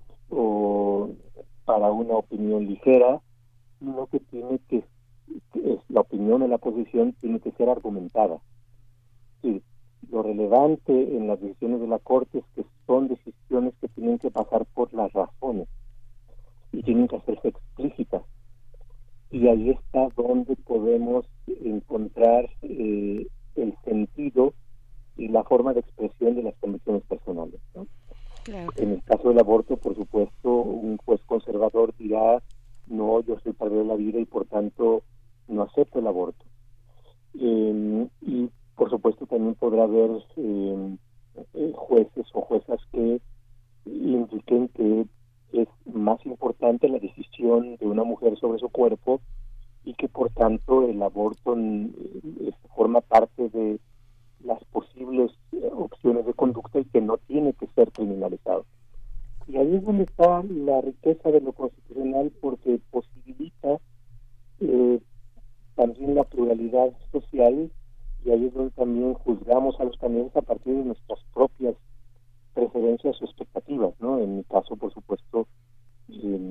o para una opinión ligera, sino que tiene que, que es, la opinión o la posición tiene que ser argumentada. Y lo relevante en las decisiones de la Corte es que son decisiones que tienen que pasar por las razones y tienen que hacerse explícitas. Y ahí está donde podemos encontrar eh, el sentido y la forma de expresión de las convicciones personales, ¿no? Claro. En el caso del aborto, por supuesto, un juez conservador dirá, no, yo soy padre de la vida y por tanto no acepto el aborto. Eh, y por supuesto también podrá haber eh, jueces o juezas que indiquen que es más importante la decisión de una mujer sobre su cuerpo y que por tanto el aborto eh, forma parte de las posibles eh, opciones de conducta y que no tiene que ser criminalizado. Y ahí es donde está la riqueza de lo constitucional, porque posibilita eh, también la pluralidad social, y ahí es donde también juzgamos a los candidatos a partir de nuestras propias preferencias o expectativas, ¿no? En mi caso, por supuesto, eh,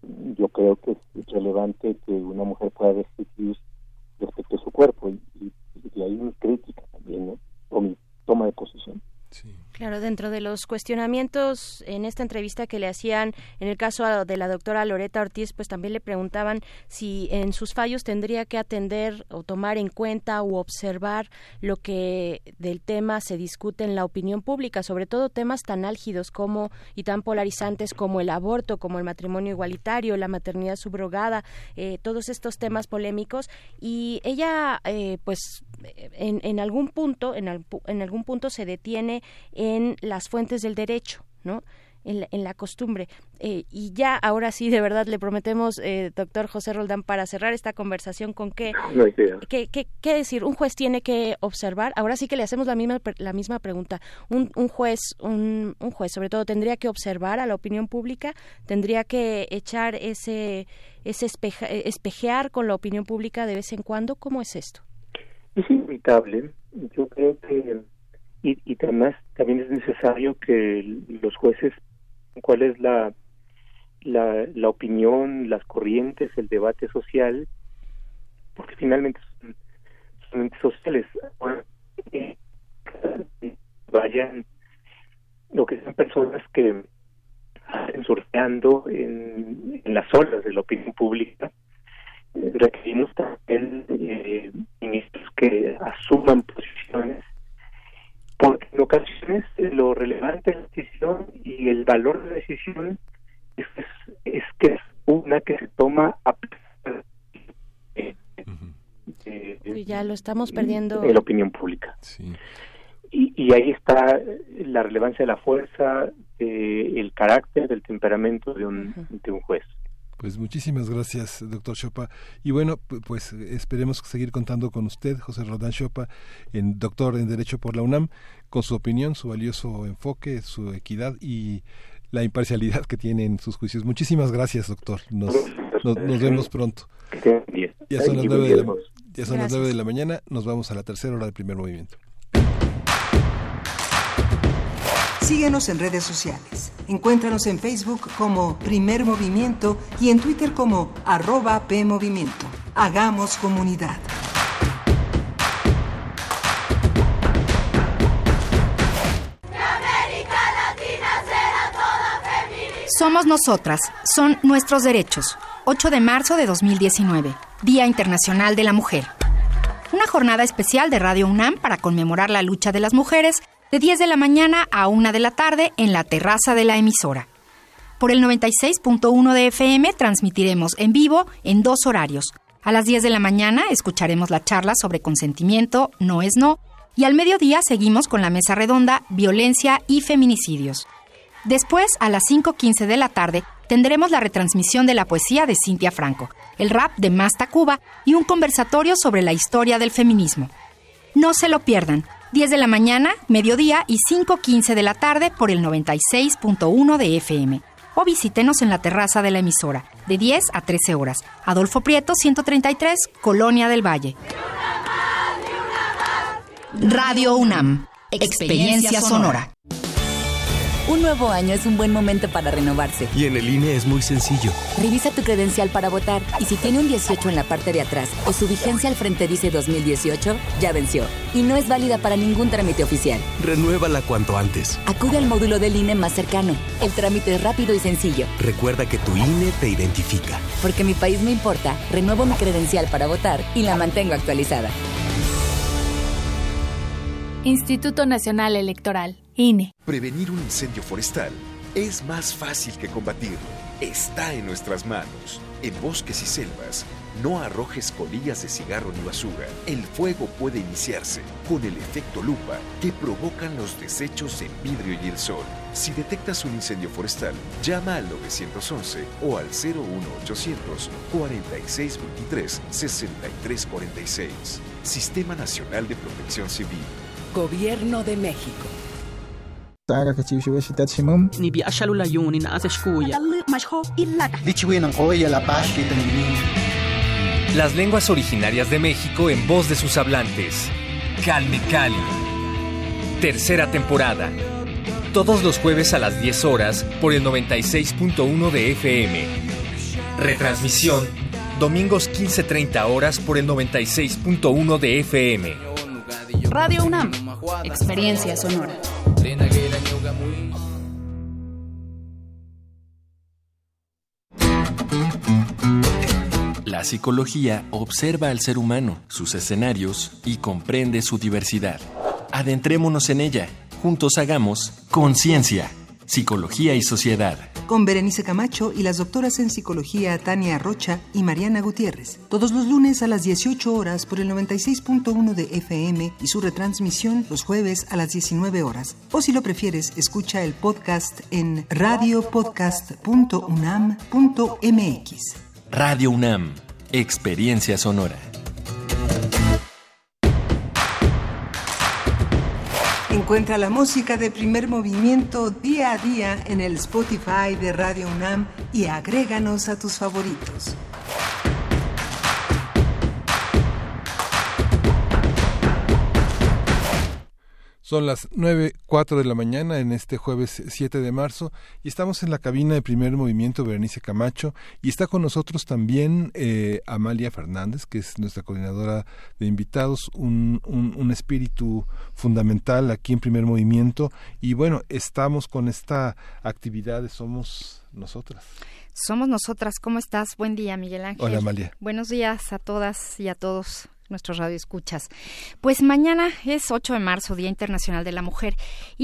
yo creo que es relevante que una mujer pueda decidir respecto a su cuerpo, y, y, y de ahí mi crítica también, ¿no? O mi toma de posición. Sí. Claro, dentro de los cuestionamientos en esta entrevista que le hacían, en el caso de la doctora Loretta Ortiz, pues también le preguntaban si en sus fallos tendría que atender o tomar en cuenta o observar lo que del tema se discute en la opinión pública, sobre todo temas tan álgidos como y tan polarizantes como el aborto, como el matrimonio igualitario, la maternidad subrogada, eh, todos estos temas polémicos. Y ella, eh, pues, en, en algún punto, en, al, en algún punto se detiene en las fuentes del derecho, ¿no? En la, en la costumbre. Eh, y ya, ahora sí, de verdad, le prometemos, eh, doctor José Roldán, para cerrar esta conversación, con qué, no idea. qué, qué, qué decir, un juez tiene que observar, ahora sí que le hacemos la misma la misma pregunta, un, un juez, un, un juez, sobre todo, tendría que observar a la opinión pública, tendría que echar ese, ese espeja, espejear con la opinión pública de vez en cuando. ¿Cómo es esto? Es inevitable. Yo creo que Y, y además también es necesario que los jueces, cuál es la, la la opinión, las corrientes, el debate social, porque finalmente son, son entes sociales, eh, vayan, lo que sean personas que estén surfeando en, en las olas de la opinión pública. Eh, requerimos también eh, ministros que asuman posiciones, porque en ocasiones lo relevante de la decisión y el valor de la decisión es, es que es una que se toma a pesar de, de, de, ya lo estamos perdiendo en la opinión pública. Sí. Y, y ahí está la relevancia de la fuerza, de el carácter, del temperamento de un, uh-huh. de un juez. Pues muchísimas gracias, doctor Chopa. Y bueno, pues esperemos seguir contando con usted, José Roldán Chopa, en doctor en Derecho por la UNAM, con su opinión, su valioso enfoque, su equidad y la imparcialidad que tiene en sus juicios. Muchísimas gracias, doctor. Nos, nos, nos vemos pronto. Ya son las nueve de la, ya son las nueve de la mañana. Nos vamos a la tercera hora del Primer Movimiento. Síguenos en redes sociales. Encuéntranos en Facebook como Primer Movimiento y en Twitter como arroba PMovimiento. Hagamos comunidad. Somos nosotras, son nuestros derechos. ocho de marzo de dos mil diecinueve, Día Internacional de la Mujer. Una jornada especial de Radio UNAM para conmemorar la lucha de las mujeres de diez de la mañana a una de la tarde en la terraza de la emisora. Por el noventa y seis punto uno de F M transmitiremos en vivo en dos horarios. A las diez de la mañana escucharemos la charla sobre consentimiento, no es no, y al mediodía seguimos con la mesa redonda Violencia y Feminicidios. Después, a las cinco quince de la tarde, tendremos la retransmisión de la poesía de Cintia Franco, el rap de Masta Cuba y un conversatorio sobre la historia del feminismo. No se lo pierdan. diez de la mañana, mediodía y cinco quince de la tarde por el noventa y seis punto uno de F M. O visítenos en la terraza de la emisora, de diez a trece horas. Adolfo Prieto, ciento treinta y tres, Colonia del Valle. Radio UNAM, experiencia sonora. Un nuevo año es un buen momento para renovarse. Y en el I N E es muy sencillo. Revisa tu credencial para votar y si tiene un dieciocho en la parte de atrás o su vigencia al frente dice dos mil dieciocho, ya venció y no es válida para ningún trámite oficial. Renuévala cuanto antes. Acude al módulo del I N E más cercano. El trámite es rápido y sencillo. Recuerda que tu I N E te identifica. Porque mi país me importa, renuevo mi credencial para votar y la mantengo actualizada. Instituto Nacional Electoral, I N E. Prevenir un incendio forestal es más fácil que combatirlo. Está en nuestras manos. En bosques y selvas, no arrojes colillas de cigarro ni basura. El fuego puede iniciarse con el efecto lupa que provocan los desechos en vidrio y el sol. Si detectas un incendio forestal, llama al nueve once o al cero uno ochocientos cuarenta y seis veintitrés sesenta y tres cuarenta y seis. Sistema Nacional de Protección Civil. Gobierno de México. Las lenguas originarias de México en voz de sus hablantes. Calme Cali. Tercera temporada. Todos los jueves a las diez horas por el noventa y seis punto uno de F M. Retransmisión, domingos quince treinta horas por el noventa y seis punto uno de F M. Radio UNAM, experiencia sonora. La psicología observa al ser humano, sus escenarios y comprende su diversidad. Adentrémonos en ella. Juntos hagamos Conciencia, Psicología y Sociedad. Con Berenice Camacho y las doctoras en psicología Tania Rocha y Mariana Gutiérrez. Todos los lunes a las dieciocho horas por el noventa y seis punto uno de F M y su retransmisión los jueves a las diecinueve horas. O si lo prefieres, escucha el podcast en radio podcast punto unam punto m x. Radio UNAM, experiencia sonora. Encuentra la música de Primer Movimiento día a día en el Spotify de Radio UNAM y agréganos a tus favoritos. Son las nueve cuatro de la mañana en este jueves siete de marzo y estamos en la cabina de Primer Movimiento, Berenice Camacho, y está con nosotros también eh, Amalia Fernández, que es nuestra coordinadora de invitados, un, un, un espíritu fundamental aquí en Primer Movimiento. Y bueno, estamos con esta actividad de Somos Nosotras. Somos Nosotras. ¿Cómo estás? Buen día, Miguel Ángel. Hola, Amalia. Buenos días a todas y a todos nuestros radioescuchas. Pues mañana es ocho de marzo, Día Internacional de la Mujer,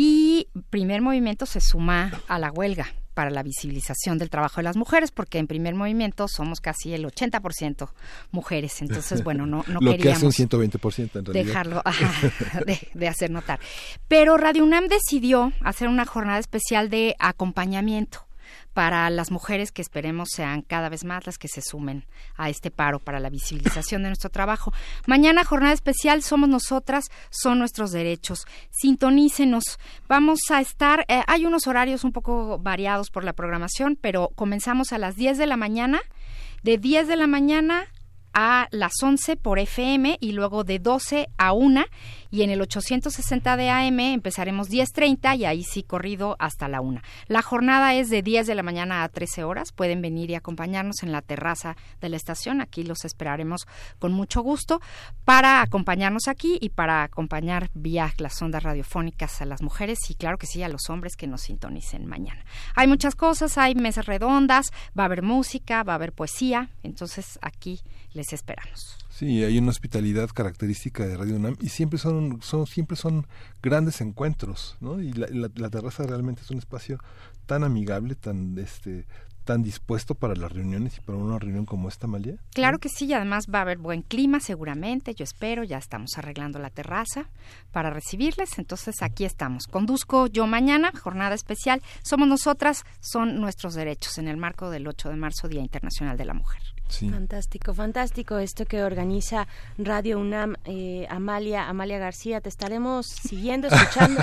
y Primer Movimiento se suma a la huelga para la visibilización del trabajo de las mujeres, porque en Primer Movimiento somos casi el ochenta por ciento mujeres. Entonces, bueno, no, no Lo queríamos que hace un ciento veinte por ciento en realidad. dejarlo ajá, de, de hacer notar. Pero Radio UNAM decidió hacer una jornada especial de acompañamiento para las mujeres, que esperemos sean cada vez más las que se sumen a este paro para la visibilización de nuestro trabajo. Mañana, jornada especial, Somos Nosotras, son nuestros derechos. Sintonícenos. Vamos a estar, eh, hay unos horarios un poco variados por la programación, pero comenzamos a las diez de la mañana, de diez de la mañana a las once por F M y luego de doce a una, y en el ochocientos sesenta de A M empezaremos diez treinta y ahí sí corrido hasta la una. La jornada es de diez de la mañana a trece horas. Pueden venir y acompañarnos en la terraza de la estación. Aquí los esperaremos con mucho gusto para acompañarnos aquí y para acompañar vía las ondas radiofónicas a las mujeres y claro que sí a los hombres que nos sintonicen mañana. Hay muchas cosas, hay mesas redondas, va a haber música, va a haber poesía, entonces aquí les esperamos. Sí, hay una hospitalidad característica de Radio UNAM y siempre son, son siempre son grandes encuentros, ¿no? Y la, la, la terraza realmente es un espacio tan amigable, tan este tan dispuesto para las reuniones y para una reunión como esta, Amalia. Claro que sí, y además va a haber buen clima seguramente, yo espero, ya estamos arreglando la terraza para recibirles, entonces aquí estamos. Conduzco yo mañana, jornada especial, Somos Nosotras, son nuestros derechos en el marco del ocho de marzo, Día Internacional de la Mujer. Sí. Fantástico, fantástico esto que organiza Radio UNAM. eh, Amalia, Amalia García, te estaremos siguiendo, escuchando.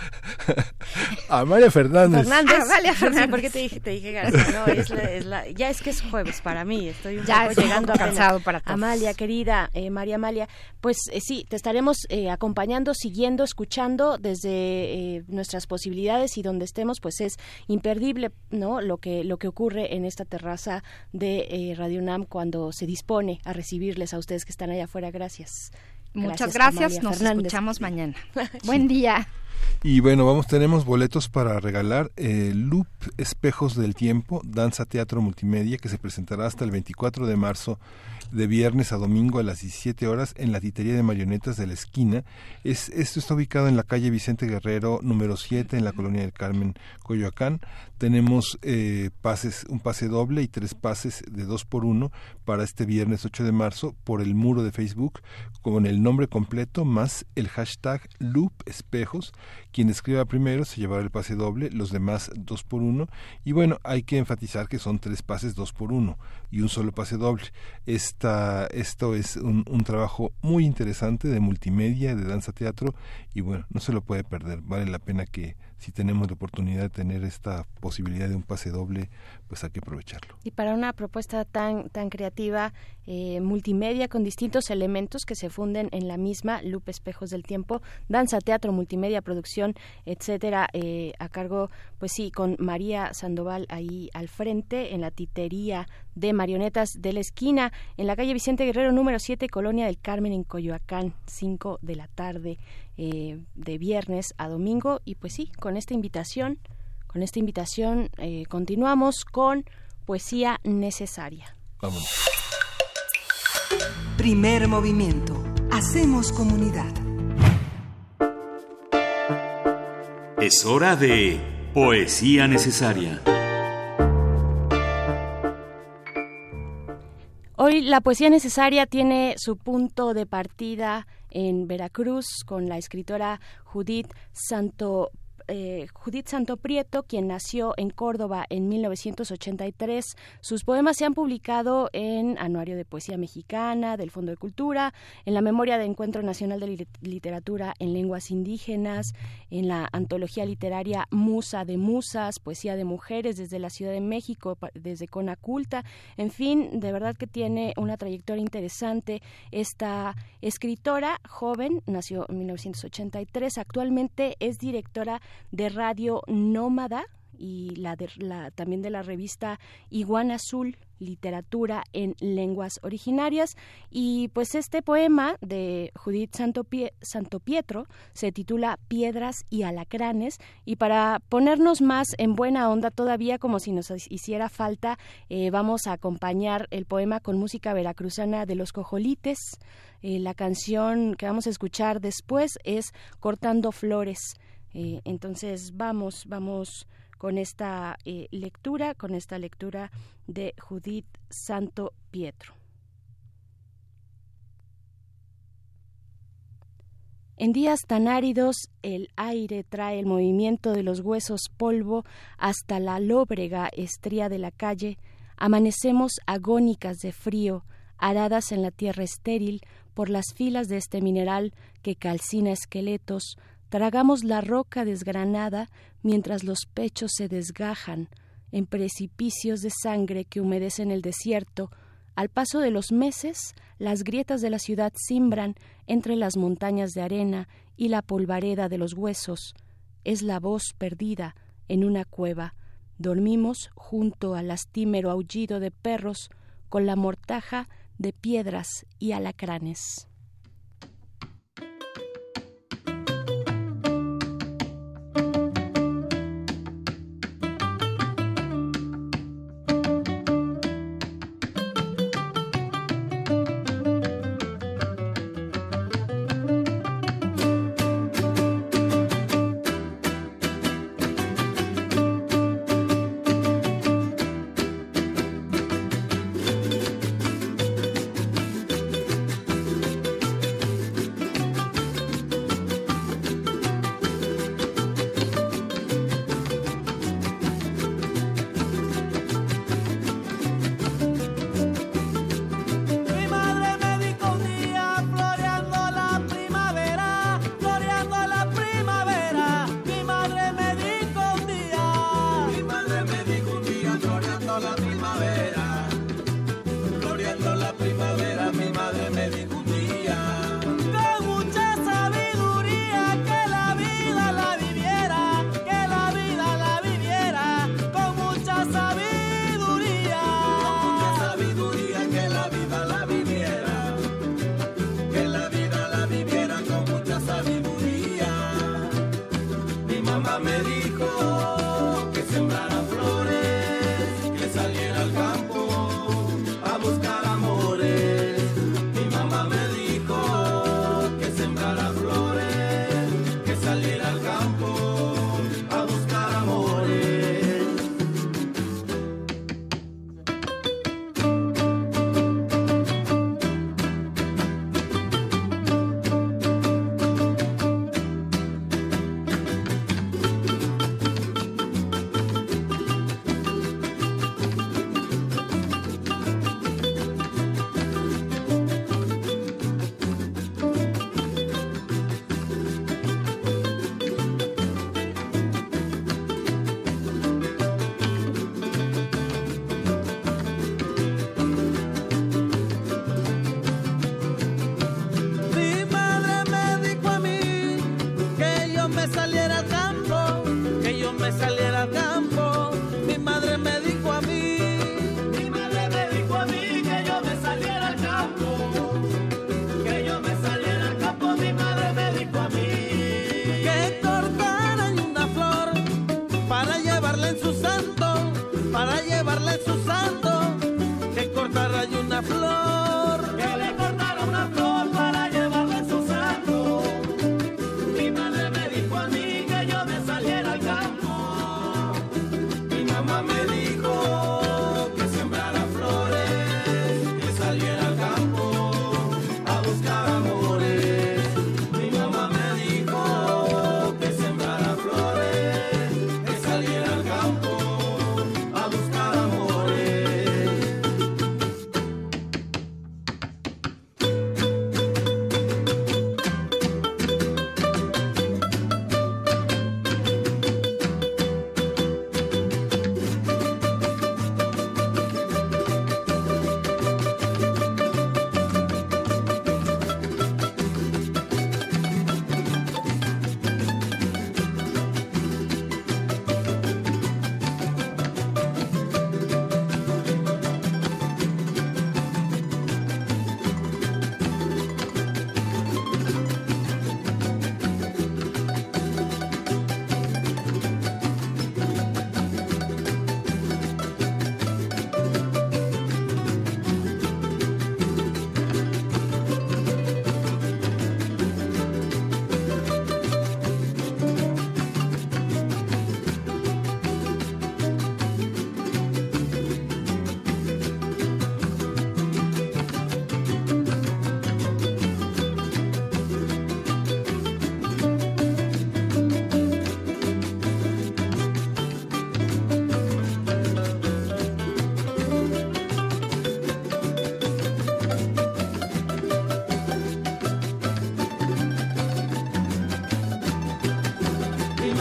Amalia Fernández. Fernández. Amalia Fernández. Sí, ¿por qué te dije, te dije García? No, es la, es la, ya es que es jueves para mí, estoy un ya poco llegando un poco cansado para todos. Amalia, querida, eh, María Amalia, pues eh, sí, te estaremos eh, acompañando, siguiendo, escuchando desde eh, nuestras posibilidades y donde estemos, pues es imperdible, ¿no? Lo que lo que ocurre en esta terraza de eh, Radio UNAM cuando se dispone a recibirles a ustedes que están allá afuera. Gracias. Muchas gracias, Amalia nos Fernández. escuchamos mañana. Buen día. Y bueno, vamos, tenemos boletos para regalar. eh, Loop Espejos del Tiempo, danza teatro multimedia, que se presentará hasta el veinticuatro de marzo, de viernes a domingo a las diecisiete horas en la Titería de Marionetas de la Esquina. Es, esto está ubicado en la calle Vicente Guerrero número siete, en la Colonia del Carmen, Coyoacán. Tenemos eh, pases, un pase doble y tres pases de dos por uno para este viernes ocho de marzo por el muro de Facebook con el nombre completo más el hashtag Loop Espejos. Quien escriba primero se llevará el pase doble, los demás dos por uno. Y bueno, hay que enfatizar que son tres pases dos por uno y un solo pase doble. Esta, esto es un, un trabajo muy interesante de multimedia, de danza teatro, y bueno, no se lo puede perder. Vale la pena que, si tenemos la oportunidad de tener esta posibilidad de un pase doble, pues hay que aprovecharlo. Y para una propuesta tan tan creativa, eh, multimedia con distintos elementos que se funden en la misma, Loop Espejos del Tiempo, danza, teatro, multimedia, producción producción, etcétera, eh, a cargo, pues sí, con María Sandoval ahí al frente, en la titería de Marionetas de la Esquina, en la calle Vicente Guerrero número siete, Colonia del Carmen, en Coyoacán, cinco de la tarde, eh, de viernes a domingo. Y pues sí, con esta invitación, con esta invitación eh, continuamos con Poesía Necesaria. Vámonos. Primer movimiento. Hacemos comunidad. Es hora de Poesía Necesaria. Hoy la Poesía Necesaria tiene su punto de partida en Veracruz con la escritora Judith Santo Eh, Judith Santo Prieto, quien nació en Córdoba en mil novecientos ochenta y tres. Sus poemas se han publicado en Anuario de Poesía Mexicana, del Fondo de Cultura, en la Memoria de Encuentro Nacional de Literatura en Lenguas Indígenas, en la antología literaria Musa de Musas, Poesía de Mujeres desde la Ciudad de México, desde Conaculta. En fin, de verdad que tiene una trayectoria interesante esta escritora joven, nació en mil novecientos ochenta y tres, actualmente es directora de Radio Nómada y la de, la, también de la revista Iguana Azul, Literatura en Lenguas Originarias. Y pues este poema de Judith Santo, Pie, Santo Pietro se titula Piedras y Alacranes, y para ponernos más en buena onda todavía, como si nos hiciera falta, eh, vamos a acompañar el poema con música veracruzana de Los Cojolites. Eh, la canción que vamos a escuchar después es Cortando Flores. Eh, entonces vamos, vamos con esta eh, lectura, con esta lectura de Judith Santo Pietro. En días tan áridos, el aire trae el movimiento de los huesos polvo hasta la lóbrega estría de la calle. Amanecemos agónicas de frío, aradas en la tierra estéril por las filas de este mineral que calcina esqueletos. Tragamos la roca desgranada mientras los pechos se desgajan en precipicios de sangre que humedecen el desierto. Al paso de los meses, las grietas de la ciudad cimbran entre las montañas de arena y la polvareda de los huesos. Es la voz perdida en una cueva. Dormimos junto al lastimero aullido de perros con la mortaja de piedras y alacranes.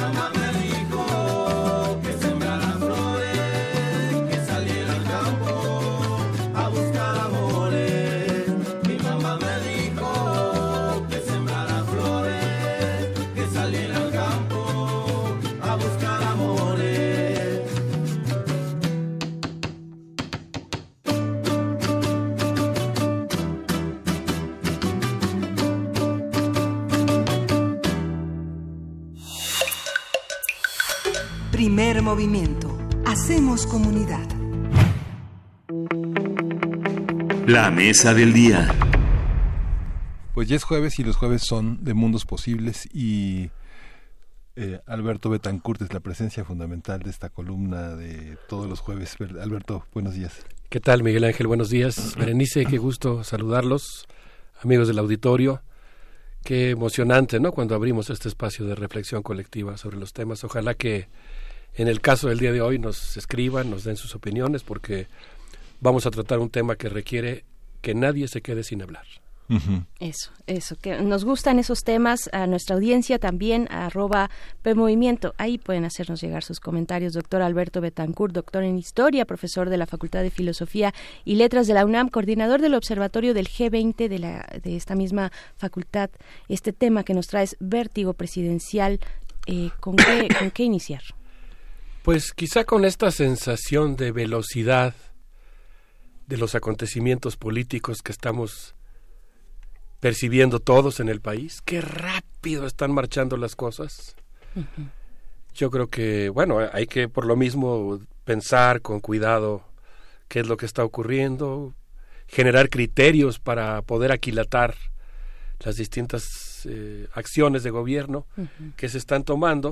mamá me dijo que sembrara flores, que saliera al campo a buscar amores. Mi mamá me dijo que sembrara flores, que saliera al campo a buscar amores. Primer movimiento. Hacemos comunidad. La mesa del día. Pues ya es jueves y los jueves son de mundos posibles y eh, Alberto Betancourt es la presencia fundamental de esta columna de todos los jueves. Alberto, buenos días. ¿Qué tal, Miguel Ángel? Buenos días. Berenice, qué gusto saludarlos, amigos del auditorio. Qué emocionante, ¿no?, cuando abrimos este espacio de reflexión colectiva sobre los temas. Ojalá que en el caso del día de hoy nos escriban, nos den sus opiniones, porque vamos a tratar un tema que requiere que nadie se quede sin hablar. Uh-huh. Eso, eso, que nos gustan esos temas, a nuestra audiencia también, arroba PMovimiento, ahí pueden hacernos llegar sus comentarios. Doctor Alberto Betancourt, doctor en Historia, profesor de la Facultad de Filosofía y Letras de la UNAM, coordinador del Observatorio del G veinte de, la, de esta misma facultad. Este tema que nos trae es vértigo presidencial, eh, ¿con qué, ¿con qué iniciar? Pues quizá con esta sensación de velocidad de los acontecimientos políticos que estamos percibiendo todos en el país. Qué rápido están marchando las cosas. Uh-huh. Yo creo que, bueno, hay que por lo mismo pensar con cuidado qué es lo que está ocurriendo, generar criterios para poder aquilatar las distintas eh, acciones de gobierno uh-huh. que se están tomando.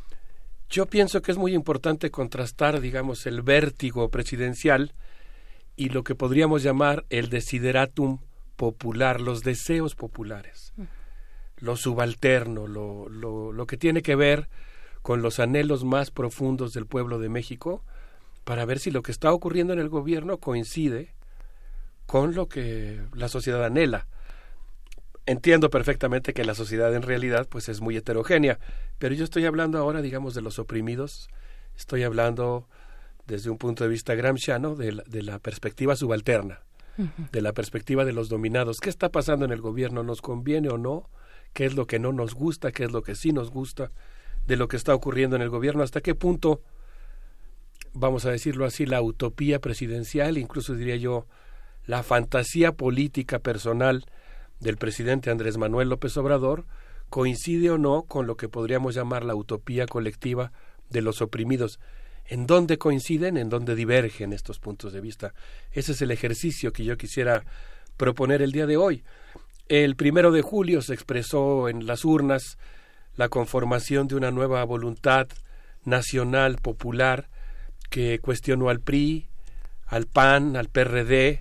Yo pienso que es muy importante contrastar, digamos, el vértigo presidencial y lo que podríamos llamar el desideratum popular, los deseos populares, uh-huh. lo subalterno, lo, lo, lo que tiene que ver con los anhelos más profundos del pueblo de México, para ver si lo que está ocurriendo en el gobierno coincide con lo que la sociedad anhela. Entiendo perfectamente que la sociedad en realidad pues es muy heterogénea, pero yo estoy hablando ahora, digamos, de los oprimidos, estoy hablando desde un punto de vista gramsciano de la, de la perspectiva subalterna, uh-huh. de la perspectiva de los dominados. ¿Qué está pasando en el gobierno? ¿Nos conviene o no? ¿Qué es lo que no nos gusta? ¿Qué es lo que sí nos gusta de lo que está ocurriendo en el gobierno? ¿Hasta qué punto, vamos a decirlo así, la utopía presidencial, incluso diría yo, la fantasía política personal del presidente Andrés Manuel López Obrador, coincide o no con lo que podríamos llamar la utopía colectiva de los oprimidos? ¿En dónde coinciden? ¿En dónde divergen estos puntos de vista? Ese es el ejercicio que yo quisiera proponer el día de hoy. El primero de julio se expresó en las urnas la conformación de una nueva voluntad nacional popular que cuestionó al P R I, al P A N, al P R D,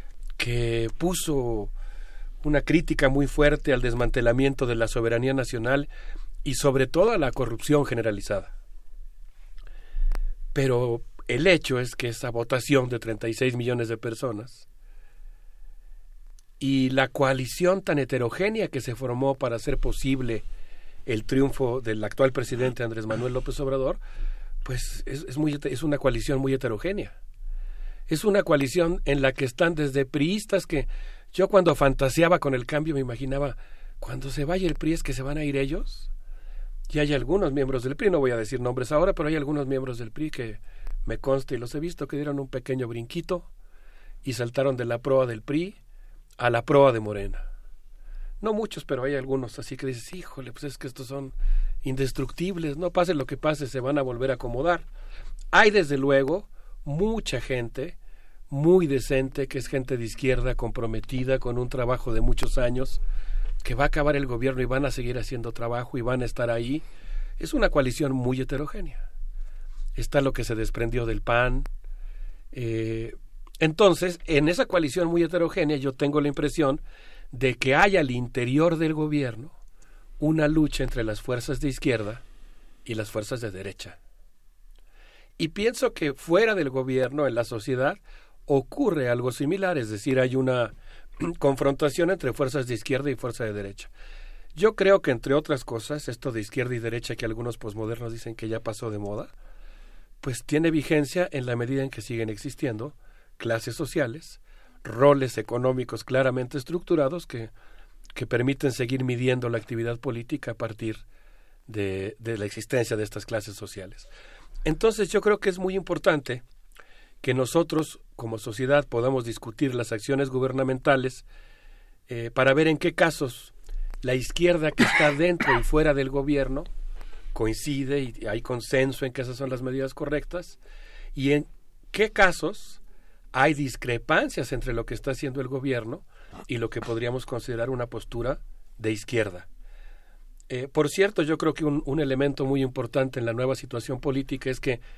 que puso una crítica muy fuerte al desmantelamiento de la soberanía nacional y sobre todo a la corrupción generalizada. Pero el hecho es que esa votación de treinta y seis millones de personas y la coalición tan heterogénea que se formó para hacer posible el triunfo del actual presidente Andrés Manuel López Obrador, pues es, es, muy, es una coalición muy heterogénea. Es una coalición en la que están desde priistas que yo cuando fantaseaba con el cambio me imaginaba, cuando se vaya el P R I es que se van a ir ellos. Y hay algunos miembros del P R I, no voy a decir nombres ahora, pero hay algunos miembros del P R I que me consta y los he visto que dieron un pequeño brinquito y saltaron de la proa del P R I a la proa de Morena. No muchos, pero hay algunos, así que dices, híjole, pues es que estos son indestructibles, no pase lo que pase, se van a volver a acomodar. Hay desde luego mucha gente muy decente, que es gente de izquierda comprometida con un trabajo de muchos años, que va a acabar el gobierno y van a seguir haciendo trabajo y van a estar ahí. Es una coalición muy heterogénea. Está lo que se desprendió del P A N. Eh, entonces, en esa coalición muy heterogénea yo tengo la impresión de que hay al interior del gobierno una lucha entre las fuerzas de izquierda y las fuerzas de derecha. Y pienso que fuera del gobierno, en la sociedad, ocurre algo similar, es decir, hay una confrontación entre fuerzas de izquierda y fuerzas de derecha. Yo creo que, entre otras cosas, esto de izquierda y derecha que algunos posmodernos dicen que ya pasó de moda, pues tiene vigencia en la medida en que siguen existiendo clases sociales, roles económicos claramente estructurados que, que permiten seguir midiendo la actividad política a partir de, de la existencia de estas clases sociales. Entonces yo creo que es muy importante que nosotros como sociedad podamos discutir las acciones gubernamentales eh, para ver en qué casos la izquierda que está dentro y fuera del gobierno coincide y hay consenso en que esas son las medidas correctas, y en qué casos hay discrepancias entre lo que está haciendo el gobierno y lo que podríamos considerar una postura de izquierda. Eh, por cierto, yo creo que un, un elemento muy importante en la nueva situación política es que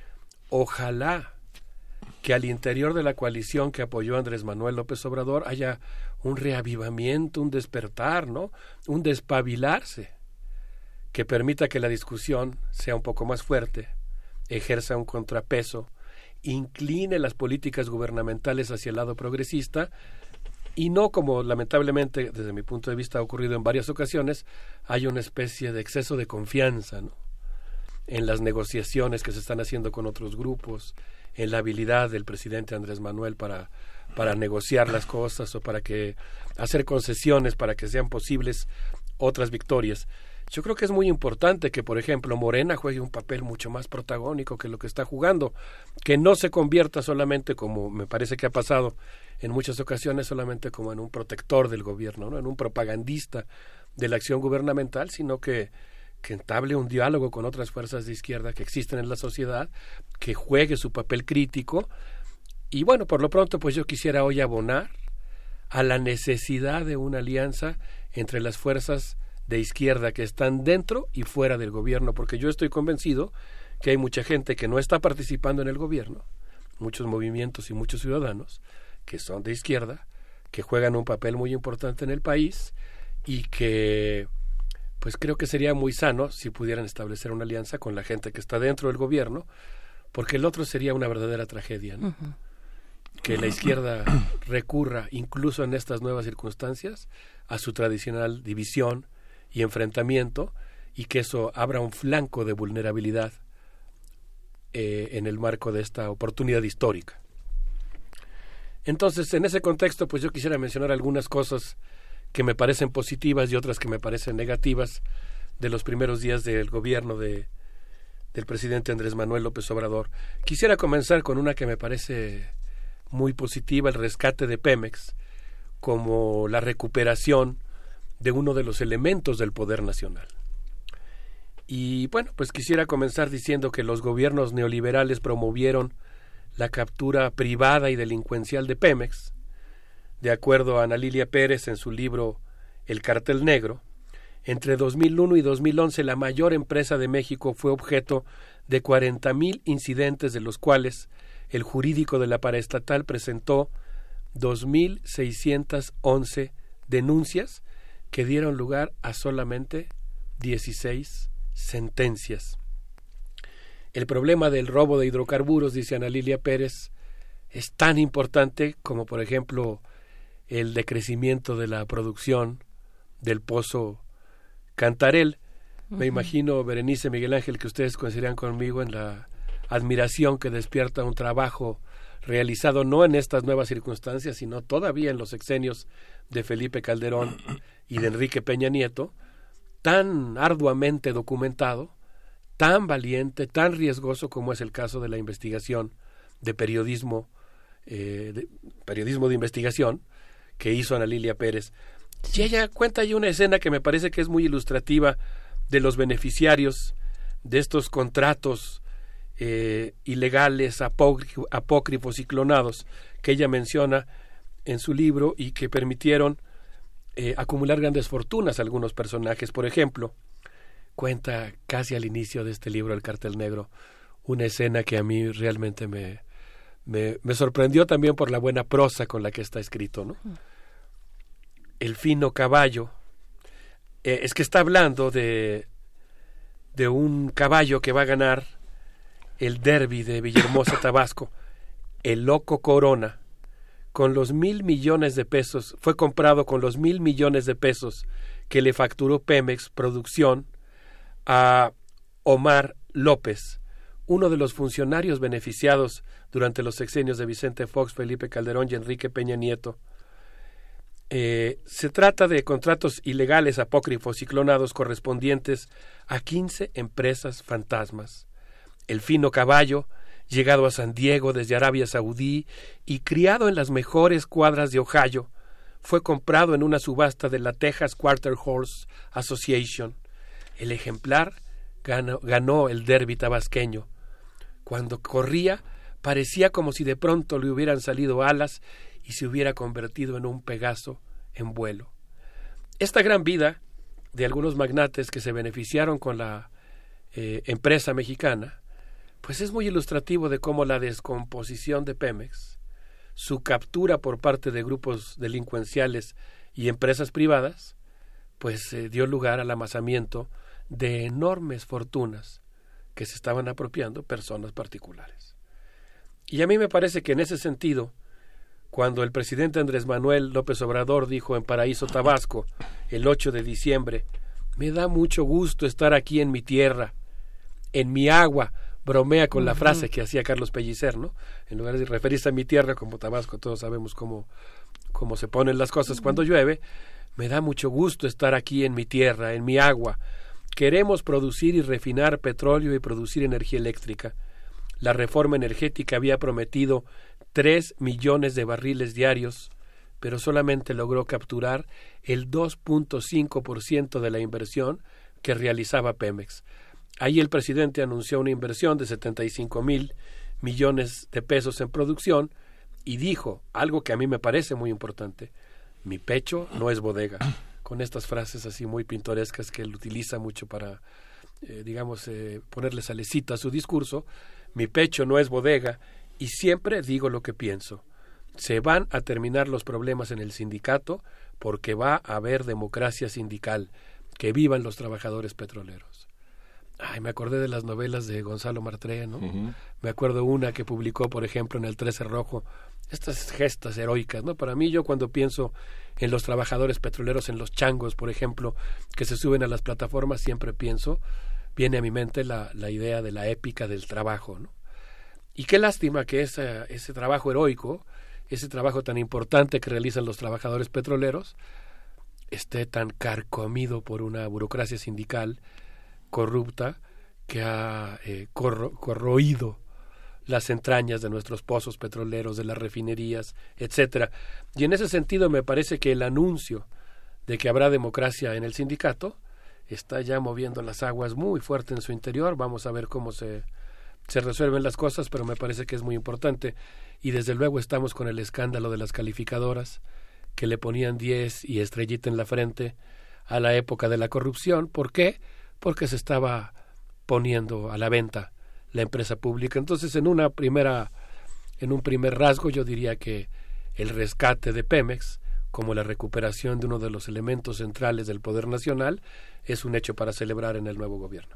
ojalá que al interior de la coalición que apoyó a Andrés Manuel López Obrador haya un reavivamiento, un despertar, ¿no? Un despabilarse que permita que la discusión sea un poco más fuerte, ejerza un contrapeso, incline las políticas gubernamentales hacia el lado progresista y no, como lamentablemente desde mi punto de vista ha ocurrido en varias ocasiones, hay una especie de exceso de confianza, ¿no? En las negociaciones que se están haciendo con otros grupos, en la habilidad del presidente Andrés Manuel para, para negociar las cosas o para que hacer concesiones para que sean posibles otras victorias. Yo creo que es muy importante que, por ejemplo, Morena juegue un papel mucho más protagónico que lo que está jugando, que no se convierta solamente, como me parece que ha pasado en muchas ocasiones, solamente como en un protector del gobierno, ¿no? En un propagandista de la acción gubernamental, sino que, que entable un diálogo con otras fuerzas de izquierda que existen en la sociedad, que juegue su papel crítico. Y bueno, por lo pronto, pues yo quisiera hoy abonar a la necesidad de una alianza entre las fuerzas de izquierda que están dentro y fuera del gobierno, porque yo estoy convencido que hay mucha gente que no está participando en el gobierno, muchos movimientos y muchos ciudadanos que son de izquierda, que juegan un papel muy importante en el país y que pues creo que sería muy sano si pudieran establecer una alianza con la gente que está dentro del gobierno, porque el otro sería una verdadera tragedia, ¿no? Uh-huh. Que la izquierda recurra, incluso en estas nuevas circunstancias, a su tradicional división y enfrentamiento, y que eso abra un flanco de vulnerabilidad eh, en el marco de esta oportunidad histórica. Entonces, en ese contexto, pues yo quisiera mencionar algunas cosas que me parecen positivas y otras que me parecen negativas de los primeros días del gobierno de, del presidente Andrés Manuel López Obrador. Quisiera comenzar con una que me parece muy positiva, el rescate de Pemex, como la recuperación de uno de los elementos del poder nacional. Y bueno, pues quisiera comenzar diciendo que los gobiernos neoliberales promovieron la captura privada y delincuencial de Pemex. De acuerdo a Ana Lilia Pérez en su libro El Cartel Negro, entre dos mil uno y dos mil once la mayor empresa de México fue objeto de cuarenta mil incidentes, de los cuales el jurídico de la paraestatal presentó dos mil seiscientas once denuncias que dieron lugar a solamente dieciséis sentencias. El problema del robo de hidrocarburos, dice Ana Lilia Pérez, es tan importante como, por ejemplo, el decrecimiento de la producción del pozo Cantarell. Uh-huh. Me imagino, Berenice, Miguel Ángel, que ustedes coincidirán conmigo en la admiración que despierta un trabajo realizado no en estas nuevas circunstancias, sino todavía en los sexenios de Felipe Calderón y de Enrique Peña Nieto, tan arduamente documentado, tan valiente, tan riesgoso como es el caso de la investigación de periodismo, eh, de, periodismo de investigación que hizo Ana Lilia Pérez. Y ella cuenta ahí una escena que me parece que es muy ilustrativa de los beneficiarios de estos contratos eh, ilegales, apócrifos, apócrifos y clonados que ella menciona en su libro y que permitieron eh, acumular grandes fortunas a algunos personajes. Por ejemplo, cuenta casi al inicio de este libro, El Cartel Negro, una escena que a mí realmente me, me, me sorprendió también por la buena prosa con la que está escrito, ¿no? El fino caballo, eh, es que está hablando de, de un caballo que va a ganar el derbi de Villahermosa, Tabasco, el Loco Corona, con los mil millones de pesos, fue comprado con los mil millones de pesos que le facturó Pemex Producción a Omar López, uno de los funcionarios beneficiados durante los sexenios de Vicente Fox, Felipe Calderón y Enrique Peña Nieto. Eh, se trata de contratos ilegales, apócrifos y clonados correspondientes a quince empresas fantasmas. El fino caballo, llegado a San Diego desde Arabia Saudí y criado en las mejores cuadras de Ohio, fue comprado en una subasta de la Texas Quarter Horse Association. El ejemplar ganó, ganó el derbi tabasqueño. Cuando corría, parecía como si de pronto le hubieran salido alas y se hubiera convertido en un Pegaso en vuelo. Esta gran vida de algunos magnates que se beneficiaron con la eh, empresa mexicana, pues es muy ilustrativo de cómo la descomposición de Pemex, su captura por parte de grupos delincuenciales y empresas privadas, pues eh, dio lugar al amasamiento de enormes fortunas que se estaban apropiando personas particulares. Y a mí me parece que en ese sentido, cuando el presidente Andrés Manuel López Obrador dijo en Paraíso, Tabasco, el ocho de diciembre, me da mucho gusto estar aquí en mi tierra, en mi agua, bromea con la frase que hacía Carlos Pellicer, ¿no? En lugar de referirse a mi tierra como Tabasco, todos sabemos cómo, cómo se ponen las cosas cuando llueve, me da mucho gusto estar aquí en mi tierra, en mi agua. Queremos producir y refinar petróleo y producir energía eléctrica. La reforma energética había prometido tres millones de barriles diarios, pero solamente logró capturar el dos punto cinco por ciento de la inversión que realizaba Pemex. Ahí el presidente anunció una inversión de setenta y cinco mil millones de pesos en producción y dijo algo que a mí me parece muy importante: mi pecho no es bodega, con estas frases así muy pintorescas que él utiliza mucho para, eh, digamos, eh, ponerle salecita a su discurso. Mi pecho no es bodega y siempre digo lo que pienso. Se van a terminar los problemas en el sindicato porque va a haber democracia sindical. Que vivan los trabajadores petroleros. Ay, me acordé de las novelas de Gonzalo Martré, ¿no? Uh-huh. Me acuerdo una que publicó, por ejemplo, en el trece Rojo, estas gestas heroicas, ¿no? Para mí, yo cuando pienso en los trabajadores petroleros, en los changos, por ejemplo, que se suben a las plataformas, siempre pienso, viene a mi mente la, la idea de la épica del trabajo, ¿no? Y qué lástima que esa, ese trabajo heroico, ese trabajo tan importante que realizan los trabajadores petroleros, esté tan carcomido por una burocracia sindical corrupta que ha eh, corro, corroído las entrañas de nuestros pozos petroleros, de las refinerías, etcétera. Y en ese sentido me parece que el anuncio de que habrá democracia en el sindicato está ya moviendo las aguas muy fuerte en su interior. Vamos a ver cómo se, se resuelven las cosas, pero me parece que es muy importante. Y desde luego estamos con el escándalo de las calificadoras, que le ponían diez y estrellita en la frente a la época de la corrupción. ¿Por qué? Porque se estaba poniendo a la venta la empresa pública. Entonces, en una primera, en un primer rasgo, yo diría que el rescate de Pemex, como la recuperación de uno de los elementos centrales del poder nacional, es un hecho para celebrar en el nuevo gobierno.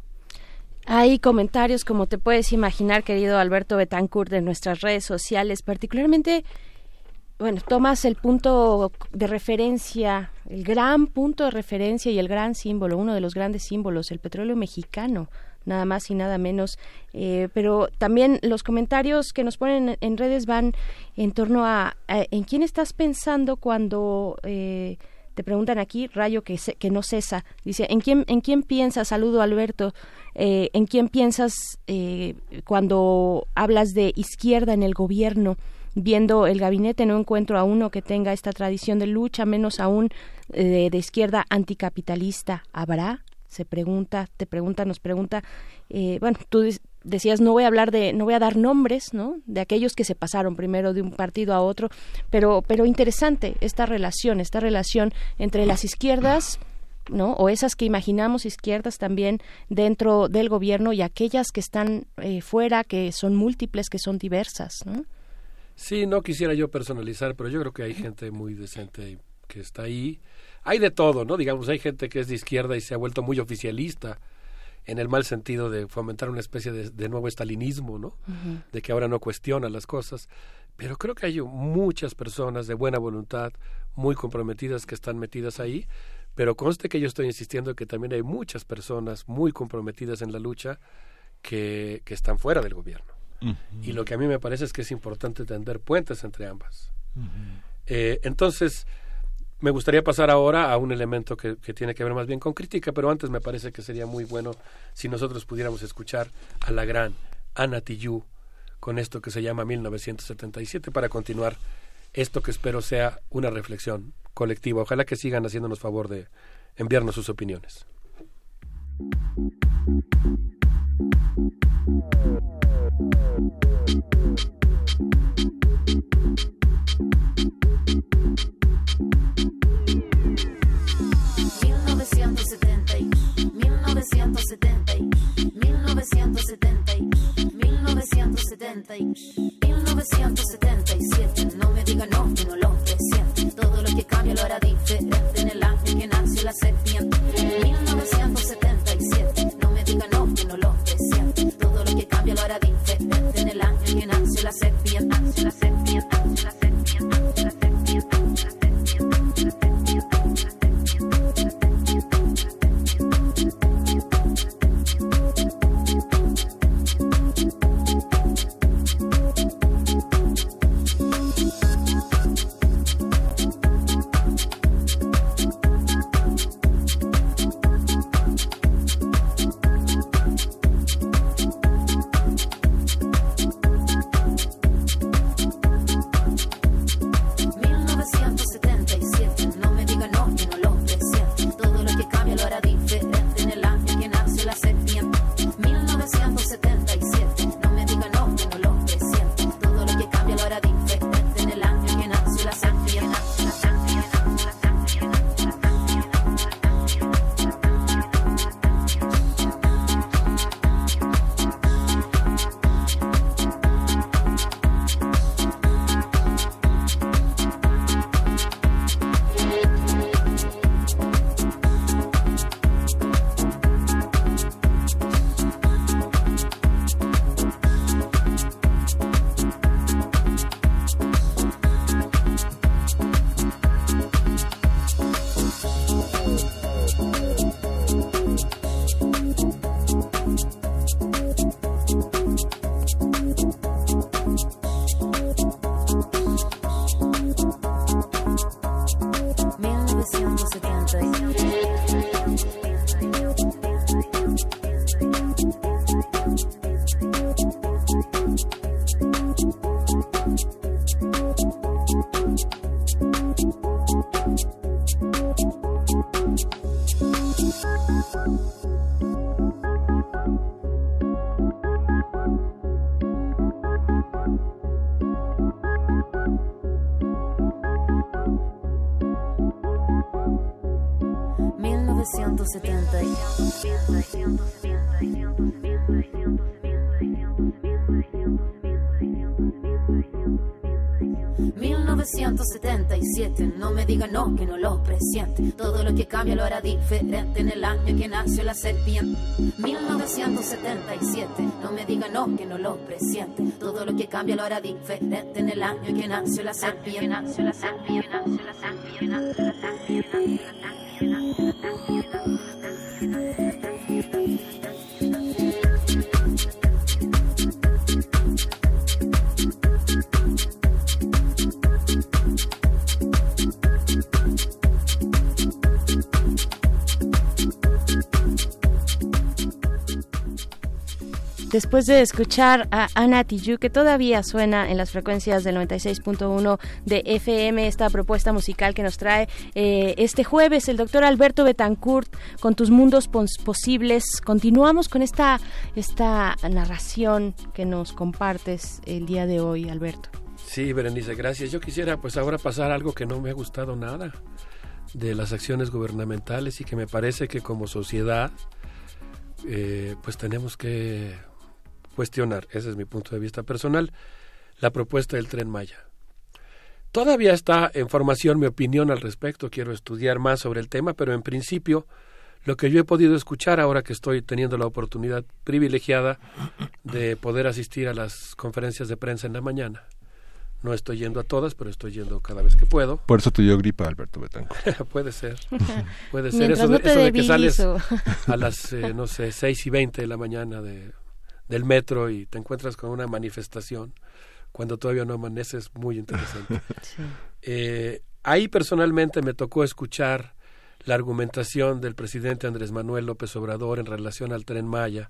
Hay comentarios, como te puedes imaginar, querido Alberto Betancourt, de nuestras redes sociales, particularmente. Bueno, tomas el punto de referencia, el gran punto de referencia y el gran símbolo, uno de los grandes símbolos, el petróleo mexicano, nada más y nada menos. Eh, pero también los comentarios que nos ponen en redes van en torno a, a en quién estás pensando cuando eh, te preguntan aquí, Rayo que, se, que no cesa, dice, ¿en quién, en quién piensas, saludo Alberto, eh, en quién piensas eh, cuando hablas de izquierda en el gobierno? Viendo el gabinete no encuentro a uno que tenga esta tradición de lucha, menos aún eh, de izquierda anticapitalista. ¿Habrá? Se pregunta, te pregunta, nos pregunta. Eh, bueno, tú decías, no voy a hablar de, no voy a dar nombres, ¿no? De aquellos que se pasaron primero de un partido a otro, pero, pero interesante esta relación, esta relación entre las izquierdas, ¿no? O esas que imaginamos izquierdas también dentro del gobierno y aquellas que están eh, fuera, que son múltiples, que son diversas, ¿no? Sí, no quisiera yo personalizar, pero yo creo que hay gente muy decente que está ahí. Hay de todo, ¿no? Digamos, hay gente que es de izquierda y se ha vuelto muy oficialista, en el mal sentido de fomentar una especie de, de nuevo estalinismo, ¿no? Uh-huh. De que ahora no cuestiona las cosas. Pero creo que hay muchas personas de buena voluntad, muy comprometidas, que están metidas ahí, Pero conste que yo estoy insistiendo que también hay muchas personas muy comprometidas en la lucha que, que están fuera del gobierno. Uh-huh. Y lo que a mí me parece es que es importante tender puentes entre ambas. Uh-huh. Eh, entonces, me gustaría pasar ahora a un elemento que, que tiene que ver más bien con crítica, pero antes me parece que sería muy bueno si nosotros pudiéramos escuchar a la gran Ana Tijoux con esto que se llama mil novecientos setenta y siete para continuar esto que espero sea una reflexión colectiva. Ojalá que sigan haciéndonos favor de enviarnos sus opiniones. mil novecientos setenta, mil novecientos setenta, mil novecientos setenta, mil novecientos setenta, mil novecientos setenta y siete. No me diga no, que no lo presiente. Todo lo que cambia lo hará diferente en el año que nació la serpiente. mil novecientos setenta y siete. No me diga no, que no lo presiente. Todo lo que cambia lo hará diferente en el año que nació la serpiente. Nació la serpiente, nació la serpiente, nació la serpiente, nació la serpiente. mil novecientos setenta. mil novecientos setenta y siete. No me diga no, que no lo presiente. Todo lo que cambia lo hará diferente en el año que nació la serpiente. mil novecientos setenta y siete. No me diga no, que no lo presiente. Todo lo que cambia lo hará diferente en el año que nació la serpiente. Nació la serpiente, nació la serpiente, nació la serpiente. Después de escuchar a Ana Tijoux, que todavía suena en las frecuencias del noventa y seis punto uno de F M, esta propuesta musical que nos trae eh, este jueves el doctor Alberto Betancourt con Tus Mundos Pos- Posibles. Continuamos con esta, esta narración que nos compartes el día de hoy, Alberto. Sí, Berenice, gracias. Yo quisiera pues ahora pasar a algo que no me ha gustado nada de las acciones gubernamentales y que me parece que como sociedad eh, pues tenemos que cuestionar, ese es mi punto de vista personal, la propuesta del Tren Maya. Todavía está en formación mi opinión al respecto, quiero estudiar más sobre el tema, pero en principio lo que yo he podido escuchar ahora que estoy teniendo la oportunidad privilegiada de poder asistir a las conferencias de prensa en la mañana, No estoy yendo a todas, pero estoy yendo cada vez que puedo. Por eso te dio gripa, Alberto Betancourt. Puede ser. Puede ser Mientras eso, no de, te eso de que sales debilizo. a las, eh, no sé, seis y veinte de la mañana de, del metro y te encuentras con una manifestación cuando todavía no amaneces, muy interesante. Sí. Eh, ahí personalmente me tocó escuchar la argumentación del presidente Andrés Manuel López Obrador en relación al Tren Maya,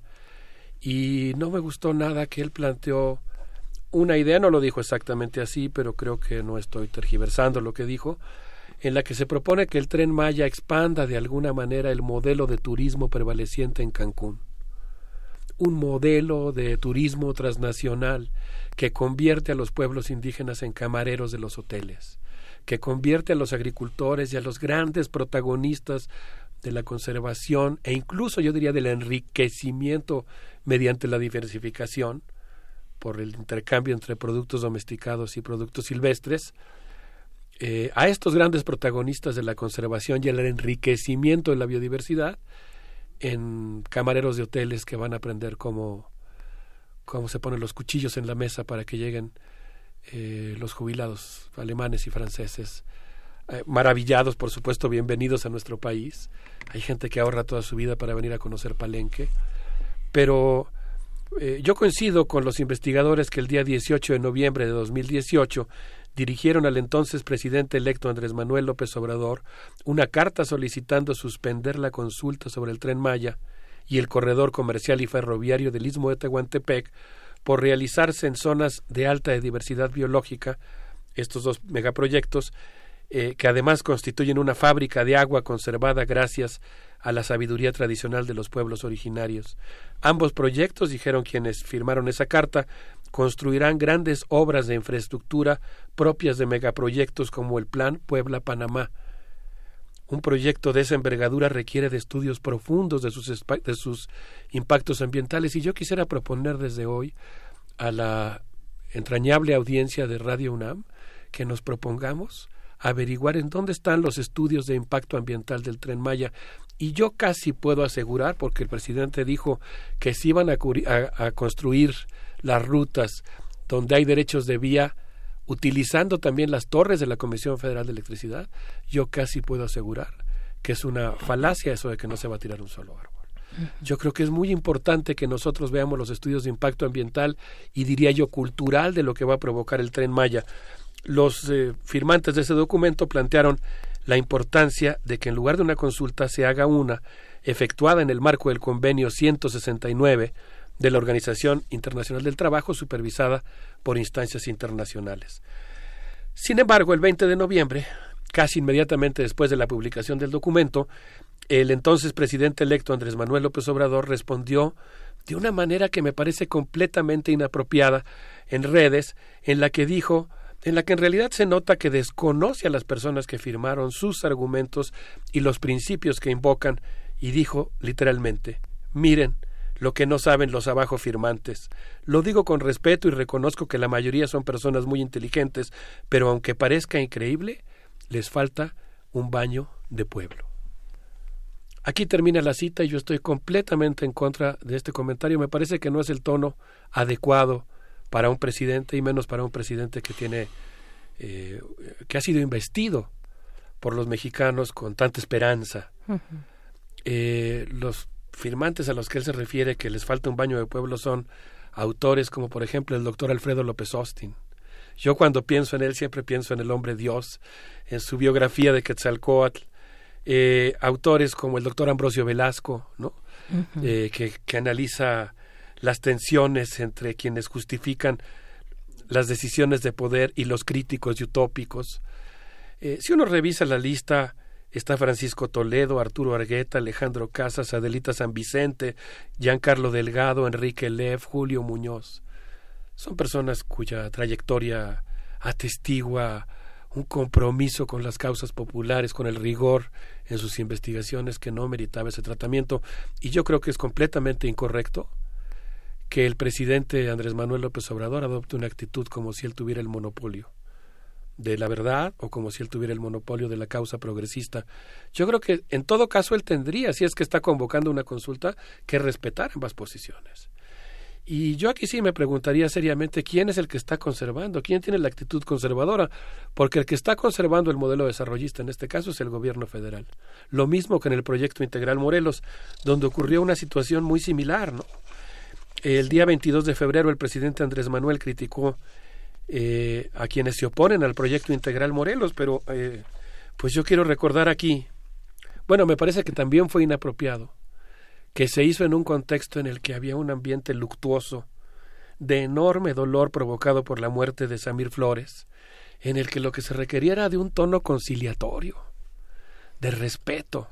y no me gustó nada que él planteó una idea, no lo dijo exactamente así, pero creo que no estoy tergiversando lo que dijo, en la que se propone que el Tren Maya expanda de alguna manera el modelo de turismo prevaleciente en Cancún. Un modelo de turismo transnacional que convierte a los pueblos indígenas en camareros de los hoteles, que convierte a los agricultores y a los grandes protagonistas de la conservación e incluso yo diría del enriquecimiento mediante la diversificación por el intercambio entre productos domesticados y productos silvestres, eh, a estos grandes protagonistas de la conservación y el enriquecimiento de la biodiversidad en camareros de hoteles que van a aprender cómo, cómo se ponen los cuchillos en la mesa para que lleguen eh, los jubilados alemanes y franceses, eh, maravillados, por supuesto, bienvenidos a nuestro país. Hay gente que ahorra toda su vida para venir a conocer Palenque, pero eh, yo coincido con los investigadores que el día dieciocho de noviembre de dos mil dieciocho dirigieron al entonces presidente electo Andrés Manuel López Obrador una carta solicitando suspender la consulta sobre el Tren Maya y el corredor comercial y ferroviario del Istmo de Tehuantepec por realizarse en zonas de alta diversidad biológica, estos dos megaproyectos, eh, que además constituyen una fábrica de agua conservada gracias a la sabiduría tradicional de los pueblos originarios. Ambos proyectos, dijeron quienes firmaron esa carta, construirán grandes obras de infraestructura propias de megaproyectos como el Plan Puebla-Panamá. Un proyecto de esa envergadura requiere de estudios profundos de sus, de sus impactos ambientales, y yo quisiera proponer desde hoy a la entrañable audiencia de Radio UNAM que nos propongamos averiguar en dónde están los estudios de impacto ambiental del Tren Maya. Y yo casi puedo asegurar, porque el presidente dijo que si iban a, a, a construir las rutas donde hay derechos de vía, utilizando también las torres de la Comisión Federal de Electricidad, yo casi puedo asegurar que es una falacia eso de que no se va a tirar un solo árbol. Yo creo que es muy importante que nosotros veamos los estudios de impacto ambiental y diría yo cultural de lo que va a provocar el Tren Maya. Los eh, firmantes de ese documento plantearon la importancia de que en lugar de una consulta se haga una efectuada en el marco del convenio ciento sesenta y nueve de la Organización Internacional del Trabajo, supervisada por instancias internacionales. Sin embargo, el veinte de noviembre, casi inmediatamente después de la publicación del documento, el entonces presidente electo Andrés Manuel López Obrador respondió de una manera que me parece completamente inapropiada en redes, en la que dijo, en la que en realidad se nota que desconoce a las personas que firmaron sus argumentos y los principios que invocan, y dijo literalmente, miren lo que no saben los abajo firmantes. Lo digo con respeto y reconozco que la mayoría son personas muy inteligentes, pero aunque parezca increíble, les falta un baño de pueblo. Aquí termina la cita y yo estoy completamente en contra de este comentario. Me parece que no es el tono adecuado para un presidente, y menos para un presidente que tiene eh, que ha sido investido por los mexicanos con tanta esperanza. Uh-huh. Eh, los firmantes a los que él se refiere que les falta un baño de pueblo son autores como por ejemplo el doctor Alfredo López Austin. Yo cuando pienso en él siempre pienso en el hombre Dios, en su biografía de Quetzalcóatl, eh, autores como el doctor Ambrosio Velasco, ¿no? Uh-huh. eh, que, que analiza las tensiones entre quienes justifican las decisiones de poder y los críticos y utópicos. Eh, si uno revisa la lista, está Francisco Toledo, Arturo Argueta, Alejandro Casas, Adelita San Vicente, Giancarlo Delgado, Enrique Lev, Julio Muñoz. Son personas cuya trayectoria atestigua un compromiso con las causas populares, con el rigor en sus investigaciones que no meritaba ese tratamiento. Y yo creo que es completamente incorrecto que el presidente Andrés Manuel López Obrador adopte una actitud como si él tuviera el monopolio de la verdad o como si él tuviera el monopolio de la causa progresista. Yo creo que en todo caso él tendría, si es que está convocando una consulta, que respetar ambas posiciones. Y yo aquí sí me preguntaría seriamente quién es el que está conservando, quién tiene la actitud conservadora, porque el que está conservando el modelo desarrollista en este caso es el gobierno federal. Lo mismo que en el proyecto Integral Morelos, donde ocurrió una situación muy similar, ¿no? El día veintidós de febrero el presidente Andrés Manuel criticó eh, a quienes se oponen al proyecto Integral Morelos, pero eh, pues yo quiero recordar aquí, bueno, me parece que también fue inapropiado, que se hizo en un contexto en el que había un ambiente luctuoso, de enorme dolor provocado por la muerte de Samir Flores, en el que lo que se requería era de un tono conciliatorio, de respeto.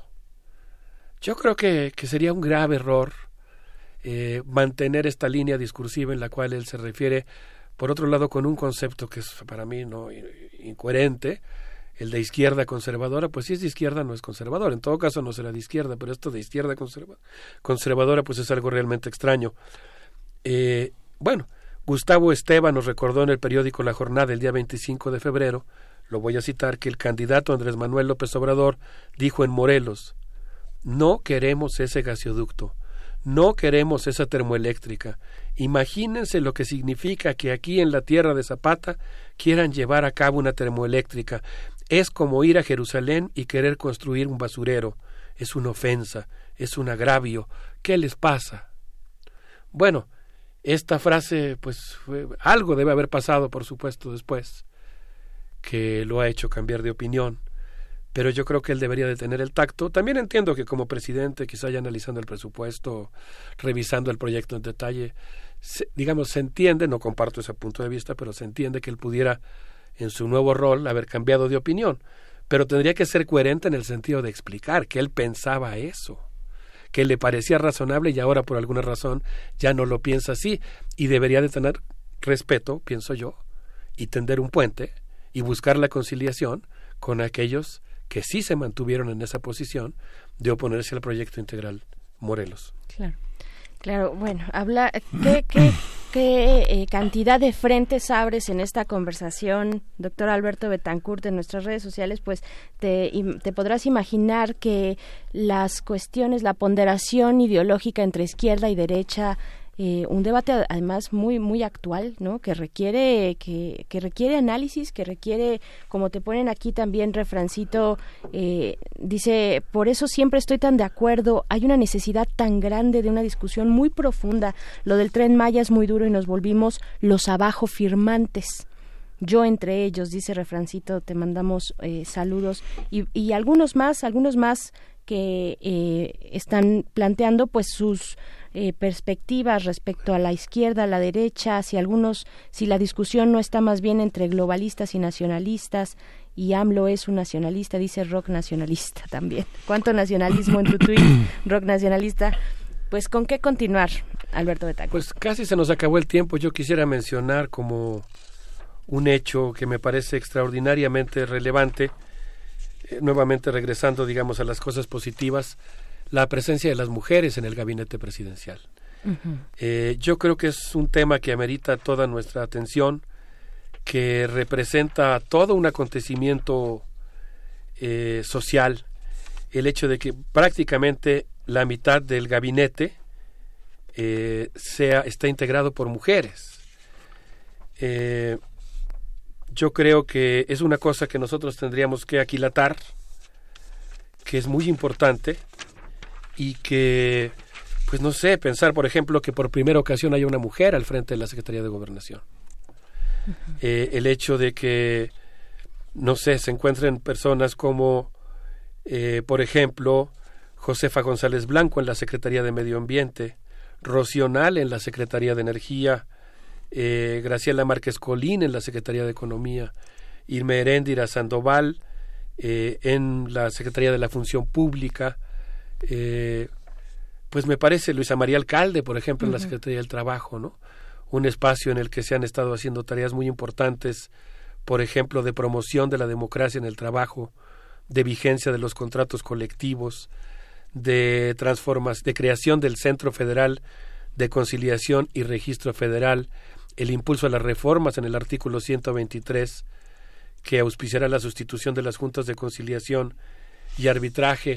Yo creo que, que sería un grave error eh, mantener esta línea discursiva en la cual él se refiere, por otro lado, con un concepto que es para mí no incoherente, el de izquierda conservadora. Pues si es de izquierda no es conservador, en todo caso no será de izquierda, pero esto de izquierda conserva, conservadora pues es algo realmente extraño. Eh, bueno, Gustavo Esteban nos recordó en el periódico La Jornada el día veinticinco de febrero, lo voy a citar, que el candidato Andrés Manuel López Obrador dijo en Morelos: no queremos ese gasoducto, no queremos esa termoeléctrica. Imagínense lo que significa que aquí en la tierra de Zapata quieran llevar a cabo una termoeléctrica. Es como ir a Jerusalén y querer construir un basurero. Es una ofensa, es un agravio. ¿Qué les pasa? Bueno, esta frase, pues fue, algo debe haber pasado, por supuesto, después, que lo ha hecho cambiar de opinión. Pero yo creo que él debería de tener el tacto. También entiendo que como presidente, quizá ya analizando el presupuesto, revisando el proyecto en detalle, se, digamos, se entiende, no comparto ese punto de vista, pero se entiende que él pudiera, en su nuevo rol, haber cambiado de opinión. Pero tendría que ser coherente en el sentido de explicar que él pensaba eso, que le parecía razonable y ahora por alguna razón ya no lo piensa así. Y debería de tener respeto, pienso yo, y tender un puente y buscar la conciliación con aquellos que sí se mantuvieron en esa posición de oponerse al proyecto Integral Morelos. Claro, claro. Bueno, habla qué, qué, qué eh, cantidad de frentes abres en esta conversación, doctor Alberto Betancourt, en nuestras redes sociales. Pues te, te podrás imaginar que las cuestiones, la ponderación ideológica entre izquierda y derecha, Eh, un debate además muy muy actual, ¿no? Que requiere que, que requiere análisis, que requiere, como te ponen aquí también, refrancito, eh, dice: por eso siempre estoy tan de acuerdo, hay una necesidad tan grande de una discusión muy profunda. Lo del Tren Maya es muy duro y nos volvimos los abajo firmantes. Yo entre ellos, dice refrancito, te mandamos eh, saludos y, y algunos más, algunos más que eh, están planteando pues sus Eh, perspectivas respecto a la izquierda, a la derecha, si algunos, si la discusión no está más bien entre globalistas y nacionalistas, y AMLO es un nacionalista, dice rock nacionalista también. ¿Cuánto nacionalismo en tu tweet, rock nacionalista? Pues ¿con qué continuar, Alberto Betancourt? Pues casi se nos acabó el tiempo. Yo quisiera mencionar como un hecho que me parece extraordinariamente relevante, eh, nuevamente regresando, digamos, a las cosas positivas, la presencia de las mujeres en el gabinete presidencial. Uh-huh. Eh, yo creo que es un tema que amerita toda nuestra atención, que representa todo un acontecimiento eh, social, el hecho de que prácticamente la mitad del gabinete eh, sea está integrado por mujeres. Eh, yo creo que es una cosa que nosotros tendríamos que aquilatar, que es muy importante, y que, pues no sé, pensar, por ejemplo, que por primera ocasión haya una mujer al frente de la Secretaría de Gobernación. Uh-huh. Eh, el hecho de que, no sé, se encuentren personas como, eh, por ejemplo, Josefa González Blanco en la Secretaría de Medio Ambiente, Rocío Nale en la Secretaría de Energía, eh, Graciela Márquez Colín en la Secretaría de Economía, Irma Heréndira Sandoval eh, en la Secretaría de la Función Pública, Eh, pues me parece Luisa María Alcalde, por ejemplo, uh-huh. en la Secretaría del Trabajo, ¿no? Un espacio en el que se han estado haciendo tareas muy importantes, por ejemplo, de promoción de la democracia en el trabajo, de vigencia de los contratos colectivos, de transformas, de creación del Centro Federal de Conciliación y Registro Federal, el impulso a las reformas en el artículo ciento veintitrés, que auspiciará la sustitución de las juntas de conciliación y arbitraje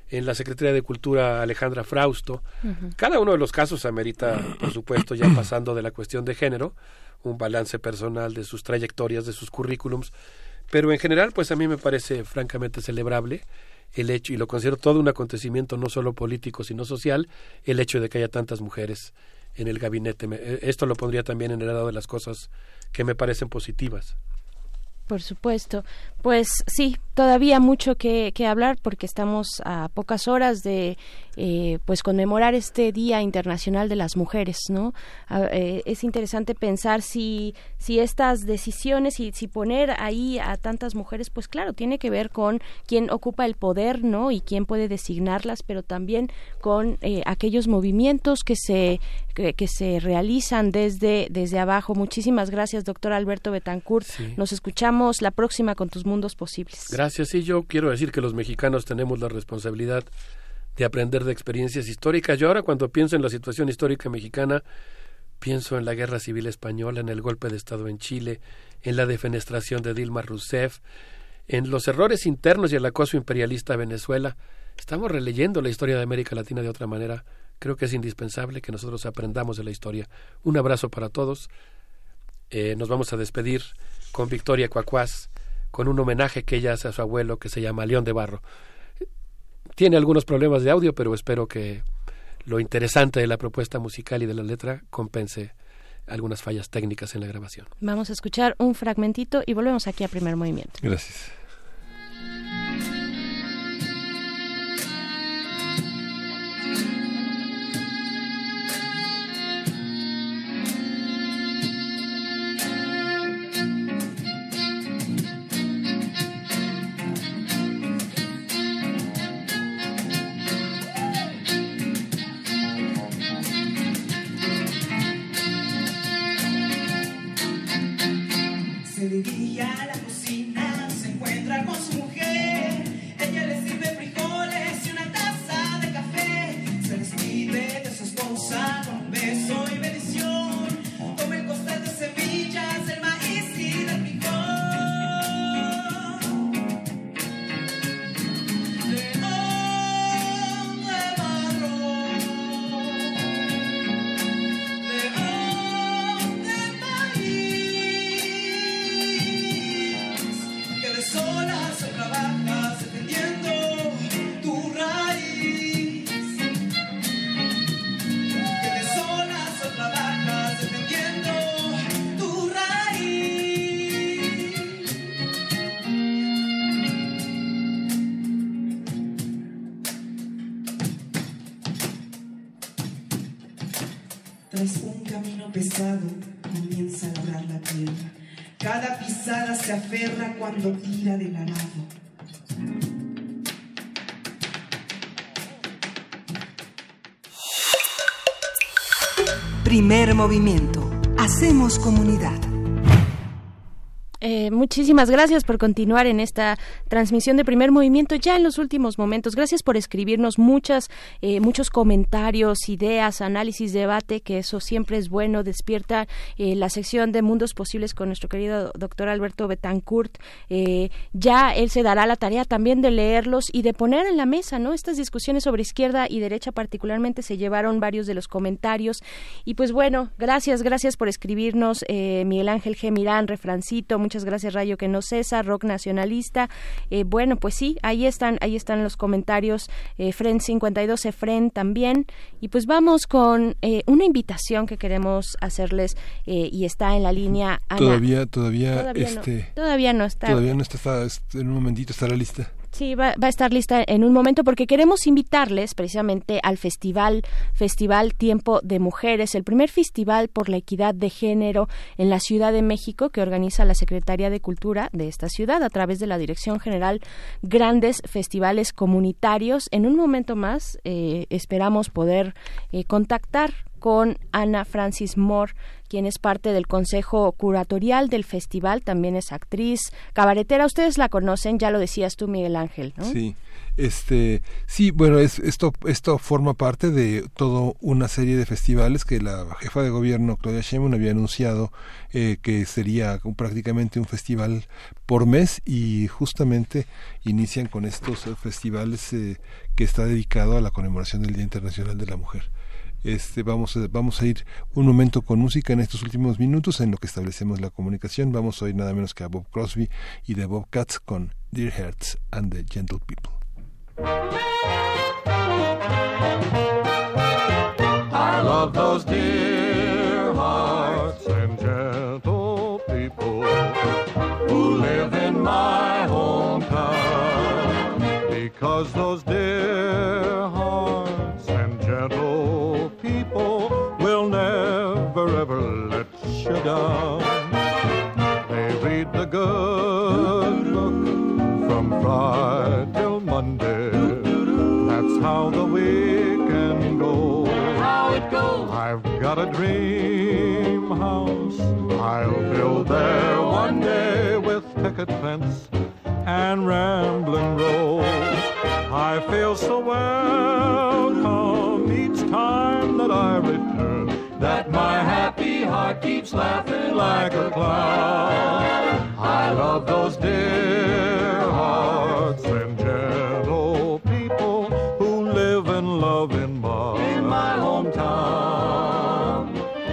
en la Secretaría de Cultura Alejandra Frausto. Uh-huh. Cada uno de los casos amerita, por supuesto, ya pasando de la cuestión de género, un balance personal de sus trayectorias, de sus currículums, pero en general, pues a mí me parece francamente celebrable el hecho, y lo considero todo un acontecimiento no solo político, sino social, el hecho de que haya tantas mujeres en el gabinete. Esto lo pondría también en el lado de las cosas que me parecen positivas. Por supuesto. Pues sí, todavía mucho que, que hablar porque estamos a pocas horas de eh, pues conmemorar este Día Internacional de las Mujeres, ¿no? A, eh, es interesante pensar si si estas decisiones y si poner ahí a tantas mujeres, pues claro, tiene que ver con quién ocupa el poder, ¿no? Y quién puede designarlas, pero también con eh, aquellos movimientos que se que, que se realizan desde desde abajo. Muchísimas gracias, doctor Alberto Betancourt. Sí. Nos escuchamos la próxima con tus mundos posibles. Gracias. Y yo quiero decir que los mexicanos tenemos la responsabilidad de aprender de experiencias históricas. Yo ahora cuando pienso en la situación histórica mexicana, pienso en la Guerra Civil Española, en el golpe de Estado en Chile, en la defenestración de Dilma Rousseff, en los errores internos y el acoso imperialista a Venezuela. Estamos releyendo la historia de América Latina de otra manera. Creo que es indispensable que nosotros aprendamos de la historia. Un abrazo para todos. Eh, nos vamos a despedir con Victoria Cuacuás, con un homenaje que ella hace a su abuelo que se llama León de Barro. Tiene algunos problemas de audio, pero espero que lo interesante de la propuesta musical y de la letra compense algunas fallas técnicas en la grabación. Vamos a escuchar un fragmentito y volvemos aquí a Primer Movimiento. Gracias. Se dirige a la cocina, se encuentra con su mujer. Ella le sirve frijoles y una taza de café. Se despide de su esposa con un beso y bendición. Toma el costal de semillas, del maíz y del frijol. León de barro, león de maíz, que de solas o trabajas defendiendo tu raíz, que de solas o trabajas defendiendo tu raíz. Tras un camino pesado comienza a labrar la tierra. Cada pisada se aferra cuando tira del arado. Primer movimiento. Hacemos comunidad. Eh, muchísimas gracias por continuar en esta transmisión de Primer Movimiento ya en los últimos momentos. Gracias por escribirnos muchas, eh, muchos comentarios, ideas, análisis, debate, que eso siempre es bueno. Despierta eh, la sección de Mundos Posibles con nuestro querido doctor Alberto Betancourt. Eh, ya él se dará la tarea también de leerlos y de poner en la mesa, ¿no? Estas discusiones sobre izquierda y derecha particularmente se llevaron varios de los comentarios. Y pues bueno, gracias, gracias por escribirnos. Eh, Miguel Ángel G. Mirán, Refrancito, muchas gracias. Rayo que no cesa, Rock Nacionalista. Eh, bueno, pues sí, ahí están, ahí están los comentarios. Eh, Fren cincuenta y dos, Efren también. Y pues vamos con eh, una invitación que queremos hacerles eh, y está en la línea Ana. Todavía, todavía, todavía este, no, todavía no está. Todavía no está, está, en un momentito estará lista. Sí, va, va a estar lista en un momento porque queremos invitarles precisamente al festival, Festival Tiempo de Mujeres, el primer festival por la equidad de género en la Ciudad de México que organiza la Secretaría de Cultura de esta ciudad a través de la Dirección General Grandes Festivales Comunitarios. En un momento más eh, esperamos poder eh, contactar con Ana Francis Moore, quien es parte del Consejo Curatorial del Festival, también es actriz, cabaretera. Ustedes la conocen, ya lo decías tú, Miguel Ángel, ¿no? Sí, Este, sí, bueno, es, esto, esto forma parte de toda una serie de festivales que la jefa de gobierno, Claudia Sheinbaum, había anunciado eh, que sería un, prácticamente un festival por mes, y justamente inician con estos eh, festivales eh, que está dedicado a la conmemoración del Día Internacional de la Mujer. Este, vamos, a, vamos a ir un momento con música en estos últimos minutos en lo que establecemos la comunicación. Vamos a oír nada menos que a Bob Crosby y The Bobcats con Dear Hearts and the Gentle People. I love those dear hearts and gentle people who live in my hometown, because those dear hearts and gentle people will never ever let you down. They read the good book from Friday till Monday. That's how the weekend goes. How it goes. I've got a dream house I'll build there one day, with picket fence and rambling rose. I feel so welcome each time that I return, that my happy heart keeps laughing like a clown. I love those dear hearts and gentle people who live and love in my, in my hometown.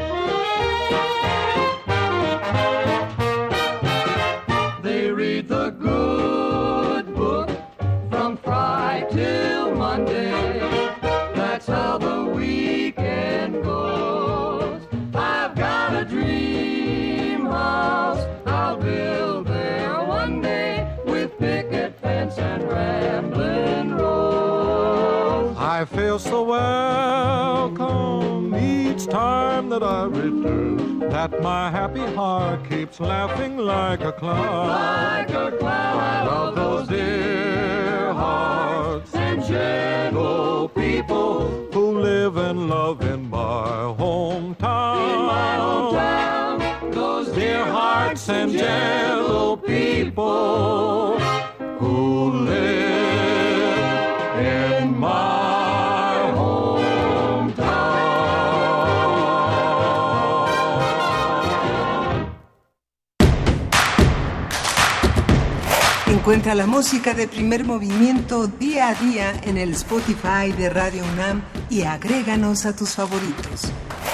They read the good book from Friday till Monday. That's how the weekend goes. I've got a dream house I'll build there one day, with picket fence and rambling rose. I feel so welcome each time that I return, that my happy heart keeps laughing like a clown. Like a clown. I love those dear hearts and gentle people who live and love in my hometown. In my hometown. Those dear hearts and gentle people who live in my hometown. Encuentra la música de Primer Movimiento día a día en el Spotify de Radio UNAM y agréganos a tus favoritos.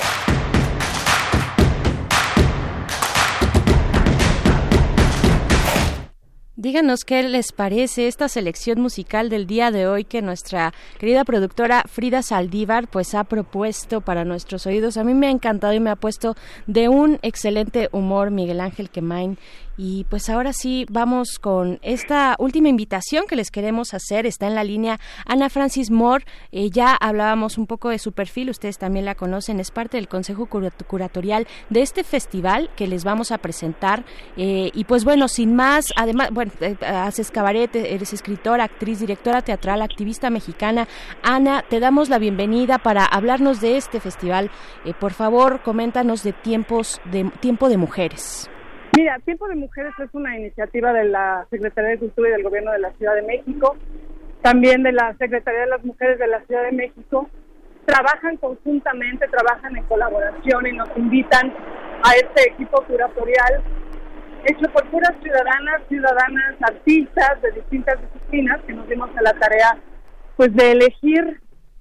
Díganos qué les parece esta selección musical del día de hoy que nuestra querida productora Frida Saldívar pues ha propuesto para nuestros oídos. A mí me ha encantado y me ha puesto de un excelente humor Miguel Ángel Quemain. Y pues ahora sí vamos con esta última invitación que les queremos hacer. Está en la línea Ana Francis Moore. Eh, ya hablábamos un poco de su perfil, ustedes también la conocen, es parte del consejo curat- curatorial de este festival que les vamos a presentar. Eh, y pues bueno, sin más, además, bueno, eh, haces cabaret, eres escritora, actriz, directora teatral, activista mexicana. Ana, te damos la bienvenida para hablarnos de este festival. Eh, por favor, coméntanos de tiempos de Tiempo de Mujeres. Mira, Tiempo de Mujeres es una iniciativa de la Secretaría de Cultura y del Gobierno de la Ciudad de México, también de la Secretaría de las Mujeres de la Ciudad de México. Trabajan conjuntamente, trabajan en colaboración y nos invitan a este equipo curatorial hecho por puras ciudadanas, ciudadanas artistas de distintas disciplinas que nos dimos a la tarea pues de elegir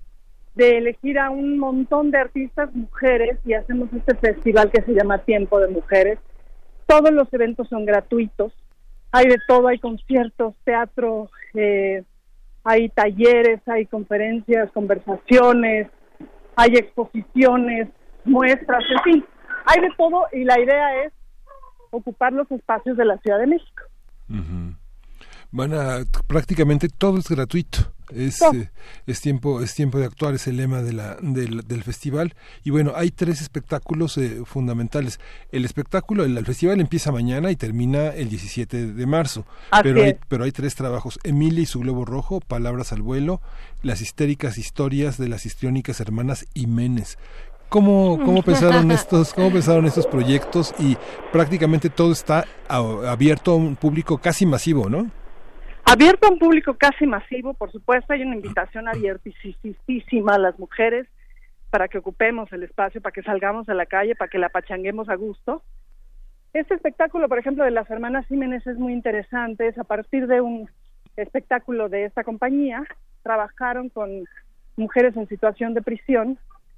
de elegir a un montón de artistas mujeres y hacemos este festival que se llama Tiempo de Mujeres. Todos los eventos son gratuitos, hay de todo, hay conciertos, teatro, eh, hay talleres, hay conferencias, conversaciones, hay exposiciones, muestras, en fin, hay de todo y la idea es ocupar los espacios de la Ciudad de México. Uh-huh. Van a, prácticamente todo es gratuito. Es, eh, es tiempo es tiempo de actuar, es el lema de la, del, del festival. Y bueno, hay tres espectáculos eh, fundamentales. El espectáculo, el, el festival empieza mañana y termina el diecisiete de marzo. Así pero hay, es. pero hay tres trabajos: Emilia y su globo rojo, Palabras al vuelo, Las histéricas historias de las histriónicas hermanas Jiménez. ¿Cómo, cómo pensaron estos cómo pensaron estos proyectos? Y prácticamente todo está a, abierto a un público casi masivo, ¿no? abierto a un público casi masivo, por supuesto. Hay una invitación abiertísima a las mujeres para que ocupemos el espacio, para que salgamos a la calle, para que la pachanguemos a gusto. Este espectáculo, por ejemplo, de las hermanas Jiménez es muy interesante. Es a partir de un espectáculo de esta compañía, trabajaron con mujeres en situación de prisión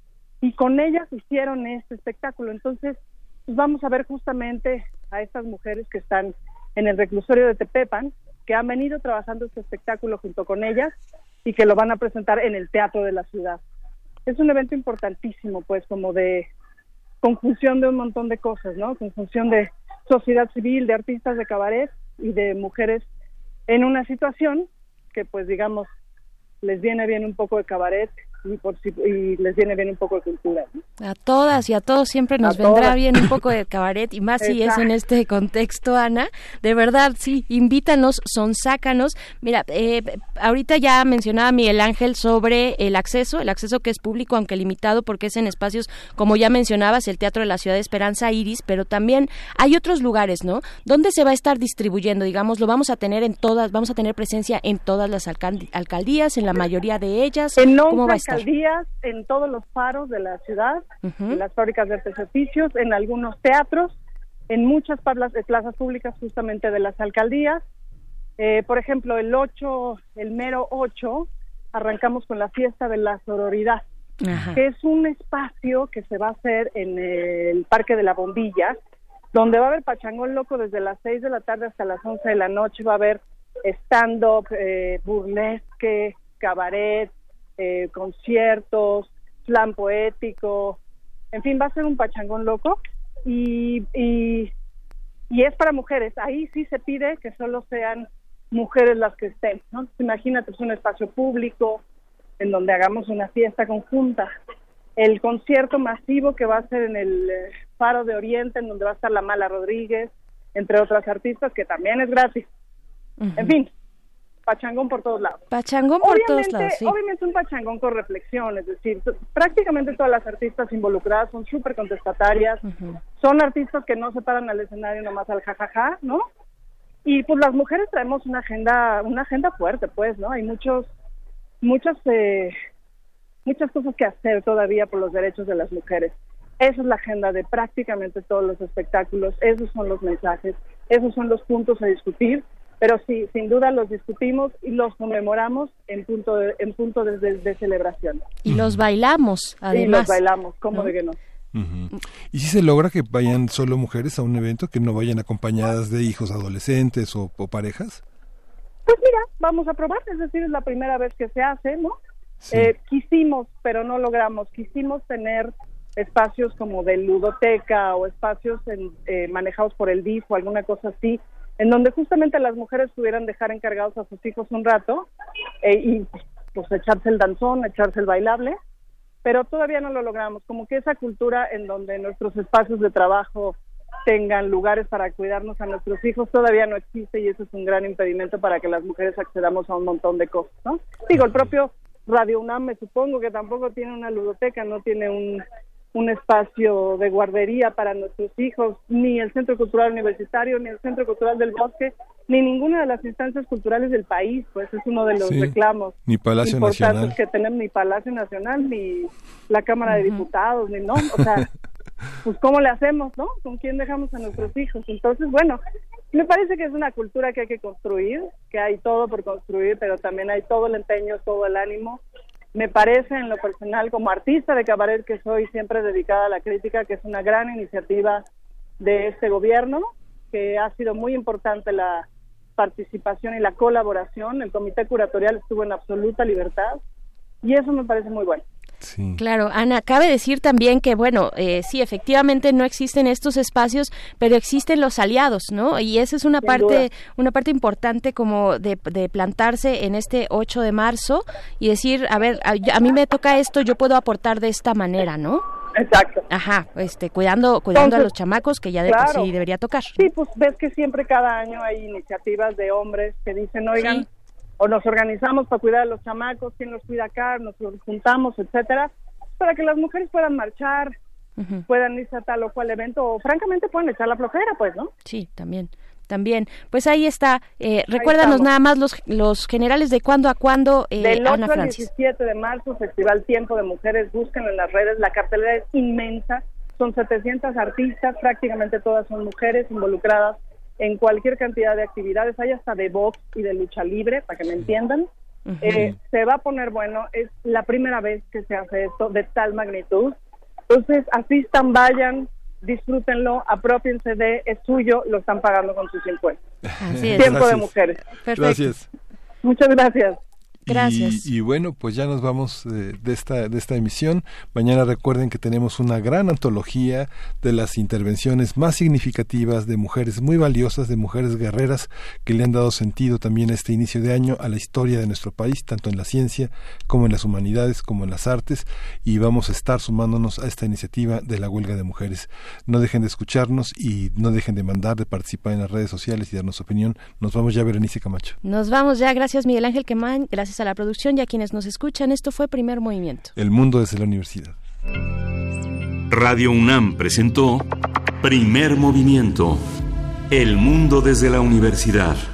y con ellas hicieron este espectáculo. Entonces, pues vamos a ver justamente a estas mujeres que están en el reclusorio de Tepepan, que han venido trabajando este espectáculo junto con ellas y que lo van a presentar en el Teatro de la Ciudad. Es un evento importantísimo, pues, como de conjunción de un montón de cosas, ¿no? Conjunción de sociedad civil, de artistas de cabaret y de mujeres en una situación que, pues, digamos, les viene bien un poco de cabaret y, por si, y les viene bien un poco de cultura, ¿no? A todas y a todos siempre nos A vendrá todas. bien un poco de cabaret, y más si es en este contexto, Ana. De verdad, sí, invítanos, sonsácanos. Mira, eh, ahorita ya mencionaba Miguel Ángel sobre el acceso, el acceso que es público, aunque limitado, porque es en espacios, como ya mencionabas, el Teatro de la Ciudad de Esperanza Iris, pero también hay otros lugares, ¿no? ¿Dónde se va a estar distribuyendo? Digamos, lo vamos a tener en todas, vamos a tener presencia en todas las alcalde- alcaldías, en la mayoría de ellas. En ¿Cómo va a once estar? alcaldías, en todos los faros de la ciudad, Uh-huh. en las fábricas de artes y oficios, en algunos teatros, en muchas plazas, plazas públicas justamente de las alcaldías. Eh, por ejemplo, el ocho, el mero ocho, arrancamos con la fiesta de la sororidad, Ajá. que es un espacio que se va a hacer en el Parque de la Bombilla, donde va a haber pachangón loco desde las seis de la tarde hasta las once de la noche. Va a haber stand-up, eh, burlesque, cabaret, eh, conciertos, slam poético, en fin, va a ser un pachangón loco y, y, y es para mujeres. Ahí sí se pide que solo sean mujeres las que estén, ¿no? Imagínate, es un espacio público en donde hagamos una fiesta conjunta. El concierto masivo que va a ser en el eh, Faro de Oriente, en donde va a estar la Mala Rodríguez, entre otras artistas, que también es gratis. Uh-huh. En fin, pachangón por todos lados. Pachangón por obviamente, todos lados, sí. Obviamente un pachangón con reflexión, es decir, t- prácticamente todas las artistas involucradas son súper contestatarias, uh-huh. son artistas que no se paran al escenario nomás al jajaja, ¿no? Y pues las mujeres traemos una agenda, una agenda fuerte, pues, ¿no? Hay muchos, muchas, eh, muchas cosas que hacer todavía por los derechos de las mujeres. Esa es la agenda de prácticamente todos los espectáculos, esos son los mensajes, esos son los puntos a discutir. Pero sí, sin duda los discutimos y los conmemoramos en punto de, en punto de, de, de celebración. Y los bailamos, además. Y los bailamos, ¿cómo ¿no? de que no? Uh-huh. ¿Y si se logra que vayan solo mujeres a un evento, que no vayan acompañadas de hijos adolescentes o, o parejas? Pues mira, vamos a probar, es decir, es la primera vez que se hace, ¿no? Sí. Eh, quisimos, pero no logramos, quisimos tener espacios como de ludoteca o espacios en, eh, manejados por el D I F o alguna cosa así, en donde justamente las mujeres pudieran dejar encargados a sus hijos un rato eh, y pues echarse el danzón, echarse el bailable, pero todavía no lo logramos, como que esa cultura en donde nuestros espacios de trabajo tengan lugares para cuidarnos a nuestros hijos todavía no existe y eso es un gran impedimento para que las mujeres accedamos a un montón de cosas, ¿no? Digo, el propio Radio UNAM me supongo que tampoco tiene una ludoteca, no tiene un un espacio de guardería para nuestros hijos, ni el Centro Cultural Universitario, ni el Centro Cultural del Bosque, ni ninguna de las instancias culturales del país, pues es uno de los Sí, reclamos ni Palacio importantes Nacional. que tenemos, ni Palacio Nacional, ni la Cámara de Diputados, ni no, o sea, pues ¿cómo le hacemos, no? ¿Con quién dejamos a nuestros hijos? Entonces, bueno, me parece que es una cultura que hay que construir, que hay todo por construir, pero también hay todo el empeño, todo el ánimo. Me parece, en lo personal, como artista de cabaret que soy, siempre dedicada a la crítica, que es una gran iniciativa de este gobierno, que ha sido muy importante la participación y la colaboración. El comité curatorial estuvo en absoluta libertad y eso me parece muy bueno. Sí. Claro, Ana, cabe decir también que, bueno, eh, sí, efectivamente no existen estos espacios, pero existen los aliados, ¿no? Y esa es una Sin parte, duda. una parte importante como de, de plantarse en este ocho de marzo y decir, a ver, a, a mí me toca esto, yo puedo aportar de esta manera, ¿no? Exacto. Ajá, este, cuidando, cuidando Entonces, a los chamacos que ya de por claro. sí debería tocar. Sí, pues ves que siempre cada año hay iniciativas de hombres que dicen, oigan, Sí. o nos organizamos para cuidar a los chamacos, quién los cuida acá, nos juntamos, etcétera, para que las mujeres puedan marchar, Uh-huh. puedan irse a tal o cual evento, o francamente pueden echar la flojera, pues, ¿no? Sí, también. también. Pues ahí está. Eh, recuérdanos nada más los los generales de cuándo a cuándo, eh, Del Ana ocho al Francis. diecisiete de marzo, Festival Tiempo de Mujeres, búsquenlo en las redes, la cartelera es inmensa, son setecientas artistas, prácticamente todas son mujeres involucradas en cualquier cantidad de actividades, hay hasta de box y de lucha libre, para que me entiendan. Uh-huh. Eh, se va a poner bueno, es la primera vez que se hace esto de tal magnitud, entonces asistan, vayan, disfrútenlo, apropiense de, es suyo, lo están pagando con sus impuestos. Así es. Tiempo Gracias. de mujeres. Perfecto. Gracias. Muchas gracias. Gracias. Y, y bueno, pues ya nos vamos eh, de esta de esta emisión. Mañana recuerden que tenemos una gran antología de las intervenciones más significativas de mujeres muy valiosas, de mujeres guerreras que le han dado sentido también a este inicio de año a la historia de nuestro país, tanto en la ciencia como en las humanidades, como en las artes, y vamos a estar sumándonos a esta iniciativa de la huelga de mujeres. No dejen de escucharnos y no dejen de mandar, de participar en las redes sociales y darnos opinión. Nos vamos ya, Berenice Camacho. Nos vamos ya. Gracias, Miguel Ángel Quemán. Gracias a la producción y a quienes nos escuchan. Esto fue Primer Movimiento. El mundo desde la universidad. Radio UNAM presentó Primer Movimiento. El mundo desde la universidad.